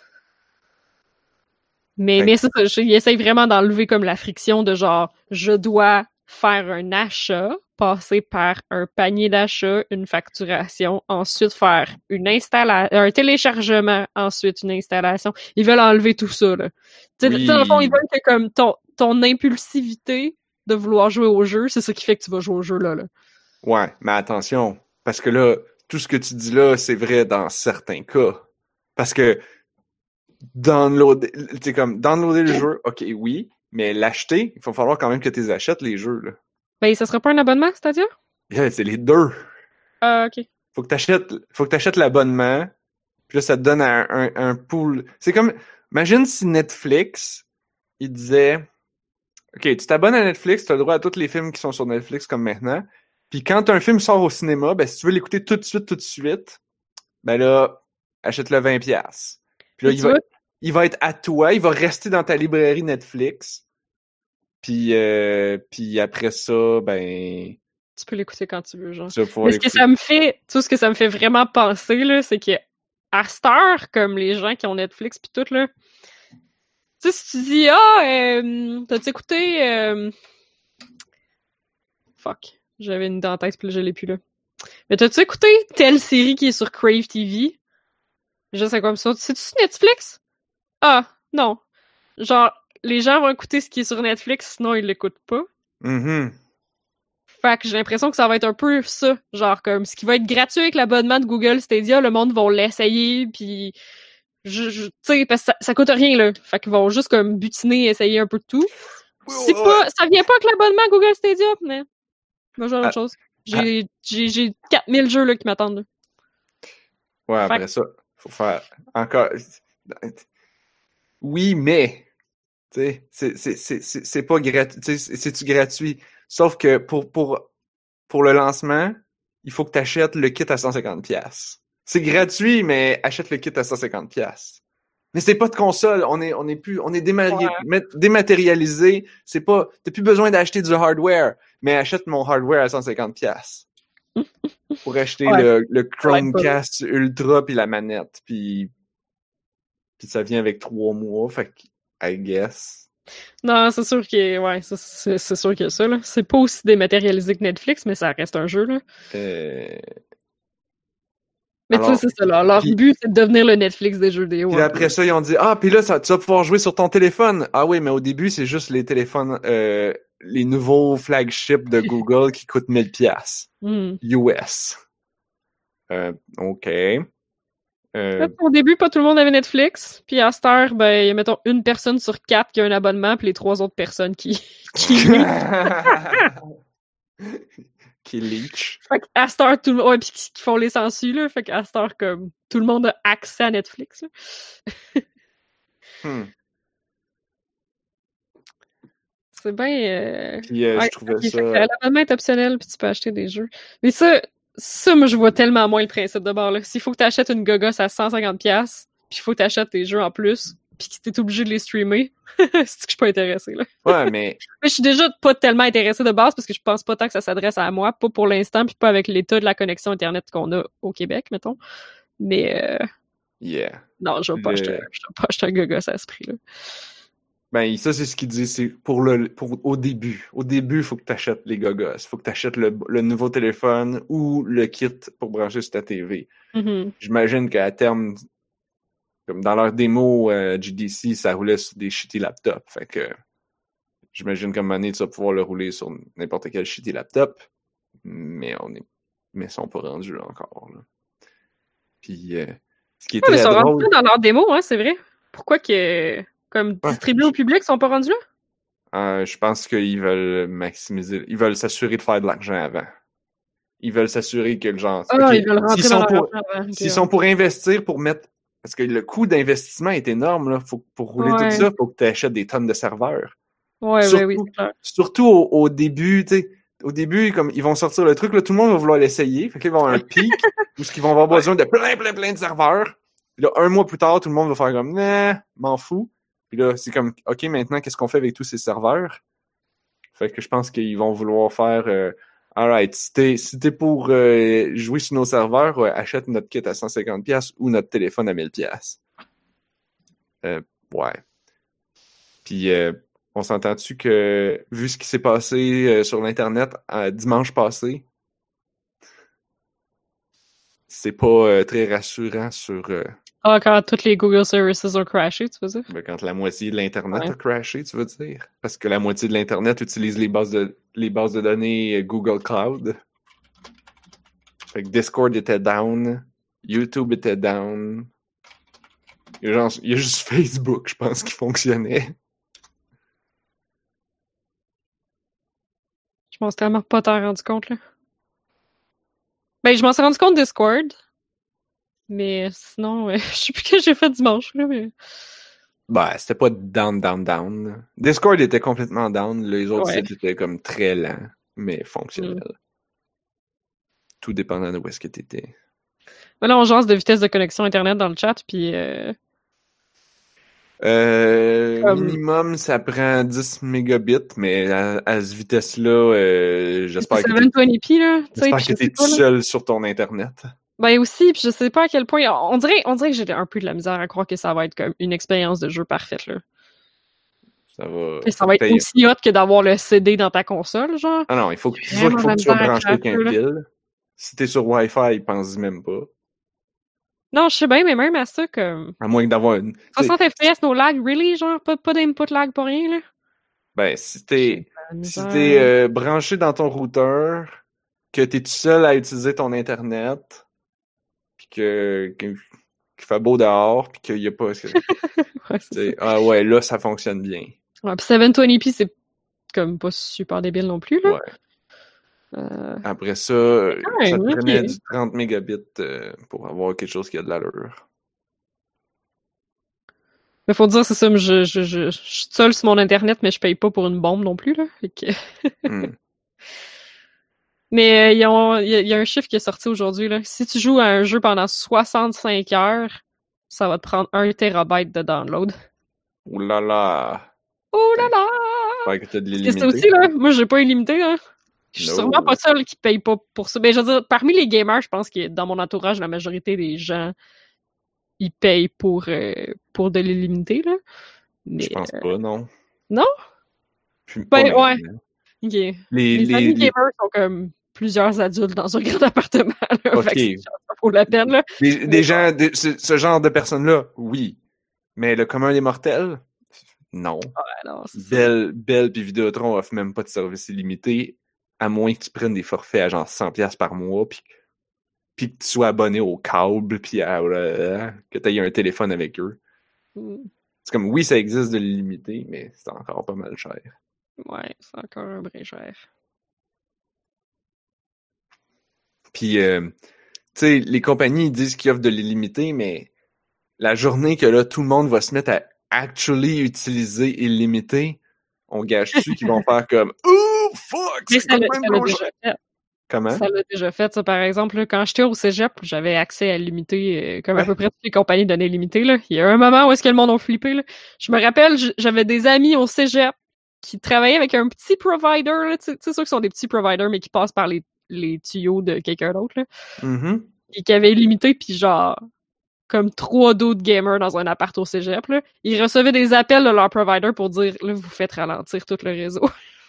Speaker 1: Mais, fait mais ça, il essaye vraiment d'enlever comme la friction de genre, je dois faire un achat, passer par un panier d'achat, une facturation, ensuite faire une installation, un téléchargement, ensuite une installation. Ils veulent enlever tout ça, là. Tu sais, oui. Dans le fond, ils veulent que comme ton, ton impulsivité de vouloir jouer au jeu, c'est ça qui fait que tu vas jouer au jeu, là, là.
Speaker 2: Ouais, mais attention, parce que là, tout ce que tu dis là, c'est vrai dans certains cas. Parce que downloader, tu sais, comme, downloader le jeu, ok, oui, mais l'acheter, il va falloir quand même que tu les achètes, les jeux, là.
Speaker 1: Ben, ça sera pas un abonnement, c'est-à-dire?
Speaker 2: Yeah, c'est les deux.
Speaker 1: Ah, uh, ok.
Speaker 2: Faut que t'achètes, faut que t'achètes l'abonnement, puis là, ça te donne un, un, un pool. C'est comme, imagine si Netflix, il disait, OK, tu t'abonnes à Netflix, tu as le droit à tous les films qui sont sur Netflix comme maintenant. Puis quand un film sort au cinéma, ben si tu veux l'écouter tout de suite, tout de suite, ben là, achète-le vingt dollars. Puis là, il va, il va être à toi, il va rester dans ta librairie Netflix. Puis, euh, puis après ça, ben...
Speaker 1: Tu peux l'écouter quand tu veux, genre.
Speaker 2: Tu vas pouvoir
Speaker 1: Mais ce que ça me fait, tu sais, ce que ça me fait vraiment penser, là, c'est que à cette heure, comme les gens qui ont Netflix pis tout, là, tu sais, si tu dis, ah, euh, t'as-tu écouté, euh... fuck, j'avais une idée en tête, puis là, je l'ai plus, là. Mais t'as-tu écouté telle série qui est sur Crave T V? Je sais comme ça. C'est-tu sur Netflix? Ah, non. Genre, les gens vont écouter ce qui est sur Netflix, sinon ils l'écoutent pas.
Speaker 2: Mm-hmm.
Speaker 1: Fait que j'ai l'impression que ça va être un peu ça. Genre, comme, ce qui va être gratuit avec l'abonnement de Google Stadia, le monde va l'essayer, pis... Je, je, tu sais, parce que ça, ça coûte rien, là. Fait qu'ils vont juste, comme, butiner, essayer un peu de tout. C'est pas... Ça vient pas avec l'abonnement Google Stadia, mais... Moi, j'ai autre ah, chose. J'ai, ah, j'ai, j'ai quatre mille jeux, là, qui m'attendent, là.
Speaker 2: Ouais, fait après que... ça, faut faire encore... Oui, mais... Tu sais, c'est, c'est, c'est, c'est, c'est pas gratuit. Tu sais, c'est-tu gratuit? Sauf que pour, pour, pour le lancement, il faut que tu achètes le kit à cent cinquante dollars. C'est gratuit, mais achète le kit à cent cinquante dollars. Mais c'est pas de console. On est, on est plus, on est démari- ouais. dématérialisé. C'est pas, t'as plus besoin d'acheter du hardware, mais achète mon hardware à cent cinquante dollars. Pour acheter ouais. le, le Chromecast Ultra puis la manette. Puis, puis ça vient avec trois mois. Fait que, I guess.
Speaker 1: Non, c'est sûr que ouais, c'est, c'est, c'est sûr que ça, là. C'est pas aussi dématérialisé que Netflix, mais ça reste un jeu, là.
Speaker 2: Euh...
Speaker 1: Mais tu sais, c'est ça, là. Leur pis, but, c'est de devenir le Netflix des jeux vidéo.
Speaker 2: Puis après peu. ça, ils ont dit, ah, puis là, ça, tu vas pouvoir jouer sur ton téléphone. Ah oui, mais au début, c'est juste les téléphones, euh, les nouveaux flagships de Google qui coûtent mille dollars
Speaker 1: mm.
Speaker 2: U S. Euh, OK.
Speaker 1: Euh... Au début, pas tout le monde avait Netflix. Puis à cette heure, ben, il y a, mettons, une personne sur quatre qui a un abonnement, puis les trois autres personnes qui... qui...
Speaker 2: qui leech.
Speaker 1: Fait qu'à cette heure, tout le monde... Ouais, puis qui, qui font les census, là. Fait qu'à cette heure, comme, tout le monde a accès à Netflix, là.
Speaker 2: hmm.
Speaker 1: C'est bien... Euh...
Speaker 2: Puis euh,
Speaker 1: ouais,
Speaker 2: je trouvais
Speaker 1: okay,
Speaker 2: ça...
Speaker 1: L'abonnement est optionnel, puis tu peux acheter des jeux. Mais ça... Ça, moi, je vois tellement moins le principe de bord, là. S'il faut que tu achètes une gogosse à cent cinquante dollars, puis il faut que tu achètes tes jeux en plus, puis que t'es obligé de les streamer, c'est que je suis pas intéressée, là.
Speaker 2: Ouais, mais...
Speaker 1: mais je suis déjà pas tellement intéressée de base, parce que je pense pas tant que ça s'adresse à moi, pas pour l'instant, puis pas avec l'état de la connexion Internet qu'on a au Québec, mettons. Mais, euh...
Speaker 2: yeah.
Speaker 1: Non, je vais pas, le... acheter, je vais pas acheter un gogosse à ce prix-là.
Speaker 2: Ben, ça, c'est ce qu'il dit, c'est pour le, pour, au début. Au début, il faut que tu achètes les gogos. Il faut que tu achètes le, le nouveau téléphone ou le kit pour brancher sur ta T V.
Speaker 1: Mm-hmm.
Speaker 2: J'imagine qu'à terme, comme dans leur démo euh, G D C, ça roulait sur des shitty laptops. Fait que, j'imagine qu'à un moment donné, tu vas pouvoir le rouler sur n'importe quel shitty laptop. Mais on est, mais ils sont pas rendus là encore, là. Puis, euh, ce qui est
Speaker 1: ouais,
Speaker 2: très
Speaker 1: mais ils sont
Speaker 2: drôle...
Speaker 1: rendus dans leur démo, hein, c'est vrai. Pourquoi que... Comme distribués ouais. au public, ils sont pas rendus là?
Speaker 2: Euh, je pense qu'ils veulent maximiser... Ils veulent s'assurer de faire de l'argent avant. Ils veulent s'assurer que le genre...
Speaker 1: Ah, okay. Ils veulent rentrer
Speaker 2: s'ils
Speaker 1: dans
Speaker 2: sont pour...
Speaker 1: avant.
Speaker 2: S'ils okay. sont pour investir, pour mettre... Parce que le coût d'investissement est énorme, là. Faut, pour rouler ouais. tout ça, il faut que tu achètes des tonnes de serveurs.
Speaker 1: Ouais, surtout, ouais, oui, c'est clair.
Speaker 2: Surtout au, au début, tu sais... Au début, comme ils vont sortir le truc, là, tout le monde va vouloir l'essayer. Fait qu'ils vont avoir un pic où ils vont avoir besoin de plein, plein, plein de serveurs. Puis là, un mois plus tard, tout le monde va faire comme « Nah, m'en fous ». Puis là, c'est comme, OK, maintenant, qu'est-ce qu'on fait avec tous ces serveurs? Fait que je pense qu'ils vont vouloir faire, euh, alright, si t'es, si t'es pour euh, jouer sur nos serveurs, ouais, achète notre kit à cent cinquante dollars ou notre téléphone à mille dollars. Euh, ouais. Puis, euh, on s'entend-tu que, vu ce qui s'est passé euh, sur l'Internet euh, dimanche passé, c'est pas euh, très rassurant sur... Euh,
Speaker 1: Ah, quand toutes les Google Services ont crashé, tu veux dire?
Speaker 2: Ben, quand la moitié de l'Internet
Speaker 1: ouais.
Speaker 2: a crashé, tu veux dire? Parce que la moitié de l'Internet utilise les bases de, les bases de données Google Cloud. Fait que Discord était down, YouTube était down. Il y a, genre, il y a juste Facebook, je pense, qui fonctionnait.
Speaker 1: Je m'en suis tellement pas tant rendu compte, là. Ben, je m'en suis rendu compte Discord. Mais sinon, euh, je sais plus ce que j'ai fait dimanche, là, mais...
Speaker 2: bah, c'était pas down, down, down. Discord était complètement down. Les autres
Speaker 1: Ouais.
Speaker 2: sites étaient comme très lents, mais fonctionnels.
Speaker 1: Mm.
Speaker 2: Tout dépendant de où est-ce que t'étais.
Speaker 1: Mais là, on jase de vitesse de connexion Internet dans le chat, puis... Euh...
Speaker 2: Euh,
Speaker 1: Comme...
Speaker 2: minimum, ça prend dix mégabits, mais à, à cette vitesse-là, euh, j'espère que t'es,
Speaker 1: sept cent vingt p, là,
Speaker 2: j'espère que t'es tout seul sur ton Internet.
Speaker 1: Ben aussi, puis je sais pas à quel point... On dirait, on dirait que j'ai un peu de la misère à croire que ça va être comme une expérience de jeu parfaite, là.
Speaker 2: Ça va...
Speaker 1: Et ça va être aussi hot que d'avoir le C D dans ta console, genre.
Speaker 2: Ah non, il faut que, il faut, il faut que tu sois branché avec un fil. Si t'es sur Wi-Fi, pense-y même pas.
Speaker 1: Non, je sais bien, mais même à ça, comme...
Speaker 2: À moins d'avoir une...
Speaker 1: soixante F P S, no lag, really? Genre, pas, pas d'input lag pour rien, là?
Speaker 2: Ben, si t'es, si t'es euh, branché dans ton routeur, que t'es tout seul à utiliser ton Internet, pis que, que qu'il fait beau dehors, pis qu'il y a pas...
Speaker 1: ouais, c'est
Speaker 2: ah ouais, là, ça fonctionne bien.
Speaker 1: Ouais, pis sept cent vingt p, c'est comme pas super débile non plus, là.
Speaker 2: Ouais.
Speaker 1: Euh...
Speaker 2: Après ça,
Speaker 1: ouais,
Speaker 2: ça te
Speaker 1: okay.
Speaker 2: prenait du trente mégabits euh, pour avoir quelque chose qui a de l'allure.
Speaker 1: Mais faut dire, c'est ça, je, je, je, je suis seul sur mon Internet, mais je paye pas pour une bombe non plus, là. Fait que...
Speaker 2: mm.
Speaker 1: Mais il euh, y, y, y a un chiffre qui est sorti aujourd'hui, là. Si tu joues à un jeu pendant soixante-cinq heures, ça va te prendre un térabyte de download.
Speaker 2: Ouh là là!
Speaker 1: Oh là là!
Speaker 2: Fait que t'as de
Speaker 1: l'illimité. C'est aussi, là, moi j'ai pas illimité, hein. Je suis no. sûrement pas seul qui paye pas pour ça. Ben, je veux dire, parmi les gamers, je pense que dans mon entourage, la majorité des gens, ils payent pour, euh, pour de l'illimité, là.
Speaker 2: Mais, je pense euh... pas, non.
Speaker 1: Non?
Speaker 2: Puis,
Speaker 1: ben, ouais. Ok.
Speaker 2: Les,
Speaker 1: les, les amis
Speaker 2: les...
Speaker 1: gamers sont comme plusieurs adultes dans un grand appartement, là.
Speaker 2: Ok.
Speaker 1: Fait que ça vaut la peine, là.
Speaker 2: Des, des gens, de, ce, ce genre de personnes-là, oui. Mais le commun des mortels, non.
Speaker 1: Ouais, non
Speaker 2: Belle, Belle puis Vidéotron offre même pas de service illimité, à moins que tu prennes des forfaits à genre cent dollars par mois, puis puis que tu sois abonné au câble, puis à, euh, que tu aies un téléphone avec eux.
Speaker 1: Mm.
Speaker 2: C'est comme, oui, ça existe de l'illimité, mais c'est encore pas mal cher.
Speaker 1: Ouais, c'est encore un brin cher.
Speaker 2: Puis, euh, tu sais, les compagnies ils disent qu'ils offrent de l'illimité, mais la journée que là, tout le monde va se mettre à actually utiliser illimité, on gage-tu qu'ils vont faire comme « Oh, fuck! »
Speaker 1: Mais ça l'a déjà fait.
Speaker 2: Comment?
Speaker 1: Ça l'a déjà fait, ça, par exemple. Là, quand j'étais au cégep, j'avais accès à limité, euh, comme ouais. à peu près toutes les compagnies donnaient limité. Là. Il y a un moment où est-ce que le monde a flippé. Là. Je me rappelle, j'avais des amis au cégep qui travaillaient avec un petit provider. Tu sais, ceux qui sont des petits providers, mais qui passent par les, les tuyaux de quelqu'un d'autre. Là.
Speaker 2: Mm-hmm.
Speaker 1: Et qui avaient limité, puis genre... comme trois d'autres gamers dans un appart au cégep, là. Ils recevaient des appels de leur provider pour dire, là, vous faites ralentir tout le réseau.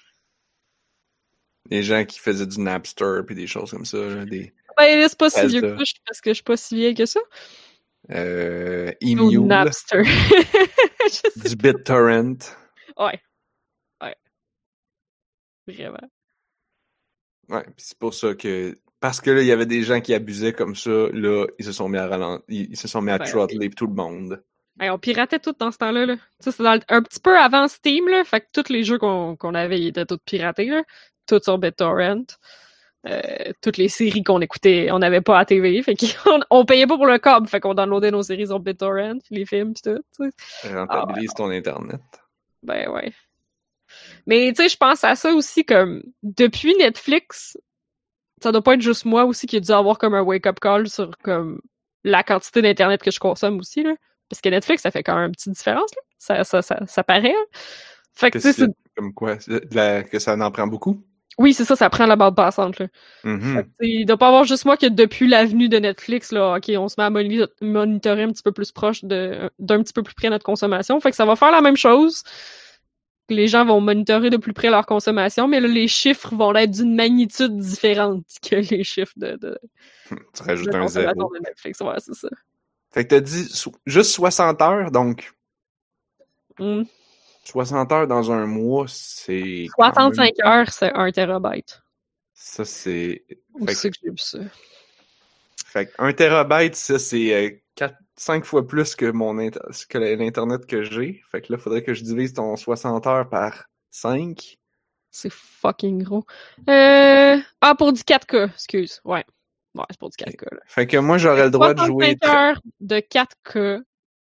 Speaker 2: Les gens qui faisaient du Napster pis des choses comme ça, là, des...
Speaker 1: Ben, c'est pas si vieux que ça, parce que je suis pas si vieille que ça.
Speaker 2: Euh... E-Mule.
Speaker 1: Napster.
Speaker 2: Du BitTorrent.
Speaker 1: Ouais. Ouais. Vraiment.
Speaker 2: Ouais, pis c'est pour ça que... Parce que là, il y avait des gens qui abusaient comme ça, là, ils se sont mis à ralentir, ils se sont mis à ben, throttler tout le monde.
Speaker 1: Hey, on piratait tout dans ce temps-là, là. Tu sais, c'est dans le... un petit peu avant Steam, là, fait que tous les jeux qu'on qu'on avait, ils étaient tous piratés, là. Tout sur BitTorrent. Euh, toutes les séries qu'on écoutait, on n'avait pas à T V, fait qu'on on payait pas pour le câble, fait qu'on downloadait nos séries sur BitTorrent, les films pis tout, tu sais.
Speaker 2: Rentabilise ah, ouais, ton Internet.
Speaker 1: Ben ouais. Mais tu sais, je pense à ça aussi comme, depuis Netflix, ça doit pas être juste moi aussi qui a dû avoir comme un wake-up call sur comme la quantité d'Internet que je consomme aussi, là. Parce que Netflix, ça fait quand même une petite différence, là. Ça, ça, ça, ça paraît, là. Fait que, tu sais,
Speaker 2: comme quoi? La, que ça en prend beaucoup?
Speaker 1: Oui, c'est ça, ça prend la bande passante, là.
Speaker 2: Mm-hmm.
Speaker 1: Fait que, il doit pas avoir juste moi que depuis l'avenue de Netflix, là, OK, on se met à moni- monitorer un petit peu plus proche de, d'un petit peu plus près notre consommation. Fait que ça va faire la même chose. Les gens vont monitorer de plus près leur consommation, mais là, les chiffres vont être d'une magnitude différente que les chiffres de, de,
Speaker 2: tu rajoutes
Speaker 1: de
Speaker 2: un zéro.
Speaker 1: De Netflix. Ouais, c'est ça.
Speaker 2: Fait que t'as dit so- juste soixante heures, donc
Speaker 1: mm.
Speaker 2: soixante heures dans un mois, c'est...
Speaker 1: soixante-cinq même... heures, c'est un térabyte.
Speaker 2: Ça, c'est...
Speaker 1: Où c'est que j'ai vu ça?
Speaker 2: Fait que un térabyte, ça, c'est euh, quatre, cinq fois plus que mon inter... que l'Internet que j'ai. Fait que là, il faudrait que je divise ton soixante heures par cinq.
Speaker 1: C'est fucking gros. Euh... Ah, pour du quatre K, excuse. Ouais. Ouais, c'est pour du quatre K. Là.
Speaker 2: Fait que moi, j'aurais le droit de jouer...
Speaker 1: soixante-cinq heures de quatre K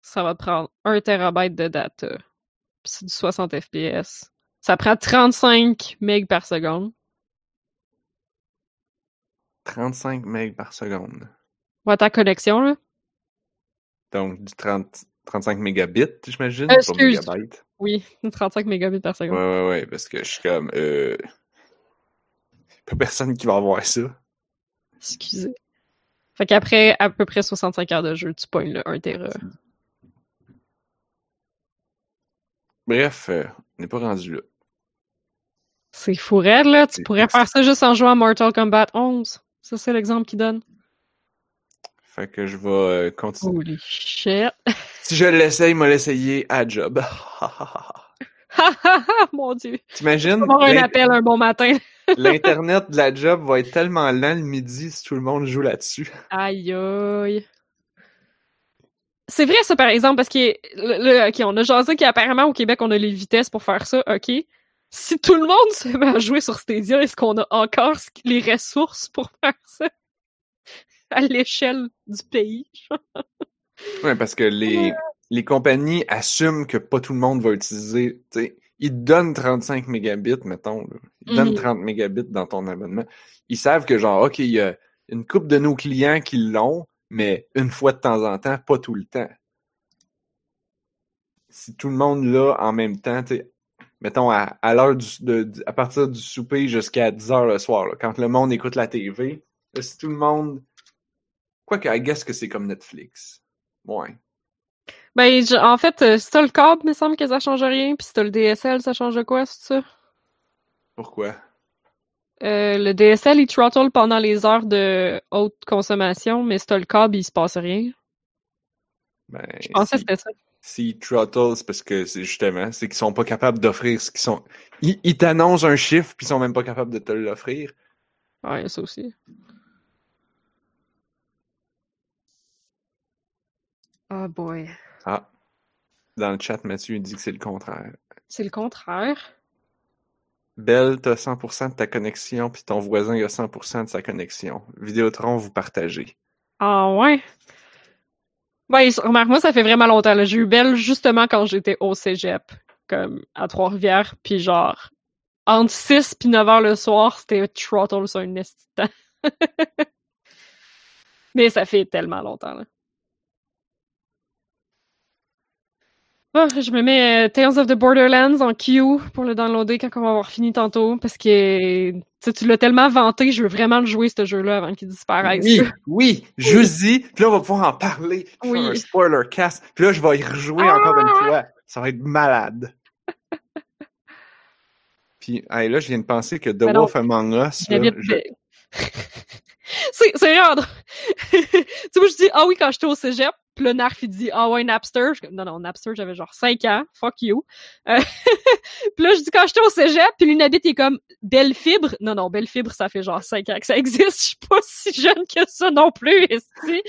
Speaker 1: ça va te prendre un terabyte de data. Puis c'est du soixante F P S. Ça prend trente-cinq mégas par seconde.
Speaker 2: trente-cinq mégas par seconde.
Speaker 1: Ouais, ta connexion, là.
Speaker 2: Donc, du trente, trente-cinq mégabits, j'imagine,
Speaker 1: euh,
Speaker 2: pas mégabytes.
Speaker 1: Oui, trente-cinq mégabits par seconde.
Speaker 2: Ouais, ouais, ouais, parce que je suis comme... Euh... Pas personne qui va avoir ça.
Speaker 1: Excusez. Fait qu'après à peu près soixante-cinq heures de jeu, tu pognes le un téra.
Speaker 2: Bref, euh, on n'est pas rendu là.
Speaker 1: C'est fou raide, là. Tu
Speaker 2: c'est
Speaker 1: pourrais faire ça juste en jouant à Mortal Kombat onze. Ça, c'est l'exemple qu'il donne.
Speaker 2: Fait que je vais euh, continuer.
Speaker 1: Holy shit.
Speaker 2: Si je l'essaye, moi l'essayer à job.
Speaker 1: Mon Dieu.
Speaker 2: T'imagines?
Speaker 1: Tu vas avoir un appel un bon matin.
Speaker 2: L'Internet de la job va être tellement lent le midi si tout le monde joue là-dessus.
Speaker 1: Aïe aïe. C'est vrai ça par exemple parce que le, le, ok on a jasé qu'apparemment au Québec on a les vitesses pour faire ça, ok. Si tout le monde se met à jouer sur Stadia, est-ce qu'on a encore les ressources pour faire ça à l'échelle du pays?
Speaker 2: Ouais, parce que les les compagnies assument que pas tout le monde va utiliser. T'sais, ils te donnent trente-cinq mégabits, mettons. Là. Ils te donnent mm-hmm. trente mégabits dans ton abonnement. Ils savent que genre ok, il y a une couple de nos clients qui l'ont. Mais une fois de temps en temps, pas tout le temps. Si tout le monde l'a en même temps, tu sais, mettons à, à l'heure du, de, de, à partir du souper jusqu'à dix heures le soir, là, quand le monde écoute la T V, là, si tout le monde... Quoique, I guess que c'est comme Netflix. Ouais.
Speaker 1: Ben, je, en fait, si t'as le câble, il me semble que ça change rien, puis si t'as le D S L, ça change quoi, c'est ça?
Speaker 2: Pourquoi?
Speaker 1: Euh, le D S L, il throttle pendant les heures de haute consommation, mais si t'as le câble, il se passe rien.
Speaker 2: Ben,
Speaker 1: je pensais
Speaker 2: si,
Speaker 1: que c'était ça.
Speaker 2: Si throttle, c'est parce que c'est justement, c'est qu'ils sont pas capables d'offrir ce qu'ils sont... Ils, ils t'annoncent un chiffre, puis ils sont même pas capables de te l'offrir.
Speaker 1: Ouais, ça aussi. Oh boy.
Speaker 2: Ah. Dans le chat, Mathieu dit que c'est le contraire.
Speaker 1: C'est le contraire?
Speaker 2: Belle, t'as cent pour cent de ta connexion, puis ton voisin il a cent pour cent de sa connexion. Vidéotron, vous partagez.
Speaker 1: Ah ouais? Ben, remarque, moi, ça fait vraiment longtemps. Là. J'ai eu Belle justement quand j'étais au cégep, comme à Trois-Rivières, puis genre, entre six puis neuf heures le soir, c'était throttle sur un esti de temps. Mais ça fait tellement longtemps, là. Oh, je me mets euh, Tales of the Borderlands en queue pour le downloader quand on va avoir fini tantôt, parce que tu l'as tellement vanté, je veux vraiment le jouer, ce jeu-là, avant qu'il disparaisse.
Speaker 2: Oui, oui, je-y, puis là, on va pouvoir en parler, puis
Speaker 1: oui.
Speaker 2: faire un spoiler cast, puis là, je vais y rejouer ah! encore une fois. Ça va être malade. Puis, hey, là, je viens de penser que The Mais Wolf non, Among Us, là, je...
Speaker 1: c'est, c'est vraiment drôle. Tu sais, moi, je dis, ah oui, quand j'étais au cégep, pis le Narf, il dit, ah ouais, Napster. Je... Non, non, Napster, j'avais genre cinq ans. Fuck you. Euh... pis là, je dis, quand j'étais au cégep, pis l'Unabit est comme, Belle Fibre. Non, non, Belle Fibre, ça fait genre cinq ans que ça existe. Je suis pas si jeune que ça non plus, esti.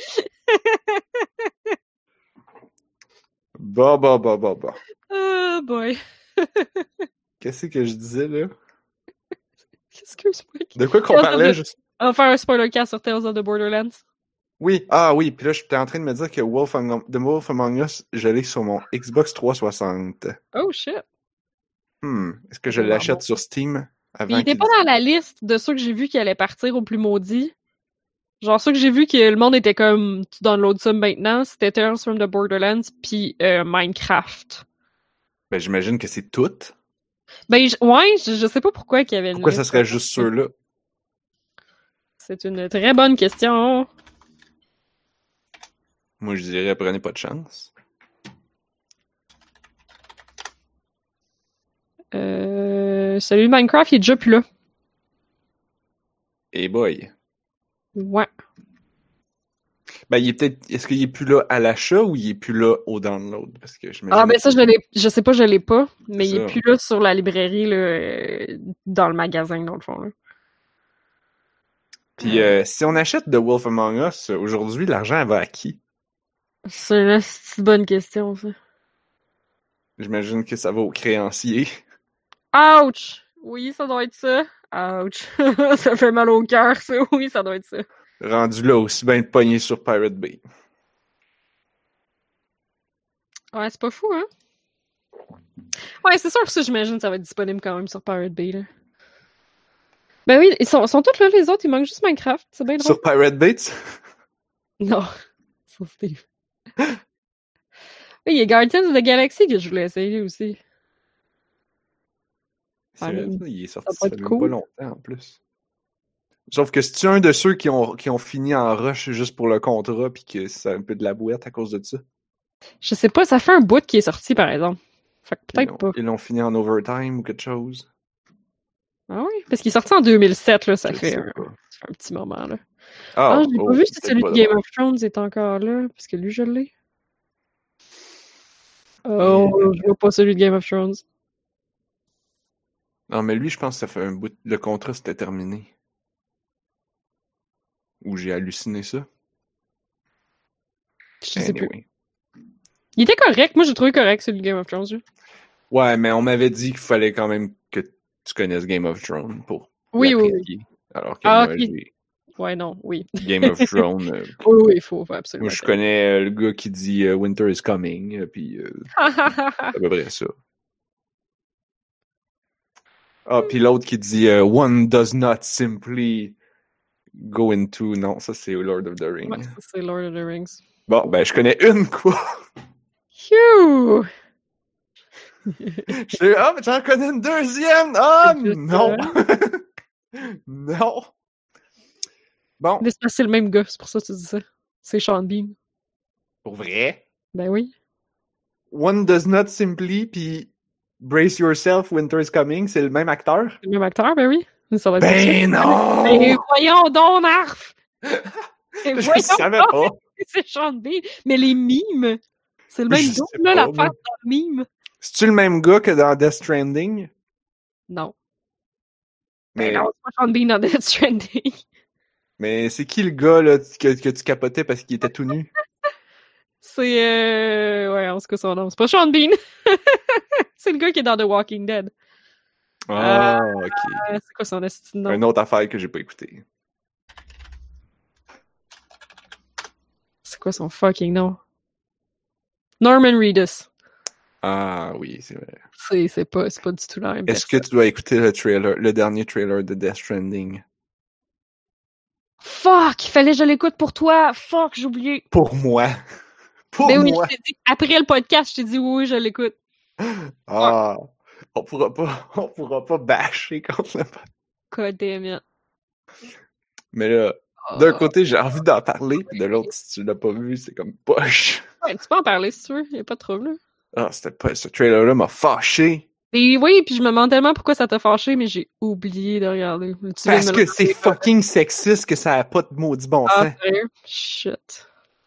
Speaker 2: Bah, bah, bah, bah, bah.
Speaker 1: Oh boy.
Speaker 2: Qu'est-ce que je disais, là?
Speaker 1: Excuse-moi.
Speaker 2: De quoi qu'on parlait?
Speaker 1: De...
Speaker 2: Juste...
Speaker 1: On va faire un spoiler cast sur Tales of the Borderlands.
Speaker 2: Oui, ah oui, puis là, j'étais en train de me dire que Wolf Among... The Wolf Among Us, je l'ai sur mon Xbox trois cent soixante.
Speaker 1: Oh shit.
Speaker 2: Hmm, est-ce que je oh, l'achète bon. sur Steam avant
Speaker 1: Il était pas dans la liste de ceux que j'ai vu qui allaient partir au plus maudit. Genre, ceux que j'ai vu que le monde était comme, tu downloads ça maintenant, c'était Tales from the Borderlands puis euh, Minecraft.
Speaker 2: Ben, j'imagine que c'est tout.
Speaker 1: Ben, j- ouais, je, je sais pas pourquoi qu'il y avait une
Speaker 2: Pourquoi
Speaker 1: liste.
Speaker 2: ça serait juste ceux-là?
Speaker 1: C'est une très bonne question.
Speaker 2: Moi, je dirais, prenez pas de chance.
Speaker 1: Euh, celui de Minecraft, il est déjà plus là.
Speaker 2: Hey boy.
Speaker 1: Ouais.
Speaker 2: Ben, il est peut-être. Est-ce qu'il est plus là à l'achat ou il est plus là au download? Parce que je
Speaker 1: Ah, ben ça, je l'ai. Je sais pas, je l'ai pas. Mais
Speaker 2: C'est
Speaker 1: il
Speaker 2: ça.
Speaker 1: est plus là sur la librairie, là, euh, dans le magasin, dans le fond, là.
Speaker 2: Puis, euh, si on achète The Wolf Among Us, aujourd'hui, l'argent va à qui?
Speaker 1: C'est une c'est bonne question, ça.
Speaker 2: J'imagine que ça va aux créanciers.
Speaker 1: Ouch! Oui, ça doit être ça. Ouch! Ça fait mal au cœur, ça. Oui, ça doit être ça.
Speaker 2: Rendu là, aussi bien de pogner sur Pirate Bay.
Speaker 1: Ouais, c'est pas fou, hein? Ouais, c'est sûr que ça, j'imagine, ça va être disponible quand même sur Pirate Bay, là. Ben oui, ils sont, sont tous là, les autres, il manque juste Minecraft, c'est bien drôle.
Speaker 2: Sur Pirate Bay?
Speaker 1: Non, sur Steam. Oui, il y a Guardians of the Galaxy que je voulais essayer aussi.
Speaker 2: C'est vrai, ça, il est sorti
Speaker 1: ça
Speaker 2: ça fait cool. Pas longtemps en plus. Sauf que si tu es un de ceux qui ont, qui ont fini en rush juste pour le contrat puis que c'est un peu de la boîte à cause de ça.
Speaker 1: Je sais pas, ça fait un bout qui est sorti par exemple. Fait que peut-être pas.
Speaker 2: Ils l'ont fini en overtime ou quelque chose.
Speaker 1: Ah oui? Parce qu'il est sorti en deux mille sept, là, ça, fait un, ça fait un petit moment, là.
Speaker 2: Ah,
Speaker 1: ah je l'ai
Speaker 2: oh,
Speaker 1: pas vu si celui de Game of Thrones est encore là, parce que lui, je l'ai. Oh, yeah. Je vois pas celui de Game of Thrones.
Speaker 2: Non, mais lui, je pense que ça fait un bout. Le contrat, c'était terminé. Ou j'ai halluciné ça.
Speaker 1: Je sais anyway. plus. Il était correct. Moi, j'ai trouvé correct celui de Game of Thrones. Là.
Speaker 2: Ouais, mais on m'avait dit qu'il fallait quand même que tu connaisses Game of Thrones pour
Speaker 1: oui, l'apprécier.
Speaker 2: Oui, oui. Alors que
Speaker 1: ah,
Speaker 2: moi,
Speaker 1: okay.
Speaker 2: j'ai...
Speaker 1: Ouais, non, oui.
Speaker 2: Game of Thrones. Euh...
Speaker 1: oui, oui, il faut, faut absolument.
Speaker 2: Moi, je connais euh, le gars qui dit uh, Winter is coming, euh, puis euh, c'est à peu près ça. Ah, puis l'autre qui dit uh, One does not simply go into... Non, ça, c'est Lord of the Rings.
Speaker 1: Ouais, ça, c'est Lord of the Rings.
Speaker 2: Bon, ben, je connais une, quoi.
Speaker 1: Phew!
Speaker 2: Je sais, ah, mais j'en connais une deuxième! Ah, non! Non! Bon.
Speaker 1: Mais c'est le même gars, c'est pour ça que tu dis ça. C'est Sean Bean.
Speaker 2: Pour vrai?
Speaker 1: Ben oui.
Speaker 2: One does not simply, puis Brace yourself, winter is coming, c'est le même acteur?
Speaker 1: C'est le même acteur, ben oui. Ça va être
Speaker 2: ben non!
Speaker 1: Mais voyons donc, Narf!
Speaker 2: Je ne savais pas.
Speaker 1: C'est Sean Bean. Mais les mimes, c'est le même gars, là, la face dans le mime.
Speaker 2: C'est-tu le même gars que dans Death Stranding?
Speaker 1: Non.
Speaker 2: Mais
Speaker 1: ben non, c'est pas Sean Bean dans Death Stranding.
Speaker 2: Mais c'est qui le gars là, que, que tu capotais parce qu'il était tout nu?
Speaker 1: C'est... Euh... Ouais, on sait quoi son nom. C'est pas Sean Bean. C'est le gars qui est dans The Walking Dead.
Speaker 2: Ah, euh, ok.
Speaker 1: C'est quoi son esti de nom?
Speaker 2: Une autre affaire que j'ai pas écoutée.
Speaker 1: C'est quoi son fucking nom? Norman Reedus.
Speaker 2: Ah oui, c'est vrai.
Speaker 1: C'est, c'est, pas, c'est pas du tout la même
Speaker 2: Est-ce que tu dois écouter le trailer, le dernier trailer de Death Stranding?
Speaker 1: Fuck! Il fallait que je l'écoute pour toi! Fuck, j'ai oublié!
Speaker 2: Pour moi! Pour
Speaker 1: ben oui,
Speaker 2: moi!
Speaker 1: Je t'ai dit, après le podcast, je t'ai dit oui, je l'écoute.
Speaker 2: Ah! Fuck. On pourra pas, on pourra pas bâcher contre le podcast.
Speaker 1: God damn it.
Speaker 2: Mais là, d'un côté, j'ai envie d'en parler, puis de l'autre, si tu l'as pas vu, c'est comme poche.
Speaker 1: Ouais, tu peux en parler si tu veux, y a pas de trouble. Là.
Speaker 2: Ah, c'était pas... ce trailer-là m'a fâché.
Speaker 1: Et oui, puis je me demande tellement pourquoi ça t'a fâché, mais j'ai oublié de regarder.
Speaker 2: Tu Parce que c'est fucking sexiste que ça a pas de maudit bon
Speaker 1: ah,
Speaker 2: sens.
Speaker 1: Sérieux? Shit.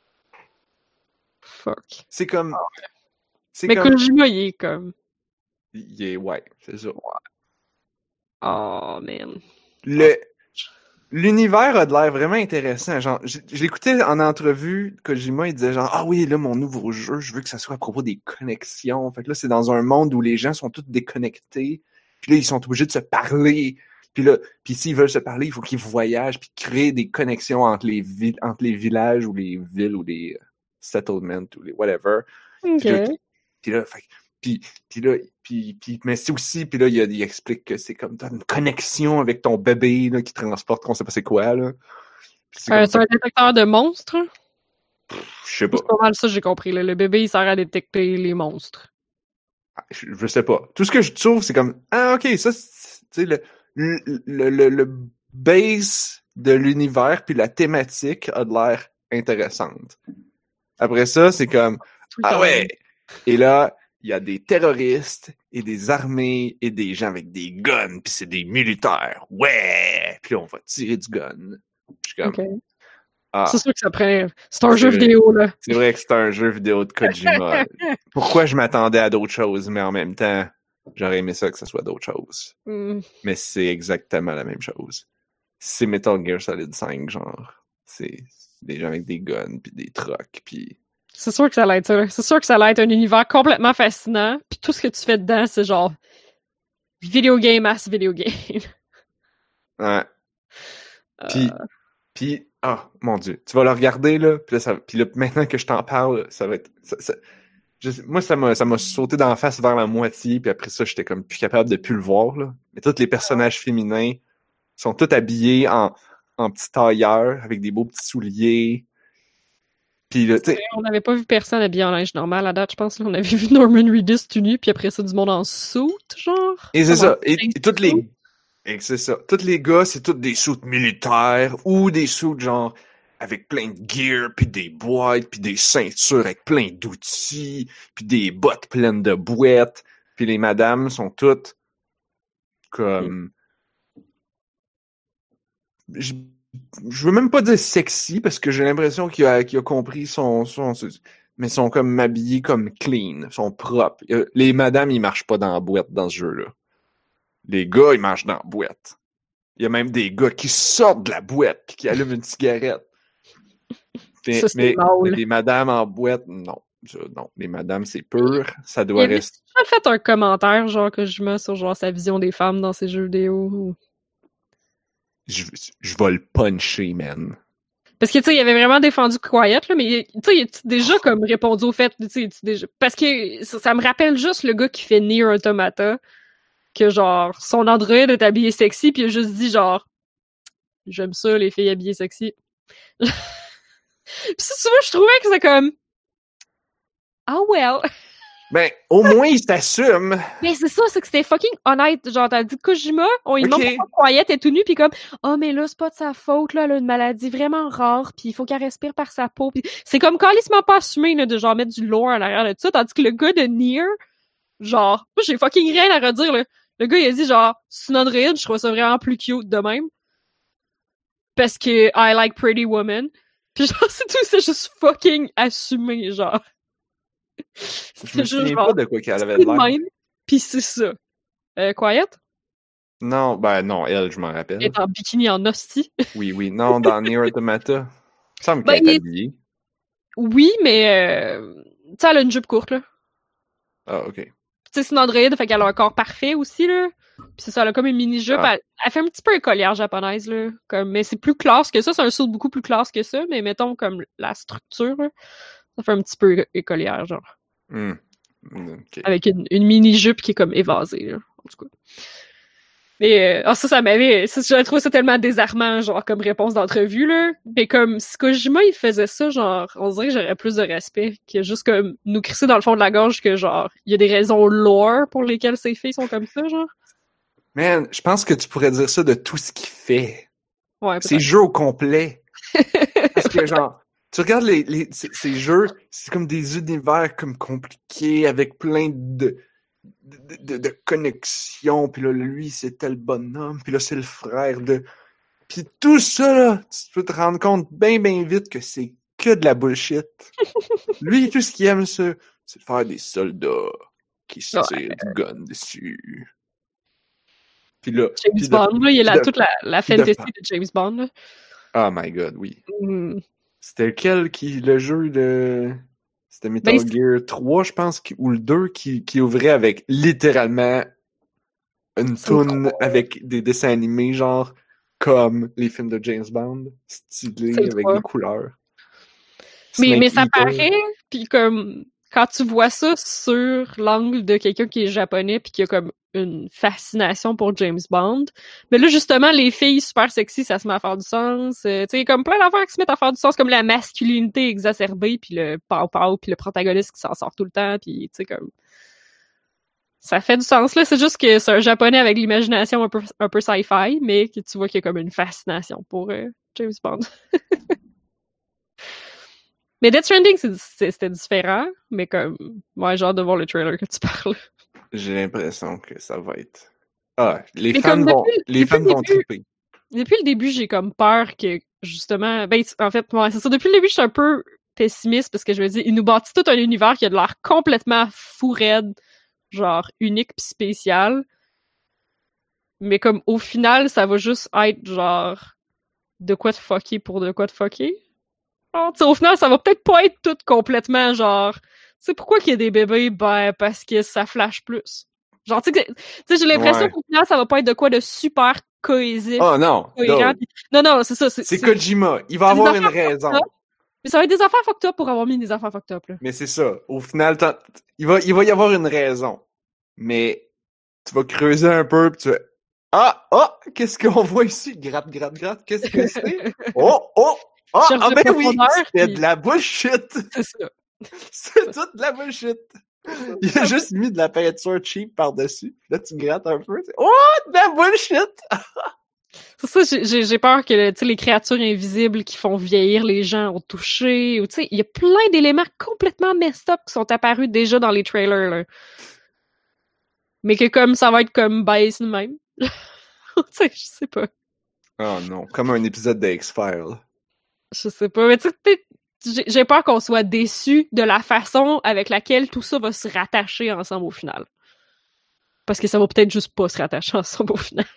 Speaker 1: Fuck.
Speaker 2: C'est comme...
Speaker 1: Oh,
Speaker 2: c'est
Speaker 1: mais
Speaker 2: comme...
Speaker 1: Kojima, il est comme...
Speaker 2: Il est... Ouais, c'est ça.
Speaker 1: Oh, man.
Speaker 2: Le... L'univers a de l'air vraiment intéressant. Genre, je, je l'écoutais en entrevue, Kojima, il disait genre, ah oui, là, mon nouveau jeu, je veux que ça soit à propos des connexions. Fait que là, c'est dans un monde où les gens sont tous déconnectés. Puis là, ils sont obligés de se parler. Puis là, puis s'ils veulent se parler, il faut qu'ils voyagent puis créer des connexions entre les villes, entre les villages ou les villes ou les settlements ou les whatever.
Speaker 1: Okay.
Speaker 2: Puis là, puis là, fait, puis, puis là, puis, puis, mais c'est aussi, puis là, il, il explique que c'est comme t'as une connexion avec ton bébé là, qui transporte, qu'on sait pas c'est quoi là.
Speaker 1: C'est, euh, c'est un détecteur de monstres.
Speaker 2: Je sais pas.
Speaker 1: C'est pas mal ça, j'ai compris. Là. Le bébé, il sert à détecter les monstres.
Speaker 2: Je, je sais pas. Tout ce que je trouve, c'est comme ah ok, ça, tu sais le le, le le le base de l'univers puis la thématique a de l'air intéressante. Après ça, c'est comme ah ouais. Et là, il y a des terroristes et des armées et des gens avec des guns, puis c'est des militaires. Ouais! Puis on va tirer du gun. Je suis comme...
Speaker 1: Okay.
Speaker 2: Ah,
Speaker 1: c'est sûr que ça prend... C'est un c'est jeu vrai. vidéo, là.
Speaker 2: C'est vrai que c'est un jeu vidéo de Kojima. Pourquoi je m'attendais à d'autres choses, mais en même temps, j'aurais aimé ça que ce soit d'autres choses.
Speaker 1: Mm.
Speaker 2: Mais c'est exactement la même chose. C'est Metal Gear Solid cinq, genre. C'est des gens avec des guns, puis des trucks, puis...
Speaker 1: C'est sûr que ça allait être ça. C'est sûr que ça allait être un univers complètement fascinant. Puis tout ce que tu fais dedans, c'est genre video game as video game.
Speaker 2: Ouais. Puis, euh... puis, ah, oh, mon Dieu, tu vas le regarder là. Puis là, ça, puis là, maintenant que je t'en parle, ça va être. Ça, ça, Je, moi, ça m'a, ça m'a sauté dans la face vers la moitié, puis après ça, j'étais comme plus capable de plus le voir, là. Mais tous les personnages féminins sont tous habillés en, en petits tailleurs, avec des beaux petits souliers. Puis là, tu sais...
Speaker 1: On n'avait pas vu personne habillé en linge normal à date, je pense. Là. On avait vu Norman Reedus tout nu, puis après ça, du monde en suit, genre.
Speaker 2: Et c'est ça. Et, et toutes les... Et c'est ça. Tous les gars, c'est tous des suits militaires, ou des suits, genre... avec plein de gear, puis des boîtes, puis des ceintures avec plein d'outils, puis des bottes pleines de boîtes, puis les madames sont toutes comme... Je, je veux même pas dire sexy, parce que j'ai l'impression qu'il a, qu'il a compris son, son... Mais sont comme habillés comme clean, sont propres. Les madames, ils marchent pas dans la boîte dans ce jeu-là. Les gars, ils marchent dans la boîte. Il y a même des gars qui sortent de la boîte, puis qui allument une cigarette. Mais,
Speaker 1: ça,
Speaker 2: mais, mais les madames en boîte, non. Ça, non, les madames, c'est pur. Ça doit
Speaker 1: il
Speaker 2: rester.
Speaker 1: J'ai fait un commentaire, genre, que je mets sur genre sa vision des femmes dans ces jeux vidéo.
Speaker 2: Je, je vais le puncher, man.
Speaker 1: Parce que, tu sais, il avait vraiment défendu Quiet, là, mais, tu sais, il a déjà comme répondu au fait, tu sais, déjà... Parce que ça, ça me rappelle juste le gars qui fait Nier Automata, que, genre, son androïde est habillé sexy, pis il a juste dit, genre, j'aime ça, les filles habillées sexy. Pis si tu vois, je trouvais que c'est comme... Ah oh well.
Speaker 2: Ben, au moins, il s'assume.
Speaker 1: Mais c'est ça, c'est que c'était fucking honnête. Genre, t'as dit Kojima, on lui
Speaker 2: okay.
Speaker 1: demande pourquoi Quiet est tout nu, pis comme, oh, mais là, c'est pas de sa faute, là, elle a une maladie vraiment rare, pis il faut qu'elle respire par sa peau. Pis c'est comme calissement pas assumé, là, de genre mettre du lore à l'arrière de tout ça, tandis que le gars de Nier, genre, moi, j'ai fucking rien à redire, là. Le gars, il a dit, genre, c'est une androïde, je trouve ça vraiment plus cute de même. Parce que I like pretty women. Pis genre, c'est tout, c'est juste fucking assumé, genre.
Speaker 2: Je me souviens genre, pas de quoi qu'elle avait l'air.
Speaker 1: Pis c'est ça. Euh, Quiet?
Speaker 2: Non, ben non, elle, je m'en rappelle.
Speaker 1: Elle est en bikini en hostie.
Speaker 2: Oui, oui. Non, dans Nier Automata. Il me semble ben, qu'elle est habillée.
Speaker 1: Oui, mais... Euh... Tu sais, elle a une jupe courte, là.
Speaker 2: Ah, OK.
Speaker 1: Tu sais, c'est une androïde, fait qu'elle a un corps parfait aussi, là. Pis c'est ça, elle a comme une mini-jupe. Ah. Elle, elle fait un petit peu écolière japonaise, là. Comme, mais c'est plus classe que ça. C'est un saut beaucoup plus classe que ça. Mais mettons, comme la structure, là, ça fait un petit peu écolière, genre.
Speaker 2: Mm. Okay.
Speaker 1: Avec une, une mini-jupe qui est comme évasée, là, en tout cas. Mais, euh, oh, ça, ça m'avait, ça, j'avais trouvé ça tellement désarmant, genre, comme réponse d'entrevue, là. Mais comme, si Kojima, il faisait ça, genre, on dirait que j'aurais plus de respect que juste comme nous crisser dans le fond de la gorge que, genre, il y a des raisons lore pour lesquelles ces filles sont comme ça, genre.
Speaker 2: Man, je pense que tu pourrais dire ça de tout ce qu'il fait.
Speaker 1: Ouais,
Speaker 2: ces jeux au complet. Parce que, genre, tu regardes les, les, ces, ces jeux, c'est comme des univers comme compliqués, avec plein de, de, de, de connexions, puis là, lui, c'est tel bonhomme, puis là, c'est le frère de... Puis tout ça, là, tu peux te rendre compte bien, bien vite que c'est que de la bullshit. Lui, tout ce qu'il aime, ça, c'est faire des soldats qui se tirent ouais. du gun dessus. Puis là...
Speaker 1: James
Speaker 2: puis
Speaker 1: Bond,
Speaker 2: de,
Speaker 1: là, il y a la,
Speaker 2: de,
Speaker 1: toute la, la fantasy de... de James Bond, là.
Speaker 2: Oh my god, oui.
Speaker 1: Mm.
Speaker 2: C'était lequel qui, le jeu de... C'était Metal ben, Gear trois, je pense, qui, ou le deux, qui, qui ouvrait avec littéralement une toune avec des dessins animés, genre, comme les films de James Bond, stylés, avec des couleurs.
Speaker 1: Mais, mais ça paraît, puis comme, quand tu vois ça sur l'angle de quelqu'un qui est japonais puis qui a comme une fascination pour James Bond. Mais là, justement, les filles super sexy, ça se met à faire du sens. Euh, tu sais, comme plein d'affaires qui se mettent à faire du sens, comme la masculinité exacerbée, puis le pow-pow, puis le protagoniste qui s'en sort tout le temps, puis tu sais, comme... Ça fait du sens, là. C'est juste que c'est un japonais avec l'imagination un peu, un peu sci-fi, mais que tu vois qu'il y a comme une fascination pour euh, James Bond. Mais Death Stranding, c'est, c'est, c'était différent, mais comme... Ouais, j'ai hâte de voir le trailer que tu parles.
Speaker 2: J'ai l'impression que ça va être... Ah, les
Speaker 1: mais
Speaker 2: fans
Speaker 1: depuis,
Speaker 2: vont, les fans vont
Speaker 1: début,
Speaker 2: triper.
Speaker 1: Depuis le début, j'ai comme peur que, justement... Ben, en fait, ouais, c'est ça. Depuis le début, je suis un peu pessimiste, parce que je me dis, ils nous bâtissent tout un univers qui a de l'air complètement fou raide, genre unique pis spécial. Mais comme, au final, ça va juste être, genre, de quoi de fucker pour de quoi de fucker. Oh, t'sais, au final, ça va peut-être pas être tout complètement, genre... Tu sais, pourquoi qu'il y a des bébés? Ben, parce que ça flash plus. Genre, tu sais, j'ai l'impression ouais. qu'au final, ça va pas être de quoi de super cohésif.
Speaker 2: Oh non!
Speaker 1: Cohérent. Non, non, c'est ça. C'est,
Speaker 2: c'est, c'est Kojima. Il va avoir une raison.
Speaker 1: Ça. Mais ça va être des affaires fucked up pour avoir mis des affaires fucked up, là.
Speaker 2: Mais c'est ça. Au final, il va, il va y avoir une raison. Mais tu vas creuser un peu pis tu vas... Ah! Ah! Qu'est-ce qu'on voit ici? Gratte, gratte, gratte. Qu'est-ce que c'est? Oh! Oh! Ah! Ah ben oui! C'est de la bullshit!
Speaker 1: C'est ça.
Speaker 2: C'est toute de la bullshit! Il a juste mis de la peinture cheap par-dessus. Là, tu grattes un peu. Oh! De la bullshit!
Speaker 1: C'est ça, j'ai, j'ai peur que tu sais, les créatures invisibles qui font vieillir les gens au toucher. Ou tu sais, il y a plein d'éléments complètement messed up qui sont apparus déjà dans les trailers, là. Mais que comme ça va être comme base de même. Tu sais, je sais pas.
Speaker 2: Oh non, comme un épisode de X-Files.
Speaker 1: Je sais pas, mais tu sais, j'ai, j'ai peur qu'on soit déçus de la façon avec laquelle tout ça va se rattacher ensemble au final. Parce que ça va peut-être juste pas se rattacher ensemble au final.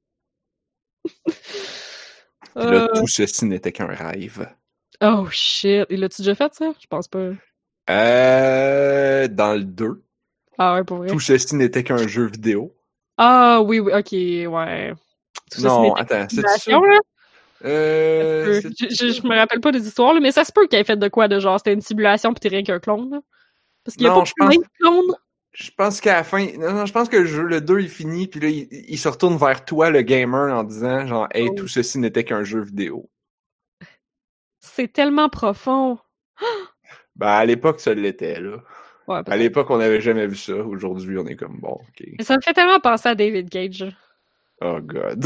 Speaker 2: Puis là, euh... tout ceci n'était qu'un rêve.
Speaker 1: Oh shit, il l'a-tu déjà fait ça? Je pense pas.
Speaker 2: Euh... Dans le deux.
Speaker 1: Ah ouais, pour vrai.
Speaker 2: Tout ceci n'était qu'un jeu vidéo.
Speaker 1: Ah oui, oui, ok, ouais.
Speaker 2: Tout non, attends, c'est ça?
Speaker 1: Là?
Speaker 2: Euh...
Speaker 1: Je, je, je me rappelle pas des histoires, là, mais ça se peut qu'il ait fait de quoi de genre, c'était une simulation pis t'es rien qu'un clone, là. Parce qu'il y a
Speaker 2: non,
Speaker 1: pas plein
Speaker 2: pense...
Speaker 1: de clones.
Speaker 2: Je pense qu'à la fin, non, non, je pense que le jeu, le deux, il finit, puis là, il, il se retourne vers toi, le gamer, en disant, genre, hey, oh. Tout ceci n'était qu'un jeu vidéo.
Speaker 1: C'est tellement profond.
Speaker 2: Ben, à l'époque, ça l'était, là.
Speaker 1: Ouais,
Speaker 2: à l'époque, on n'avait jamais vu ça. Aujourd'hui, on est comme, bon, ok.
Speaker 1: Mais ça me fait tellement penser à David Cage.
Speaker 2: Oh, God.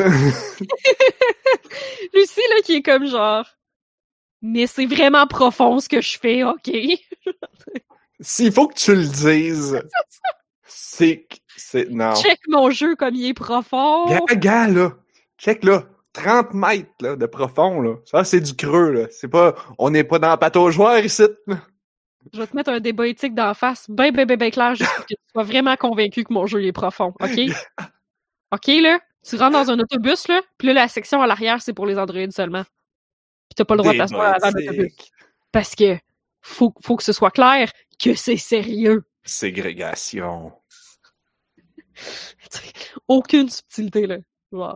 Speaker 1: Lucie, là, qui est comme genre, mais c'est vraiment profond ce que je fais, ok?
Speaker 2: S'il faut que tu le dises, c'est que, c'est, non.
Speaker 1: Check mon jeu comme il est profond.
Speaker 2: Gars, gars, là. Check, là. trente mètres, là, de profond, là. Ça, c'est du creux, là. C'est pas, on n'est pas dans la pâte aux joueurs, ici, là.
Speaker 1: Je vais te mettre un débat éthique d'en face, ben, ben, ben, ben clair, juste pour que tu sois vraiment convaincu que mon jeu, il est profond, ok? Ok, là? Tu rentres dans un autobus, là, pis là, la section à l'arrière, c'est pour les androïdes seulement. Pis t'as pas le droit de t'asseoir avant l'autobus. Parce que, faut, faut que ce soit clair que c'est sérieux.
Speaker 2: Ségrégation.
Speaker 1: Aucune subtilité, là. Wow.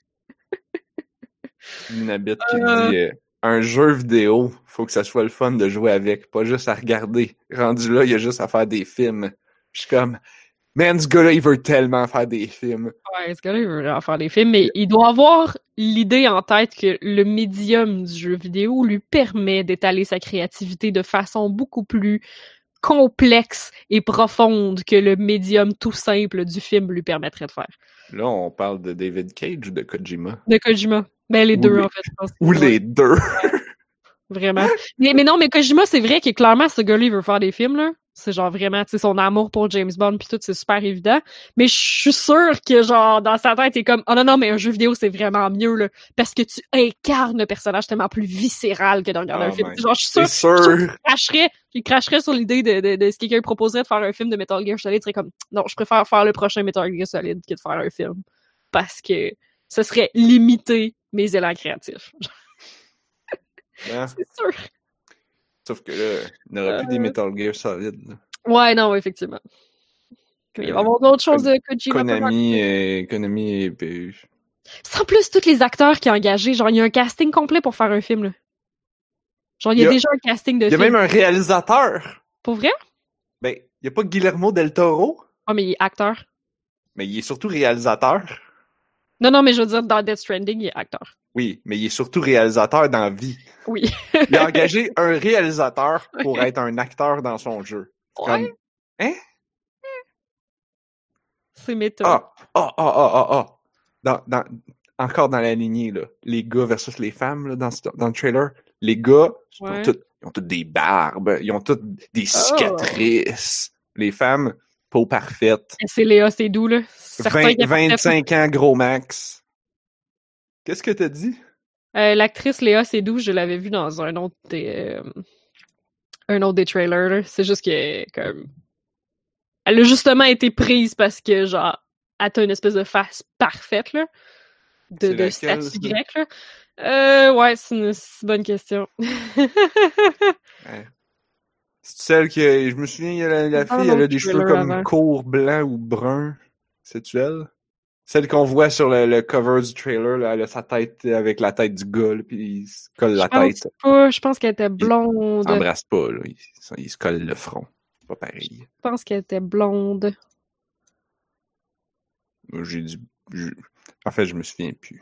Speaker 2: Une habite qui euh... dit... Euh... Un jeu vidéo, faut que ça soit le fun de jouer avec, pas juste à regarder. Rendu là, il y a juste à faire des films. Je suis comme, man, ce gars-là, il veut tellement faire des films.
Speaker 1: Ouais, ce gars-là, il veut vraiment faire des films, mais il doit avoir l'idée en tête que le médium du jeu vidéo lui permet d'étaler sa créativité de façon beaucoup plus complexe et profonde que le médium tout simple du film lui permettrait de faire.
Speaker 2: Là, on parle de David Cage ou de Kojima?
Speaker 1: De Kojima. Ben, les
Speaker 2: ou
Speaker 1: deux,
Speaker 2: les...
Speaker 1: en fait, je pense.
Speaker 2: Ou
Speaker 1: ouais.
Speaker 2: les deux.
Speaker 1: Vraiment. Mais, mais non, mais Kojima, c'est vrai que clairement, ce gars-là, il veut faire des films, là. C'est genre vraiment, tu sais, son amour pour James Bond pis tout, c'est super évident. Mais je suis sûre que, genre, dans sa tête, il est comme, oh non, non, mais un jeu vidéo, c'est vraiment mieux, là. Parce que tu incarnes le personnage tellement plus viscéral que de regarder
Speaker 2: oh
Speaker 1: un film.
Speaker 2: Man.
Speaker 1: Genre, je suis sûre,
Speaker 2: sûr.
Speaker 1: sûr qu'il cracherait, qu'il cracherait sur l'idée de, de, de, de ce quelqu'un proposerait de faire un film de Metal Gear Solid, serait comme, non, je préfère faire le prochain Metal Gear Solid que de faire un film. Parce que ce serait limiter mes élans créatifs.
Speaker 2: Ben,
Speaker 1: c'est sûr.
Speaker 2: Sauf que là, il n'y aura euh... plus des Metal Gear Solid. Là.
Speaker 1: Ouais, non, effectivement. Il va y avoir d'autres choses de Kojima.
Speaker 2: Konami et... Konami et...
Speaker 1: Sans plus, tous les acteurs qui ont engagé, genre, il y a un casting complet pour faire un film, là. Genre, il y a, il y a déjà un casting de
Speaker 2: film. Il y a film. Même un réalisateur.
Speaker 1: Pour vrai?
Speaker 2: Ben, il n'y a pas Guillermo del Toro.
Speaker 1: Ah, oh, mais il est acteur.
Speaker 2: Mais il est surtout réalisateur.
Speaker 1: Non, non, mais je veux dire, dans Death Stranding, il est acteur.
Speaker 2: Oui, mais il est surtout réalisateur dans la vie.
Speaker 1: Oui.
Speaker 2: Il a engagé un réalisateur pour être un acteur dans son jeu.
Speaker 1: Ouais.
Speaker 2: Comme... Hein?
Speaker 1: C'est méta.
Speaker 2: Ah, ah, ah, ah, ah, ah. Dans, dans, encore dans la lignée, là. Les gars versus les femmes, là, dans, dans le trailer. Les gars, ouais. ils, ont tout, ils ont toutes des barbes, ils ont toutes des cicatrices. Oh. Les femmes, peau parfaite.
Speaker 1: C'est Léa Seydoux, là.
Speaker 2: vingt, vingt-cinq ans, gros max. Qu'est-ce que t'as dit?
Speaker 1: Euh, l'actrice Léa Seydoux, je l'avais vue dans un autre des, euh, un autre des trailers. Là. C'est juste que comme elle a justement été prise parce que genre elle a une espèce de face parfaite là, de, de statue grecque là. Euh, ouais, c'est une, c'est une bonne question.
Speaker 2: Ouais. C'est celle qui, je me souviens, la, la fille, elle a des cheveux comme
Speaker 1: avant.
Speaker 2: courts, blancs ou bruns. C'est-tu elle? Celle qu'on voit sur le, le cover du trailer, là, elle a sa tête avec la tête du gars, là, puis il se colle la
Speaker 1: je pense
Speaker 2: tête.
Speaker 1: Pas, je pense qu'elle était blonde.
Speaker 2: Il s'embrasse pas, là. Il, il se colle le front. C'est pas pareil.
Speaker 1: Je pense qu'elle était blonde.
Speaker 2: J'ai dit... Je... En fait, je me souviens plus.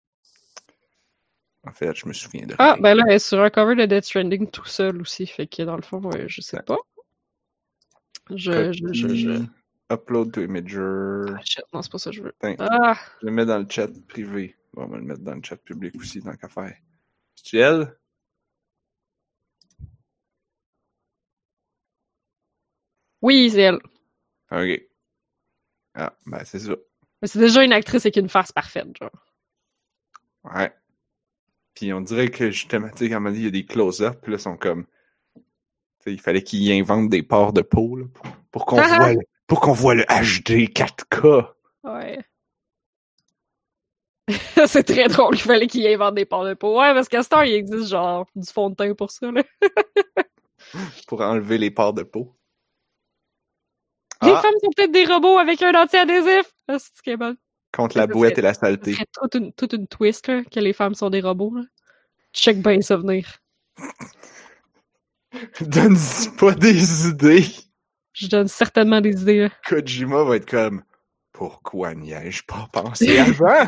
Speaker 2: En fait, je me souviens de rien.
Speaker 1: Ah, ben là, elle est sur un cover de Death Stranding tout seul aussi, fait que dans le fond, ouais, je sais pas. Je, je, je, je...
Speaker 2: Upload to Imager.
Speaker 1: Ah, shit, non, c'est pas ça que je veux.
Speaker 2: Tiens,
Speaker 1: Ah!
Speaker 2: je le mets dans le chat privé. Bon, on va le mettre dans le chat public aussi, tant qu'à faire. C'est-tu elle?
Speaker 1: Oui, c'est elle.
Speaker 2: Ok. Ah, ben c'est ça.
Speaker 1: Mais c'est déjà une actrice avec une face parfaite, genre.
Speaker 2: Ouais. Puis on dirait que justement, tu sais, quand on m'a dit il y a des close-up, puis là, ils sont comme... Tu sais, il fallait qu'ils inventent des ports de peau, là, pour, pour qu'on voit le, pour qu'on voit le H D quatre K.
Speaker 1: Ouais. C'est très drôle, il fallait qu'ils inventent des ports de peau. Ouais, parce qu'à ce temps, il existe genre du fond de teint pour ça, là.
Speaker 2: Pour enlever les ports de peau.
Speaker 1: Les
Speaker 2: ah.
Speaker 1: femmes sont peut-être des robots avec un anti-adhésif. Ah, c'est ce qui est bon.
Speaker 2: Contre la bouette et la saleté.
Speaker 1: C'est toute une, toute une twist, là, que les femmes sont des robots, là. Check bien ça venir.
Speaker 2: Donne pas des idées.
Speaker 1: Je donne certainement des idées, là.
Speaker 2: Kojima va être comme, pourquoi n'y ai-je pas pensé avant?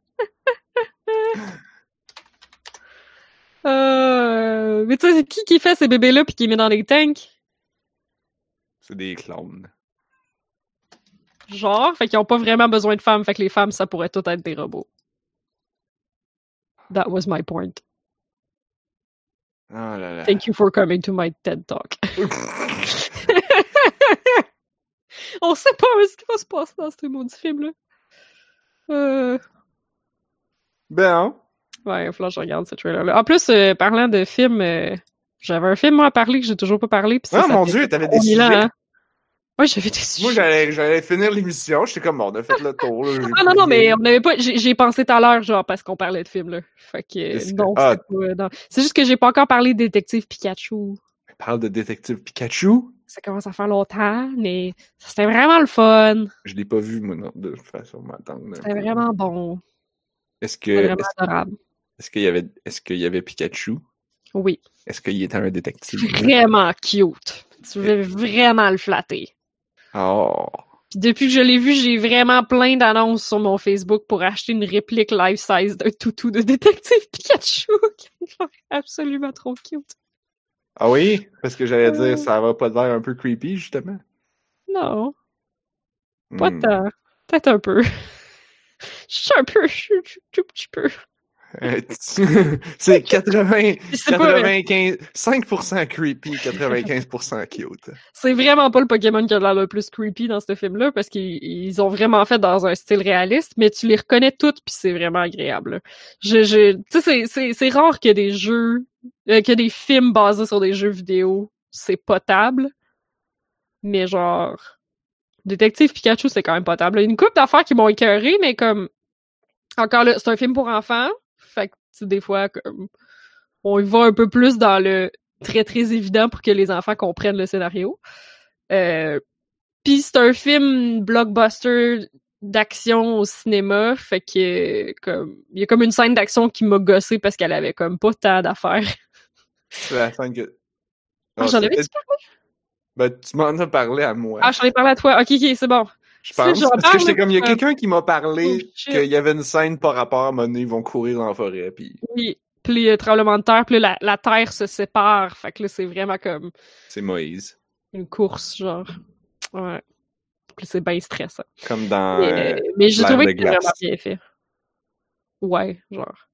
Speaker 1: euh... Mais tu sais, c'est qui qui fait ces bébés-là pis qui les met dans des tanks?
Speaker 2: C'est des clones.
Speaker 1: Genre, fait qu'ils ont pas vraiment besoin de femmes, fait que les femmes, ça pourrait tout être des robots. That was my point.
Speaker 2: Oh là là.
Speaker 1: Thank you for coming to my TED Talk. On sait pas ce qui va se passer dans ce maudit film-là. Euh...
Speaker 2: Ben.
Speaker 1: Ouais, il va falloir que je regarde ce trailer-là. En plus, euh, parlant de films, euh, j'avais un film, moi, à parler que j'ai toujours pas parlé. Pis ça,
Speaker 2: ah,
Speaker 1: ça
Speaker 2: mon Dieu, t'avais des sujets.
Speaker 1: Hein? Ouais, j'avais des sujets.
Speaker 2: Moi, j'allais, j'allais finir l'émission. J'étais comme, bon, on a fait le tour. Là,
Speaker 1: ah non, non, mais on avait pas... J'ai, j'ai pensé tout à l'heure, genre, parce qu'on parlait de films, là. Fait que, non,
Speaker 2: que... Ah.
Speaker 1: c'est pas... Non. C'est juste que j'ai pas encore parlé de Détective Pikachu.
Speaker 2: On parle de Détective Pikachu?
Speaker 1: Ça commence à faire longtemps, mais c'était vraiment le fun.
Speaker 2: Je l'ai pas vu, moi, non, de toute façon, m'attendre.
Speaker 1: C'était vraiment bon.
Speaker 2: Est-ce que...
Speaker 1: C'était vraiment
Speaker 2: est-ce...
Speaker 1: adorable.
Speaker 2: Est-ce qu'il y avait... Est-ce qu'il y avait Pikachu?
Speaker 1: Oui.
Speaker 2: Est-ce qu'il était un détective?
Speaker 1: Vraiment cute. Tu veux vraiment le flatter.
Speaker 2: Oh.
Speaker 1: Puis depuis que je l'ai vu, j'ai vraiment plein d'annonces sur mon Facebook pour acheter une réplique life-size d'un toutou de Détective Pikachu qui me fait absolument trop cute.
Speaker 2: Ah oui? Parce que j'allais
Speaker 1: euh...
Speaker 2: dire, ça va pas de l'air un peu creepy, justement?
Speaker 1: Non. Pas
Speaker 2: hmm.
Speaker 1: tant. Peut-être un peu. Je suis un peu... Je suis tout petit peu.
Speaker 2: C'est quatre-vingts,
Speaker 1: c'est
Speaker 2: quatre-vingt-quinze, cinq pour cent creepy, quatre-vingt-quinze pour cent cute.
Speaker 1: C'est vraiment pas le Pokémon qui a l'air le plus creepy dans ce film-là, parce qu'ils ils ont vraiment fait dans un style réaliste, mais tu les reconnais toutes, puis c'est vraiment agréable. Je, je, tu sais, c'est, c'est, c'est rare que des jeux, euh, que des films basés sur des jeux vidéo, c'est potable, mais genre, Détective Pikachu, c'est quand même potable. Il y a une couple d'affaires qui m'ont écœuré, mais comme, encore là, c'est un film pour enfants. Fait que, des fois, comme, on y va un peu plus dans le très, très évident pour que les enfants comprennent le scénario. Euh, Puis c'est un film blockbuster d'action au cinéma, fait que, comme, il y a comme une scène d'action qui m'a gossé parce qu'elle avait comme pas tant d'affaires.
Speaker 2: C'est la scène que...
Speaker 1: Non, ah, j'en avais-tu parlé?
Speaker 2: Ben, tu m'en as parlé à moi.
Speaker 1: Ah, j'en ai parlé à toi. Ok, ok, c'est bon.
Speaker 2: Je pense, parce parle, que j'étais comme, il y a quelqu'un qui m'a parlé oh, qu'il y avait une scène par rapport à un moment donné, ils vont courir dans la forêt, puis...
Speaker 1: Oui, puis le tremblement de terre, puis la, la terre se sépare, fait que là, c'est vraiment comme...
Speaker 2: C'est Moïse.
Speaker 1: Une course, genre. Ouais. Puis c'est bien stressant.
Speaker 2: Comme dans...
Speaker 1: Mais,
Speaker 2: euh,
Speaker 1: mais j'ai trouvé que c'était vraiment bien fait. Ouais, genre.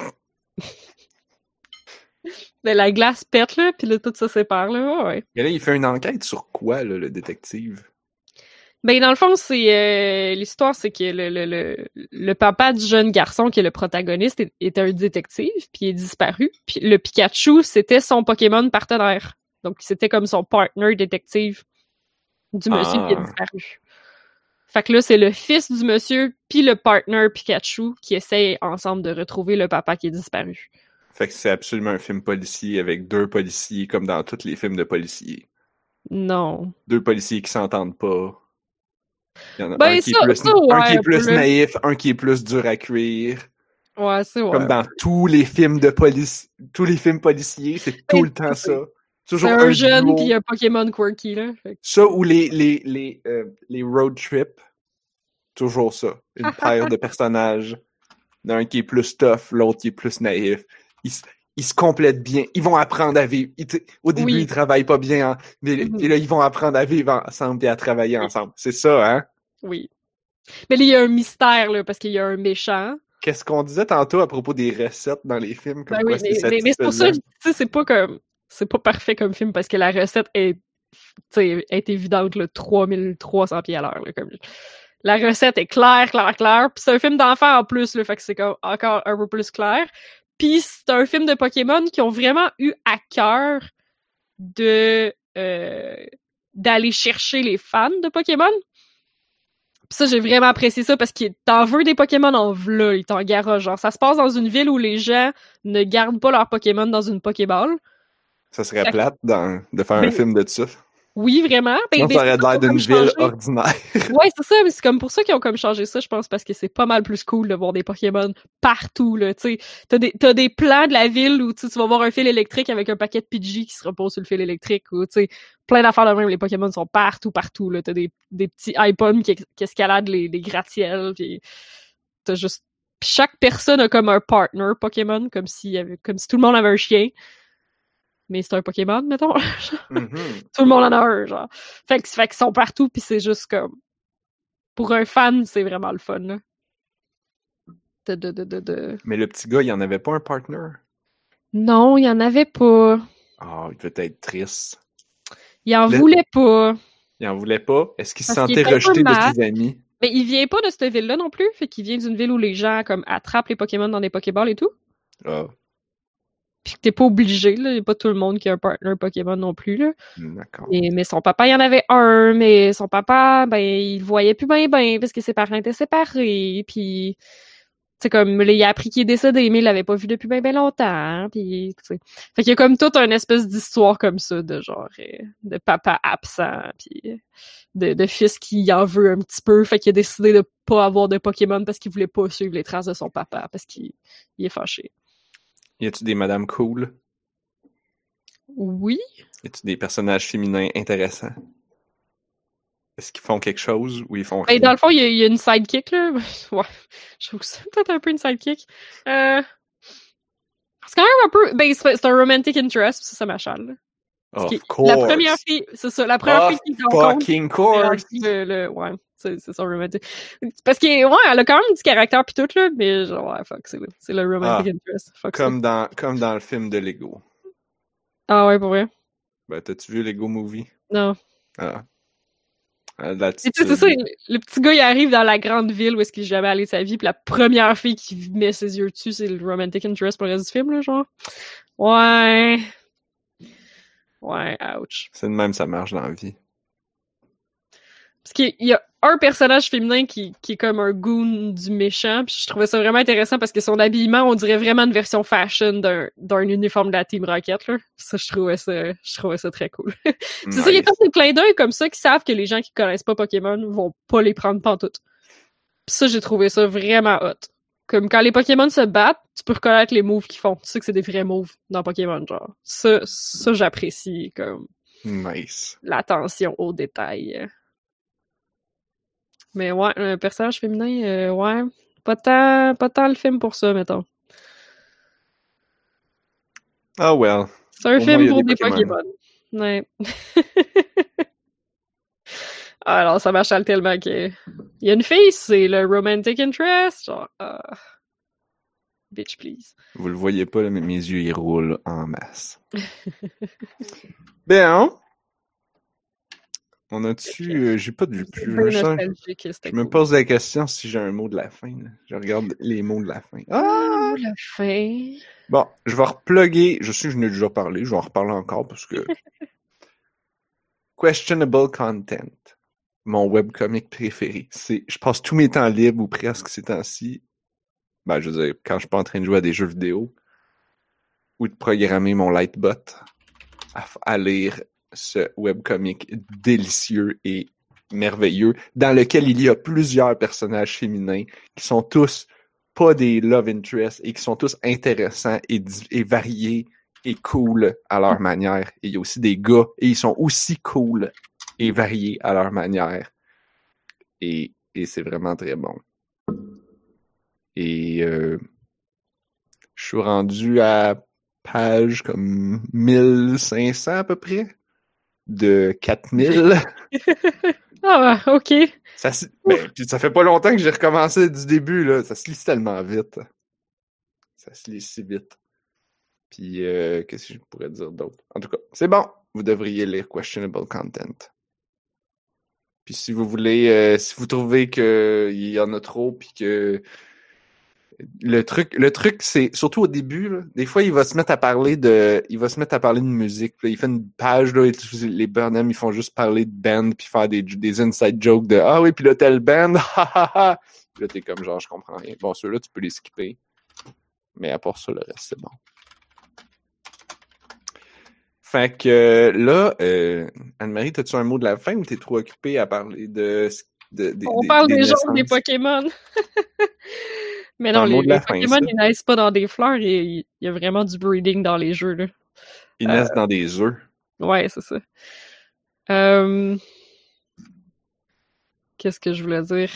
Speaker 1: Mais la glace pète, là, puis là, tout se sépare, là, ouais.
Speaker 2: Et là, il fait une enquête sur quoi, là, le détective?
Speaker 1: Ben, dans le fond, c'est euh, l'histoire, c'est que le, le, le, le papa du jeune garçon, qui est le protagoniste, est, est un détective, puis il est disparu. Puis le Pikachu, c'était son Pokémon partenaire. Donc, c'était comme son partner détective du monsieur ah. qui est disparu. Fait que là, c'est le fils du monsieur puis le partner Pikachu qui essayent ensemble de retrouver le papa qui est disparu.
Speaker 2: Fait que c'est absolument un film policier avec deux policiers, comme dans tous les films de policiers.
Speaker 1: Non.
Speaker 2: Deux policiers qui s'entendent pas. Il y en a
Speaker 1: ben,
Speaker 2: un qui
Speaker 1: ça,
Speaker 2: est plus,
Speaker 1: ça,
Speaker 2: un
Speaker 1: ouais,
Speaker 2: qui est
Speaker 1: un
Speaker 2: plus
Speaker 1: peu, là.
Speaker 2: naïf, un qui est plus dur à cuire.
Speaker 1: Ouais, c'est ouais.
Speaker 2: Comme dans tous les films de police, tous les films policiers, c'est tout
Speaker 1: Ben,
Speaker 2: le temps
Speaker 1: c'est
Speaker 2: ça.
Speaker 1: c'est
Speaker 2: Toujours
Speaker 1: un
Speaker 2: un
Speaker 1: jeune
Speaker 2: duo.
Speaker 1: pis un Pokémon quirky, là. Fait que-
Speaker 2: Ça ou les, les, les, euh, les road trips. Toujours ça. Une paire de personnages. D'un qui est plus tough, l'autre qui est plus naïf. Ils, se- ils se complètent bien. Ils vont apprendre à vivre. Ils, au début,
Speaker 1: Oui.
Speaker 2: ils travaillent pas bien, hein, mais
Speaker 1: Mhm.
Speaker 2: puis là, ils vont apprendre à vivre ensemble et à travailler ensemble. C'est ça, hein?
Speaker 1: Oui. Mais là, il y a un mystère, là, parce qu'il y a un méchant.
Speaker 2: Qu'est-ce qu'on disait tantôt à propos des recettes dans les films, comme
Speaker 1: Ben
Speaker 2: quoi
Speaker 1: oui,
Speaker 2: c'est
Speaker 1: mais, mais, mais c'est pour ça,
Speaker 2: satisfaisant?
Speaker 1: tu sais, c'est pas comme, c'est pas parfait comme film parce que la recette est, tu sais, est évidente, là, trois mille trois cents pieds à l'heure, là, comme. La recette est claire, claire, claire. Puis c'est un film d'enfant en plus, là, fait que c'est comme encore un peu plus clair. Puis c'est un film de Pokémon qui ont vraiment eu à cœur de euh, d'aller chercher les fans de Pokémon. Pis ça, j'ai vraiment apprécié ça parce que t'en veux des Pokémon en v'là, ils t'en garagent. Genre, ça se passe dans une ville où les gens ne gardent pas leurs Pokémon dans une Pokéball.
Speaker 2: Ça serait
Speaker 1: Fait que-
Speaker 2: plate dans, de faire un
Speaker 1: Ben,
Speaker 2: film de ça.
Speaker 1: oui, vraiment. Ben,
Speaker 2: Sinon,
Speaker 1: ben,
Speaker 2: ça
Speaker 1: c'est
Speaker 2: aurait
Speaker 1: ça qu'ils
Speaker 2: l'air
Speaker 1: ont comme
Speaker 2: d'une ville
Speaker 1: changé.
Speaker 2: ordinaire.
Speaker 1: Ouais, c'est ça, mais c'est comme pour ça qu'ils ont comme changé ça, je pense, parce que c'est pas mal plus cool de voir des Pokémon partout, là, tu sais. T'as des, t'as des plans de la ville où, tu sais, tu vas voir un fil électrique avec un paquet de Pidgey qui se repose sur le fil électrique, ou, tu sais, plein d'affaires de même, les Pokémon sont partout, partout, là. T'as des, des petits iPods qui, qui escaladent les, les gratte-ciels, pis t'as juste... Pis chaque personne a comme un partner Pokémon, comme si, comme si tout le monde avait un chien. Mais c'est un Pokémon, mettons.
Speaker 2: Mm-hmm.
Speaker 1: Tout le monde en a un, genre. Fait que, fait qu'ils sont partout, puis c'est juste comme... Pour un fan, c'est vraiment le fun, là. De, de, de, de, de...
Speaker 2: Mais le petit gars, il en avait pas un partner?
Speaker 1: Non, il y en avait pas.
Speaker 2: Ah, oh, il devait être triste.
Speaker 1: Il en
Speaker 2: le...
Speaker 1: voulait pas.
Speaker 2: Il en voulait pas? Est-ce qu'il se
Speaker 1: Parce
Speaker 2: sentait
Speaker 1: qu'il
Speaker 2: rejeté de ses amis?
Speaker 1: Mais il vient pas de cette ville-là non plus, fait qu'il vient d'une ville où les gens, comme, attrapent les Pokémon dans des Pokéballs et tout.
Speaker 2: Ah.
Speaker 1: Puis que t'es pas obligé, là. Il y a pas tout le monde qui a un partner Pokémon non plus, là.
Speaker 2: D'accord.
Speaker 1: Mais, mais son papa, il y en avait un, mais son papa, ben, il le voyait plus ben ben, parce que ses parents étaient séparés, puis... C'est comme, il a appris qu'il est décédé, mais il l'avait pas vu depuis bien ben longtemps, puis tu sais. Fait qu'il y a comme toute une espèce d'histoire comme ça, de genre, euh, de papa absent, puis de, de fils qui en veut un petit peu, fait qu'il a décidé de pas avoir de Pokémon parce qu'il voulait pas suivre les traces de son papa, parce qu'il il est fâché.
Speaker 2: Y a-tu des madames cool?
Speaker 1: Oui.
Speaker 2: Y a-tu des personnages féminins intéressants? Est-ce qu'ils font quelque chose ou ils font rien?
Speaker 1: Ben, dans le fond, il y, a, il y a une sidekick, là. Ouais. Je trouve que c'est peut-être un peu une sidekick. Euh... C'est quand même un peu... Ben, c'est, c'est un romantic interest, ça, ça m'achale.
Speaker 2: Of
Speaker 1: qui...
Speaker 2: course!
Speaker 1: La première fille, c'est ça, la première
Speaker 2: of
Speaker 1: fille qui rencontre...
Speaker 2: fucking course!
Speaker 1: Le, le, ouais, c'est, c'est son romantic... Parce que, ouais, elle a quand même du caractère pis tout, là, mais genre, ouais, fuck, c'est le, c'est le romantic
Speaker 2: ah,
Speaker 1: interest. Fuck
Speaker 2: comme
Speaker 1: ça.
Speaker 2: dans, comme dans le film de Lego.
Speaker 1: Ah ouais, pour vrai?
Speaker 2: Ben, t'as-tu vu Lego Movie?
Speaker 1: Non.
Speaker 2: Ah.
Speaker 1: C'est ça, le, le petit gars, il arrive dans la grande ville où est-ce qu'il est jamais allé de sa vie, puis la première fille qui met ses yeux dessus, c'est le romantic interest pour le reste du film, là, genre. Ouais. Ouais, ouch.
Speaker 2: C'est de même, ça marche dans la vie.
Speaker 1: Parce qu'il y a un personnage féminin qui, qui est comme un goon du méchant, puis je trouvais ça vraiment intéressant parce que son habillement, on dirait vraiment une version fashion d'un, d'un uniforme de la Team Rocket, là. Ça, je trouvais ça, je trouvais ça très cool. Nice. C'est ça, il y a comme des clins d'œil comme ça qui savent que les gens qui connaissent pas Pokémon vont pas les prendre pantoute. Puis ça, j'ai trouvé ça vraiment hot. Comme quand les Pokémon se battent, tu peux reconnaître les moves qu'ils font. Tu sais que c'est des vrais moves dans Pokémon, genre. Ça, ça j'apprécie, comme...
Speaker 2: Nice.
Speaker 1: L'attention aux détails. Mais ouais, un personnage féminin, euh, ouais, pas tant, pas tant le film pour ça, mettons.
Speaker 2: Ah oh well.
Speaker 1: C'est un
Speaker 2: Au
Speaker 1: film
Speaker 2: moins,
Speaker 1: pour
Speaker 2: des
Speaker 1: des Pokémon. Pokémon. Ouais. Ah non, ça m'achale tellement que... Il y a une fille, c'est le romantic interest, genre... Uh... Bitch, please.
Speaker 2: Vous le voyez pas, là, mais mes yeux, ils roulent en masse. Ben, on a-tu... Euh, j'ai pas de... Je, je, je me pose la question si j'ai un mot de la fin. Là. Je regarde les mots de la fin.
Speaker 1: Ah! Le mot de la fin...
Speaker 2: Bon, je vais repluguer. Je sais que je n'ai déjà parlé. Je vais en reparler encore parce que... Questionable content. Mon webcomic préféré. C'est, je passe tous mes temps libres ou presque ces temps-ci. Ben, je veux dire, quand je suis pas en train de jouer à des jeux vidéo ou de programmer mon Lightbot à, à lire ce webcomic délicieux et merveilleux, dans lequel il y a plusieurs personnages féminins qui sont tous pas des love interests et qui sont tous intéressants et, et variés et cool à leur manière. Et il y a aussi des gars et ils sont aussi cool et variés à leur manière. Et, et c'est vraiment très bon. Et euh, je suis rendu à page comme mille cinq cents à peu près, de quatre mille.
Speaker 1: Ah, ok.
Speaker 2: Ça, ben, puis ça fait pas longtemps que j'ai recommencé du début, là. Ça se lit tellement vite. Ça se lit si vite. Puis, euh, qu'est-ce que je pourrais dire d'autre? En tout cas, c'est bon. Vous devriez lire Questionable Content. Puis si vous voulez, euh, si vous trouvez qu'il y en a trop, puis que le truc, le truc, c'est surtout au début, là, des fois, il va se mettre à parler de, il va se mettre à parler de musique. Là, il fait une page là, et les Burnham, ils font juste parler de band puis faire des, des inside jokes de ah oui, puis là tel band, ha ha ha. Là t'es comme genre je comprends rien. Bon, ceux-là tu peux les skipper, mais à part ça le reste c'est bon. Fait que là, euh, Anne-Marie, t'as-tu un mot de la fin ou t'es trop occupée à parler de, de, de
Speaker 1: on
Speaker 2: des,
Speaker 1: parle
Speaker 2: des,
Speaker 1: des
Speaker 2: des
Speaker 1: gens des Pokémon. Mais non, les, les Pokémon, ils naissent pas dans des fleurs, il y a vraiment du breeding dans les jeux, là.
Speaker 2: Ils naissent euh, dans des œufs.
Speaker 1: Ouais, c'est ça. Euh... Qu'est-ce que je voulais dire?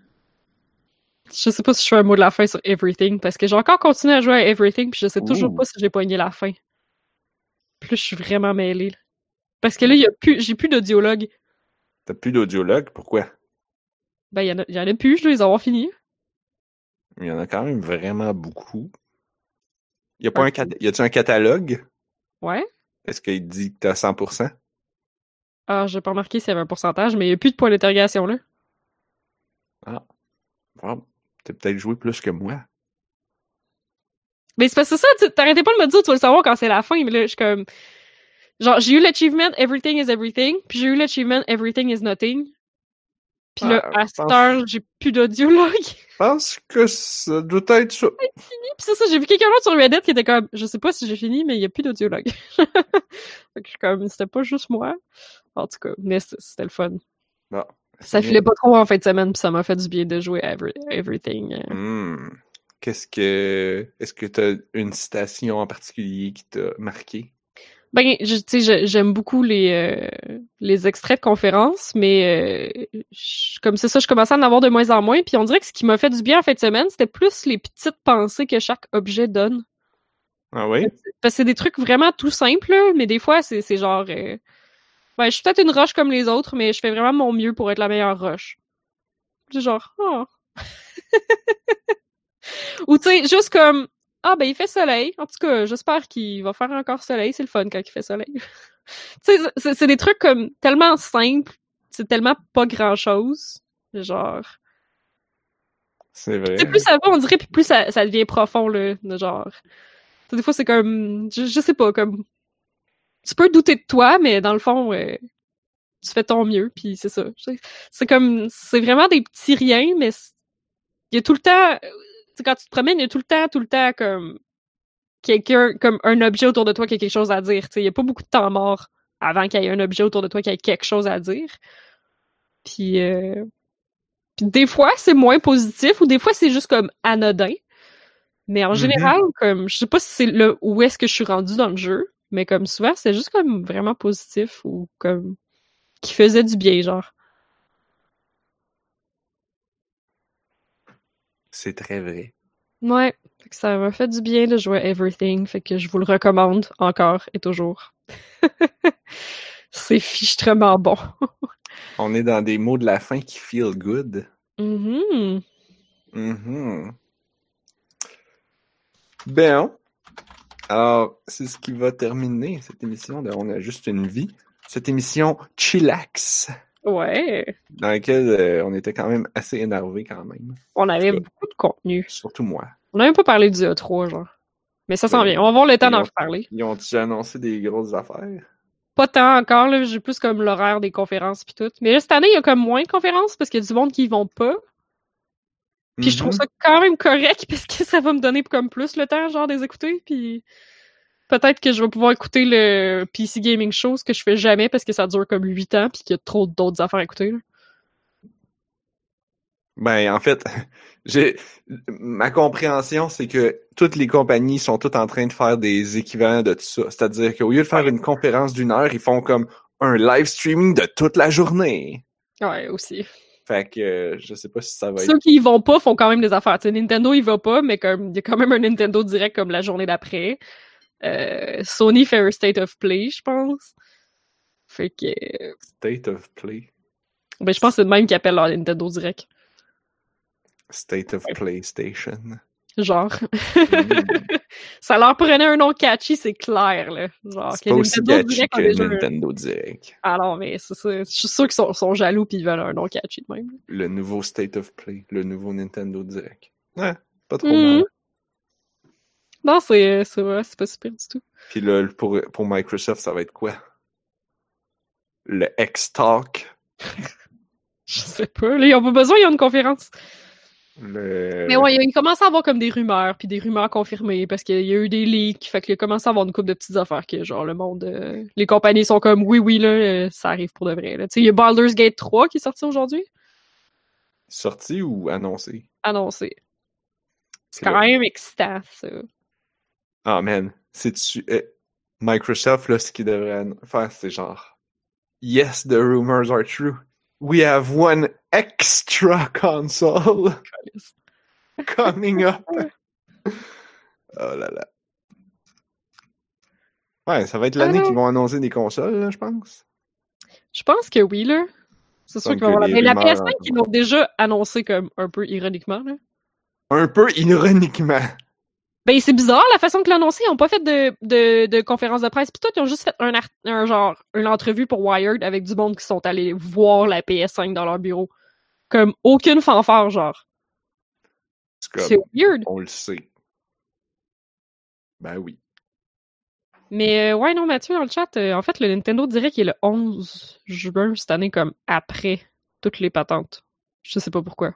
Speaker 1: Je sais pas si je fais un mot de la fin sur Everything, parce que j'ai encore continué à jouer à Everything, puis je sais toujours Ouh. pas si j'ai pogné la fin. Puis là, je suis vraiment mêlée. Là. Parce que là, y a plus, j'ai plus d'audiologue.
Speaker 2: T'as plus d'audiologue? Pourquoi?
Speaker 1: Ben, il y en a, y en a plus, je dois les avoir finis.
Speaker 2: Il y en a quand même vraiment beaucoup. Y a pas okay. un cat... y a-tu un catalogue?
Speaker 1: Ouais.
Speaker 2: Est-ce qu'il dit que t'as cent pour cent?
Speaker 1: Ah, j'ai pas remarqué s'il y avait un pourcentage, mais il y a plus de points d'interrogation, là.
Speaker 2: Ah. Bon, t'as peut-être joué plus que moi.
Speaker 1: Mais c'est parce que ça, t'arrêtais pas de me dire, tu vas le savoir quand c'est la fin, mais là, je suis comme... Genre, j'ai eu l'achievement Everything is Everything, puis j'ai eu l'achievement Everything is Nothing. Puis ah, là, à cette pense... heure, j'ai plus d'audiologue.
Speaker 2: Je pense que ça doit être ça.
Speaker 1: C'est fini. Puis c'est ça, j'ai vu quelqu'un d'autre sur Reddit qui était comme, je sais pas si j'ai fini, mais il y a plus d'audiologue. Fait que je suis comme, c'était pas juste moi. En tout cas, mais c'était le fun.
Speaker 2: Bon,
Speaker 1: ça filait pas trop en fin de semaine, puis ça m'a fait du bien de jouer every, Everything.
Speaker 2: Mm. Qu'est-ce que... Est-ce que t'as une citation en particulier qui t'a marqué?
Speaker 1: Ben, tu sais, j'aime beaucoup les euh, les extraits de conférences, mais euh, je, comme c'est ça, je commençais à en avoir de moins en moins, puis on dirait que ce qui m'a fait du bien en fin de semaine, c'était plus les petites pensées que chaque objet donne.
Speaker 2: Ah oui?
Speaker 1: Parce que c'est des trucs vraiment tout simples, là, mais des fois, c'est, c'est genre... Euh, ben, je suis peut-être une roche comme les autres, mais je fais vraiment mon mieux pour être la meilleure roche. C'est genre... Oh. Ou tu sais, juste comme... Ah, ben, il fait soleil. En tout cas, j'espère qu'il va faire encore soleil. C'est le fun quand il fait soleil. Tu sais, c'est, c'est des trucs comme tellement simples. C'est tellement pas grand-chose. Genre...
Speaker 2: C'est vrai.
Speaker 1: Tu sais, plus ça va, on dirait, puis plus ça, ça devient profond, là. De genre... T'sais, des fois, c'est comme... Je, je sais pas, comme... Tu peux douter de toi, mais dans le fond, euh, tu fais ton mieux, puis c'est ça. C'est comme... C'est vraiment des petits riens, mais... Il y a tout le temps... T'sais, quand tu te promènes, il y a tout le temps, tout le temps, comme... Quelqu'un, comme un objet autour de toi qui a quelque chose à dire. Il y a pas beaucoup de temps mort avant qu'il y ait un objet autour de toi qui ait quelque chose à dire. Puis... Euh... Puis des fois, c'est moins positif, ou des fois, c'est juste comme anodin. Mais en général, mm-hmm. comme... Je sais pas si c'est le où est-ce que je suis rendue dans le jeu, mais comme souvent, c'est juste comme vraiment positif, ou comme... qui faisait du bien, genre.
Speaker 2: C'est très vrai.
Speaker 1: Ouais, fait que ça m'a fait du bien de jouer à Everything, fait que je vous le recommande encore et toujours. C'est fichtrement bon.
Speaker 2: On est dans des mots de la fin qui feel good.
Speaker 1: Mm-hmm.
Speaker 2: Mm-hmm. Ben, alors, c'est ce qui va terminer cette émission de On a juste une vie. Cette émission chillax.
Speaker 1: Ouais.
Speaker 2: Dans laquelle euh, on était quand même assez énervés quand même.
Speaker 1: On avait ouais. beaucoup de contenu.
Speaker 2: Surtout moi.
Speaker 1: On n'a même pas parlé du E trois, genre. Mais ça s'en ouais. vient. On va avoir le temps d'en reparler.
Speaker 2: Ils ont-tu annoncé des grosses affaires?
Speaker 1: Pas tant encore, là. J'ai plus comme l'horaire des conférences pis tout. Mais là, cette année, il y a comme moins de conférences parce qu'il y a du monde qui y vont pas. Puis mm-hmm. je trouve ça quand même correct parce que ça va me donner comme plus le temps, genre, de les écouter. Puis peut-être que je vais pouvoir écouter le P C Gaming Show, ce que je fais jamais parce que ça dure comme huit ans pis qu'il y a trop d'autres affaires à écouter, là.
Speaker 2: Ben, en fait, j'ai ma compréhension, c'est que toutes les compagnies sont toutes en train de faire des équivalents de tout ça. C'est-à-dire qu'au lieu de faire une conférence d'une heure, ils font comme un live streaming de toute la journée.
Speaker 1: Ouais, aussi.
Speaker 2: Fait que euh, je sais pas si ça va
Speaker 1: Ceux
Speaker 2: être...
Speaker 1: qui y vont pas font quand même des affaires. T'sais, Nintendo, il va pas, mais comme il y a quand même un Nintendo Direct comme la journée d'après. Euh, Sony fait un State of Play, je pense. Fait que...
Speaker 2: State of Play?
Speaker 1: Ben, je pense que c'est le même qui appelle leur Nintendo Direct.
Speaker 2: State of PlayStation.
Speaker 1: Genre. Mm. Ça leur prenait un nom catchy, c'est clair, là. Genre,
Speaker 2: c'est pas aussi catchy que déjà... Nintendo Direct.
Speaker 1: Alors, mais c'est ça. Je suis sûr qu'ils sont, sont jaloux pis ils veulent un nom catchy de même.
Speaker 2: Le nouveau State of Play, le nouveau Nintendo Direct. Ouais, pas trop
Speaker 1: mm.
Speaker 2: mal.
Speaker 1: Non, c'est, c'est vrai, c'est pas super du tout.
Speaker 2: Puis là, pour, pour Microsoft, ça va être quoi? Le X-Talk?
Speaker 1: Je sais pas. Là, ils ont pas besoin, ils ont une conférence.
Speaker 2: Le...
Speaker 1: Mais ouais, il commence à avoir comme des rumeurs, puis des rumeurs confirmées, parce qu'il y a eu des leaks, fait qu'il commence à avoir une couple de petites affaires que, genre, le monde... Euh, les compagnies sont comme, oui, oui, là, ça arrive pour de vrai. Tu sais, il y a Baldur's Gate trois qui est sorti aujourd'hui.
Speaker 2: Sorti ou annoncé?
Speaker 1: Annoncé. C'est quand même excitant, ça.
Speaker 2: Ah, oh, man. C'est-tu... Euh, Microsoft, là, ce qu'ils devraient faire, c'est genre... Yes, the rumors are true. We have one extra console coming up. Oh là là. Ouais, ça va être l'année qu'ils vont annoncer des consoles, là, je pense.
Speaker 1: Je pense que oui, là. C'est sûr qu'ils vont avoir la... Mais la P S cinq, ils l'ont déjà annoncé comme un peu ironiquement, là.
Speaker 2: Un peu ironiquement.
Speaker 1: Ben, c'est bizarre, la façon que l'ont annoncé. Ils ont pas fait de, de, de conférence de presse. Puis tout, ils ont juste fait un, art, un genre, une entrevue pour Wired avec du monde qui sont allés voir la P S cinq dans leur bureau. Comme aucune fanfare, genre.
Speaker 2: C'est, comme,
Speaker 1: c'est weird.
Speaker 2: On le sait. Ben oui.
Speaker 1: Mais euh, ouais, non, Mathieu, dans le chat, euh, en fait, le Nintendo Direct est le onze juin cette année, comme après toutes les patentes. Je sais pas pourquoi.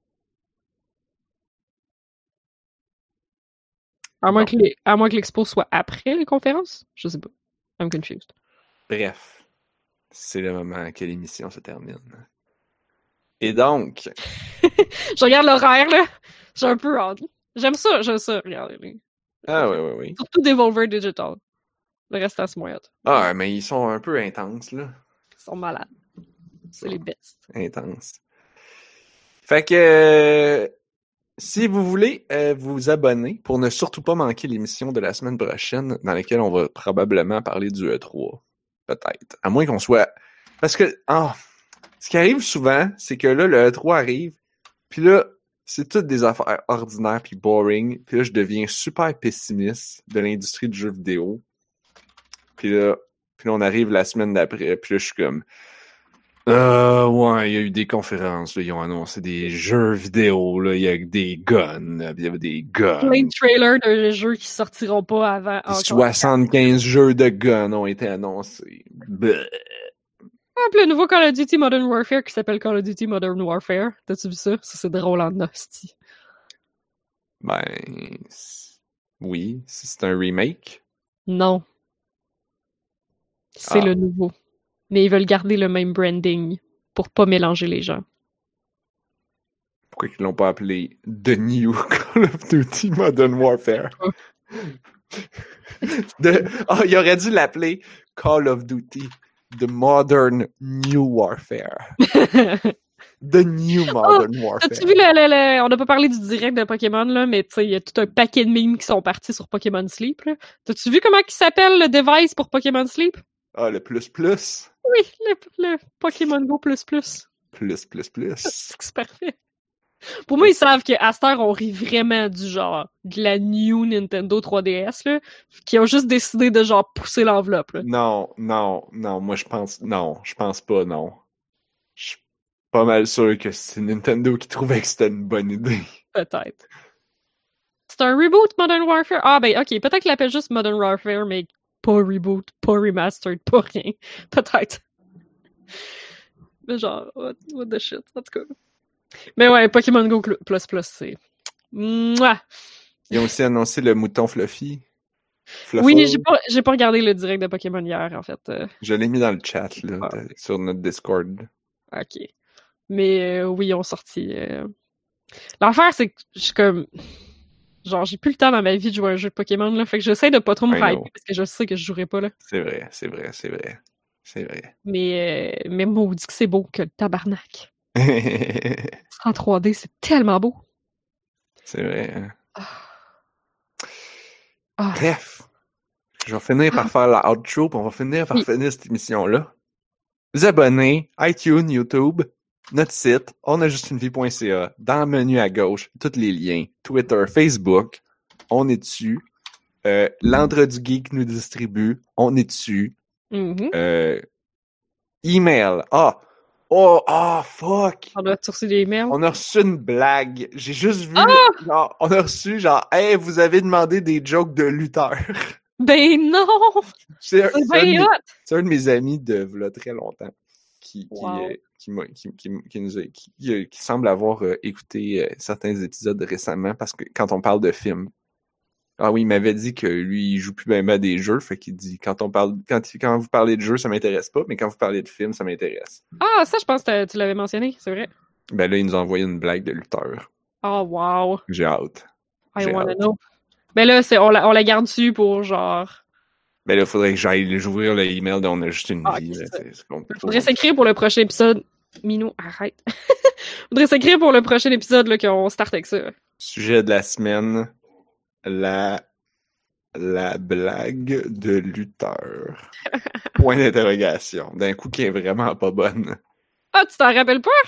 Speaker 1: À moins, que les, à moins que l'expo soit après les conférences? Je sais pas. I'm confused.
Speaker 2: Bref. C'est le moment que l'émission se termine. Et donc...
Speaker 1: Je regarde l'horaire, là. J'ai un peu hâte. J'aime ça, j'aime ça, regardez.
Speaker 2: Ah oui, oui, oui.
Speaker 1: Surtout Devolver Digital. Le reste, c'est moins hâte.
Speaker 2: Ah, mais ils sont un peu intenses, là.
Speaker 1: Ils sont malades. C'est oh, les best.
Speaker 2: Intenses. Fait que... Euh... Si vous voulez euh, vous abonner pour ne surtout pas manquer l'émission de la semaine prochaine dans laquelle on va probablement parler du E trois. Peut-être. À moins qu'on soit... Parce que oh, ce qui arrive souvent, c'est que là, le E trois arrive, puis là, c'est toutes des affaires ordinaires puis boring, puis là, je deviens super pessimiste de l'industrie du jeu vidéo. Puis là, puis là, on arrive la semaine d'après, puis là, je suis comme... Euh, ouais, il y a eu des conférences, là, ils ont annoncé des jeux vidéo, là, il y a des guns, il y avait des guns.
Speaker 1: Plein de trailers de jeux qui sortiront pas avant.
Speaker 2: soixante-quinze jeux de guns ont été annoncés. Bleh.
Speaker 1: Ah, puis le nouveau Call of Duty Modern Warfare qui s'appelle Call of Duty Modern Warfare. T'as-tu vu ça? Ça, c'est drôle en hostie.
Speaker 2: Ben, oui, si c'est un remake.
Speaker 1: Non. C'est
Speaker 2: ah.
Speaker 1: le nouveau. Mais ils veulent garder le même branding pour pas mélanger les gens.
Speaker 2: Pourquoi ils l'ont pas appelé The New Call of Duty Modern Warfare? De... Oh, il aurait dû l'appeler Call of Duty The Modern New Warfare. The New Modern oh, Warfare.
Speaker 1: T'as-tu vu le, le, le... On n'a pas parlé du direct de Pokémon, là, mais tu sais, il y a tout un paquet de memes qui sont partis sur Pokémon Sleep. Là. T'as-tu vu comment il s'appelle le device pour Pokémon Sleep?
Speaker 2: Ah, le plus plus?
Speaker 1: Oui, le, le Pokémon Go plus plus.
Speaker 2: Plus plus plus.
Speaker 1: C'est parfait. Pour moi, ils savent qu'à cette heure, on rit vraiment du genre de la new Nintendo trois D S, là, qui ont juste décidé de genre pousser l'enveloppe. Là.
Speaker 2: Non, non, non, moi je pense, non, je pense pas, non. Je suis pas mal sûr que c'est Nintendo qui trouvait que c'était une bonne idée.
Speaker 1: Peut-être. C'est un reboot Modern Warfare? Ah ben ok, peut-être qu'il l'appelle juste Modern Warfare, mais pas reboot, pas remastered, pas rien. Peut-être. Mais genre, what, what the shit, en tout cas. Mais ouais, Pokémon Go plus plus, c'est... Mouah!
Speaker 2: Ils ont aussi annoncé le mouton Fluffy. Fluffle.
Speaker 1: Oui, j'ai pas, j'ai pas regardé le direct de Pokémon hier, en fait.
Speaker 2: Je l'ai mis dans le chat, là, ah. de, sur notre Discord.
Speaker 1: Ok. Mais euh, oui, ils ont sorti. Euh... L'affaire, c'est que je suis comme. Genre, j'ai plus le temps dans ma vie de jouer à un jeu de Pokémon, là. Fait que j'essaie de pas trop me hyper parce que je sais que je jouerai pas, là.
Speaker 2: C'est vrai, c'est vrai, c'est vrai. C'est vrai.
Speaker 1: Mais, euh, mais maudit que c'est beau que le tabarnak. En trois D, c'est tellement beau.
Speaker 2: C'est vrai. Hein?
Speaker 1: Ah. Ah.
Speaker 2: Bref. Je vais finir par faire la outro, puis on va finir par oui. finir cette émission-là. Vous abonnez, iTunes, YouTube, notre site, on a juste une vie point c a, dans le menu à gauche, tous les liens, Twitter, Facebook, on est dessus. Euh, L'Andre du Geek nous distribue, on est dessus.
Speaker 1: Mm-hmm.
Speaker 2: Euh, email, ah, oh, ah, oh, fuck!
Speaker 1: On a reçu des emails?
Speaker 2: On a reçu une blague. J'ai juste vu, ah! genre, on a reçu genre, hey, vous avez demandé des jokes de lutteurs.
Speaker 1: Ben non!
Speaker 2: C'est un, un, un de mes amis de là, très longtemps qui,
Speaker 1: wow.
Speaker 2: qui, qui, qui, qui, qui, nous a, qui, qui semble avoir euh, écouté euh, certains épisodes récemment parce que quand on parle de films. Ah oui, il m'avait dit que lui, il joue plus bien à des jeux, fait qu'il dit quand on parle quand, quand vous parlez de jeux, ça m'intéresse pas, mais quand vous parlez de films, ça m'intéresse.
Speaker 1: Ah, ça, je pense que tu l'avais mentionné, c'est vrai.
Speaker 2: Ben là, il nous a envoyé une blague de lutteur.
Speaker 1: Oh wow.
Speaker 2: J'ai hâte.
Speaker 1: I wanna know. Mais là, c'est, on, la, on la garde dessus pour genre.
Speaker 2: Ben là, il faudrait que j'aille ouvrir le email dont on a juste une
Speaker 1: ah,
Speaker 2: vie.
Speaker 1: Là,
Speaker 2: c'est, c'est
Speaker 1: bon, faudrait s'écrire pour le prochain épisode. Minou, arrête. Faudrait s'écrire pour le prochain épisode là, qu'on starte avec ça.
Speaker 2: Sujet de la semaine, la, la blague de lutteur. Point d'interrogation. D'un coup qui est vraiment pas bonne.
Speaker 1: Ah, tu t'en rappelles pas?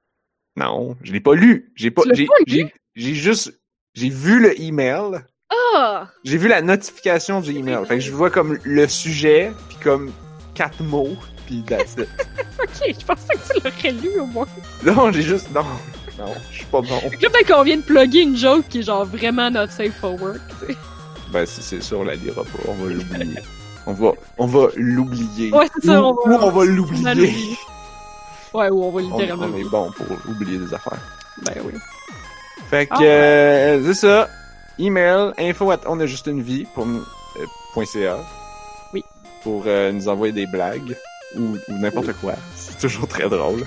Speaker 2: Non, je l'ai pas lu. J'ai pas, j'ai,
Speaker 1: pas
Speaker 2: j'ai, j'ai juste, j'ai vu le email.
Speaker 1: Ah!
Speaker 2: J'ai vu la notification du email. Fait que je vois comme le sujet, puis comme quatre mots, puis that's it.
Speaker 1: Ok, je pensais que tu l'aurais lu au moins.
Speaker 2: Non, j'ai juste, non, non, je suis pas bon.
Speaker 1: Fait que là, peut-être qu'on vient de plugger une joke qui est genre vraiment not safe for work, tu sais.
Speaker 2: Ben, si c'est ça, on la lira pas. On va l'oublier. on va, on va l'oublier.
Speaker 1: Ouais, c'est ça,
Speaker 2: ou,
Speaker 1: on va,
Speaker 2: ou on va l'oublier.
Speaker 1: Ouais, ou on va littéralement
Speaker 2: on, on est bon pour oublier des affaires.
Speaker 1: Ben oui.
Speaker 2: Fait que, ah, euh, ouais. c'est ça. Email, info at onajustunevie pour euh, .ca.
Speaker 1: Oui.
Speaker 2: Pour euh, nous envoyer des blagues ou, ou n'importe oui. quoi. C'est toujours très drôle.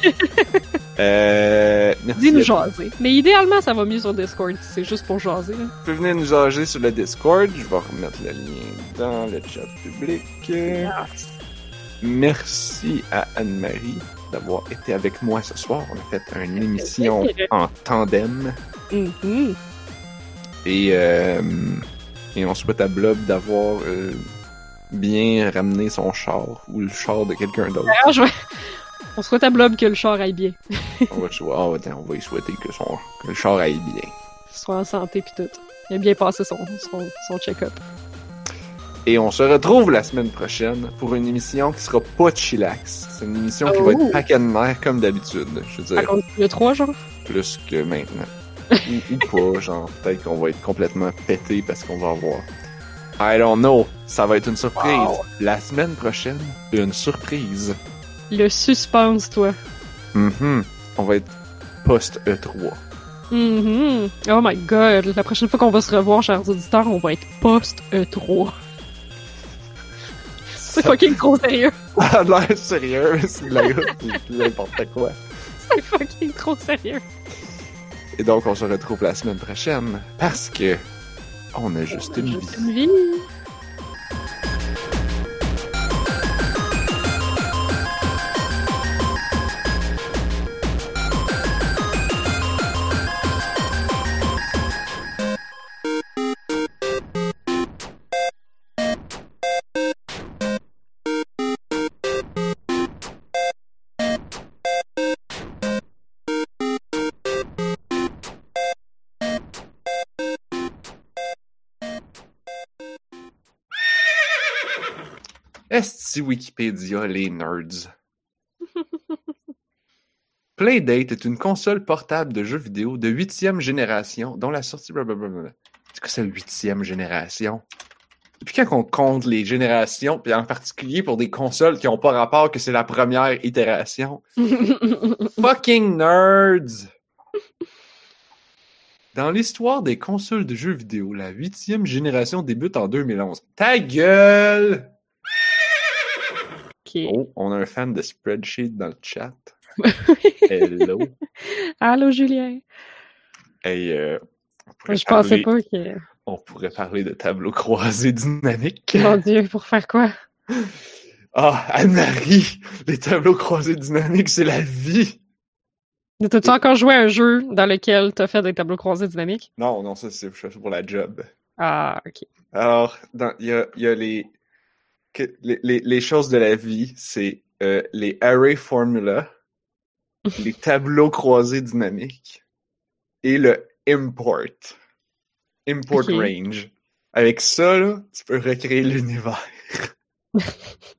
Speaker 2: euh, merci.
Speaker 1: Dis-nous jaser. Mais idéalement, ça va mieux sur Discord. C'est juste pour jaser. Là.
Speaker 2: Vous pouvez venir nous jaser sur le Discord. Je vais remettre le lien dans le chat public. Yes. Merci à Anne-Marie d'avoir été avec moi ce soir. On a fait une émission en tandem.
Speaker 1: Mm-hmm.
Speaker 2: Et, euh, et on souhaite à Blob d'avoir euh, bien ramené son char ou le char de quelqu'un d'autre.
Speaker 1: Alors, je vais... On souhaite à Blob que le char aille bien.
Speaker 2: on, va, oh, attends, on va y souhaiter que, son, que le char aille bien.
Speaker 1: Qu'il soit en santé pis tout. Il a bien passé son, son, son check-up.
Speaker 2: Et on se retrouve la semaine prochaine pour une émission qui sera pas chillax. C'est une émission qui
Speaker 1: oh.
Speaker 2: va être paquet de nerfs comme d'habitude. Je veux dire.
Speaker 1: Le trois, genre?
Speaker 2: Plus que maintenant. ou, ou pas, genre, peut-être qu'on va être complètement pété parce qu'on va avoir. I don't know. Ça va être une surprise. Wow. La semaine prochaine, une surprise.
Speaker 1: Le suspense, toi.
Speaker 2: Mm-hmm. On va être post-E trois.
Speaker 1: Mm-hmm. Oh my god. La prochaine fois qu'on va se revoir, chers auditeurs, on va être post-E trois. C'est ça... fucking trop sérieux.
Speaker 2: Ça a l'air sérieux, c'est la n'importe quoi.
Speaker 1: C'est fucking trop sérieux.
Speaker 2: Et donc, on se retrouve la semaine prochaine parce que on a juste une vie.
Speaker 1: Une vie.
Speaker 2: Est-ce Wikipédia, les nerds? Playdate est une console portable de jeux vidéo de huitième génération dont la sortie... C'est quoi cette huitième génération? Depuis quand on compte les générations, puis en particulier pour des consoles qui n'ont pas rapport que c'est la première itération? Fucking nerds! Dans l'histoire des consoles de jeux vidéo, la huitième génération débute en deux mille onze. Ta gueule!
Speaker 1: Okay.
Speaker 2: Oh, on a un fan de Spreadsheet dans le chat. Hello.
Speaker 1: Allô, Julien.
Speaker 2: Hey, euh,
Speaker 1: je pensais pas que...
Speaker 2: On pourrait parler de tableau croisé dynamique.
Speaker 1: Mon Dieu, pour faire quoi?
Speaker 2: Ah, Anne-Marie! Les tableaux croisés dynamiques, c'est la vie!
Speaker 1: T'as-tu encore joué à un jeu dans lequel t'as fait des tableaux croisés dynamiques?
Speaker 2: Non, non, ça c'est pour la job.
Speaker 1: Ah, ok.
Speaker 2: Alors, il y a, y a les, que, les, les, les choses de la vie, c'est euh, les array formula, les tableaux croisés dynamiques et le import. Import
Speaker 1: okay.
Speaker 2: range. Avec ça, là, tu peux recréer l'univers.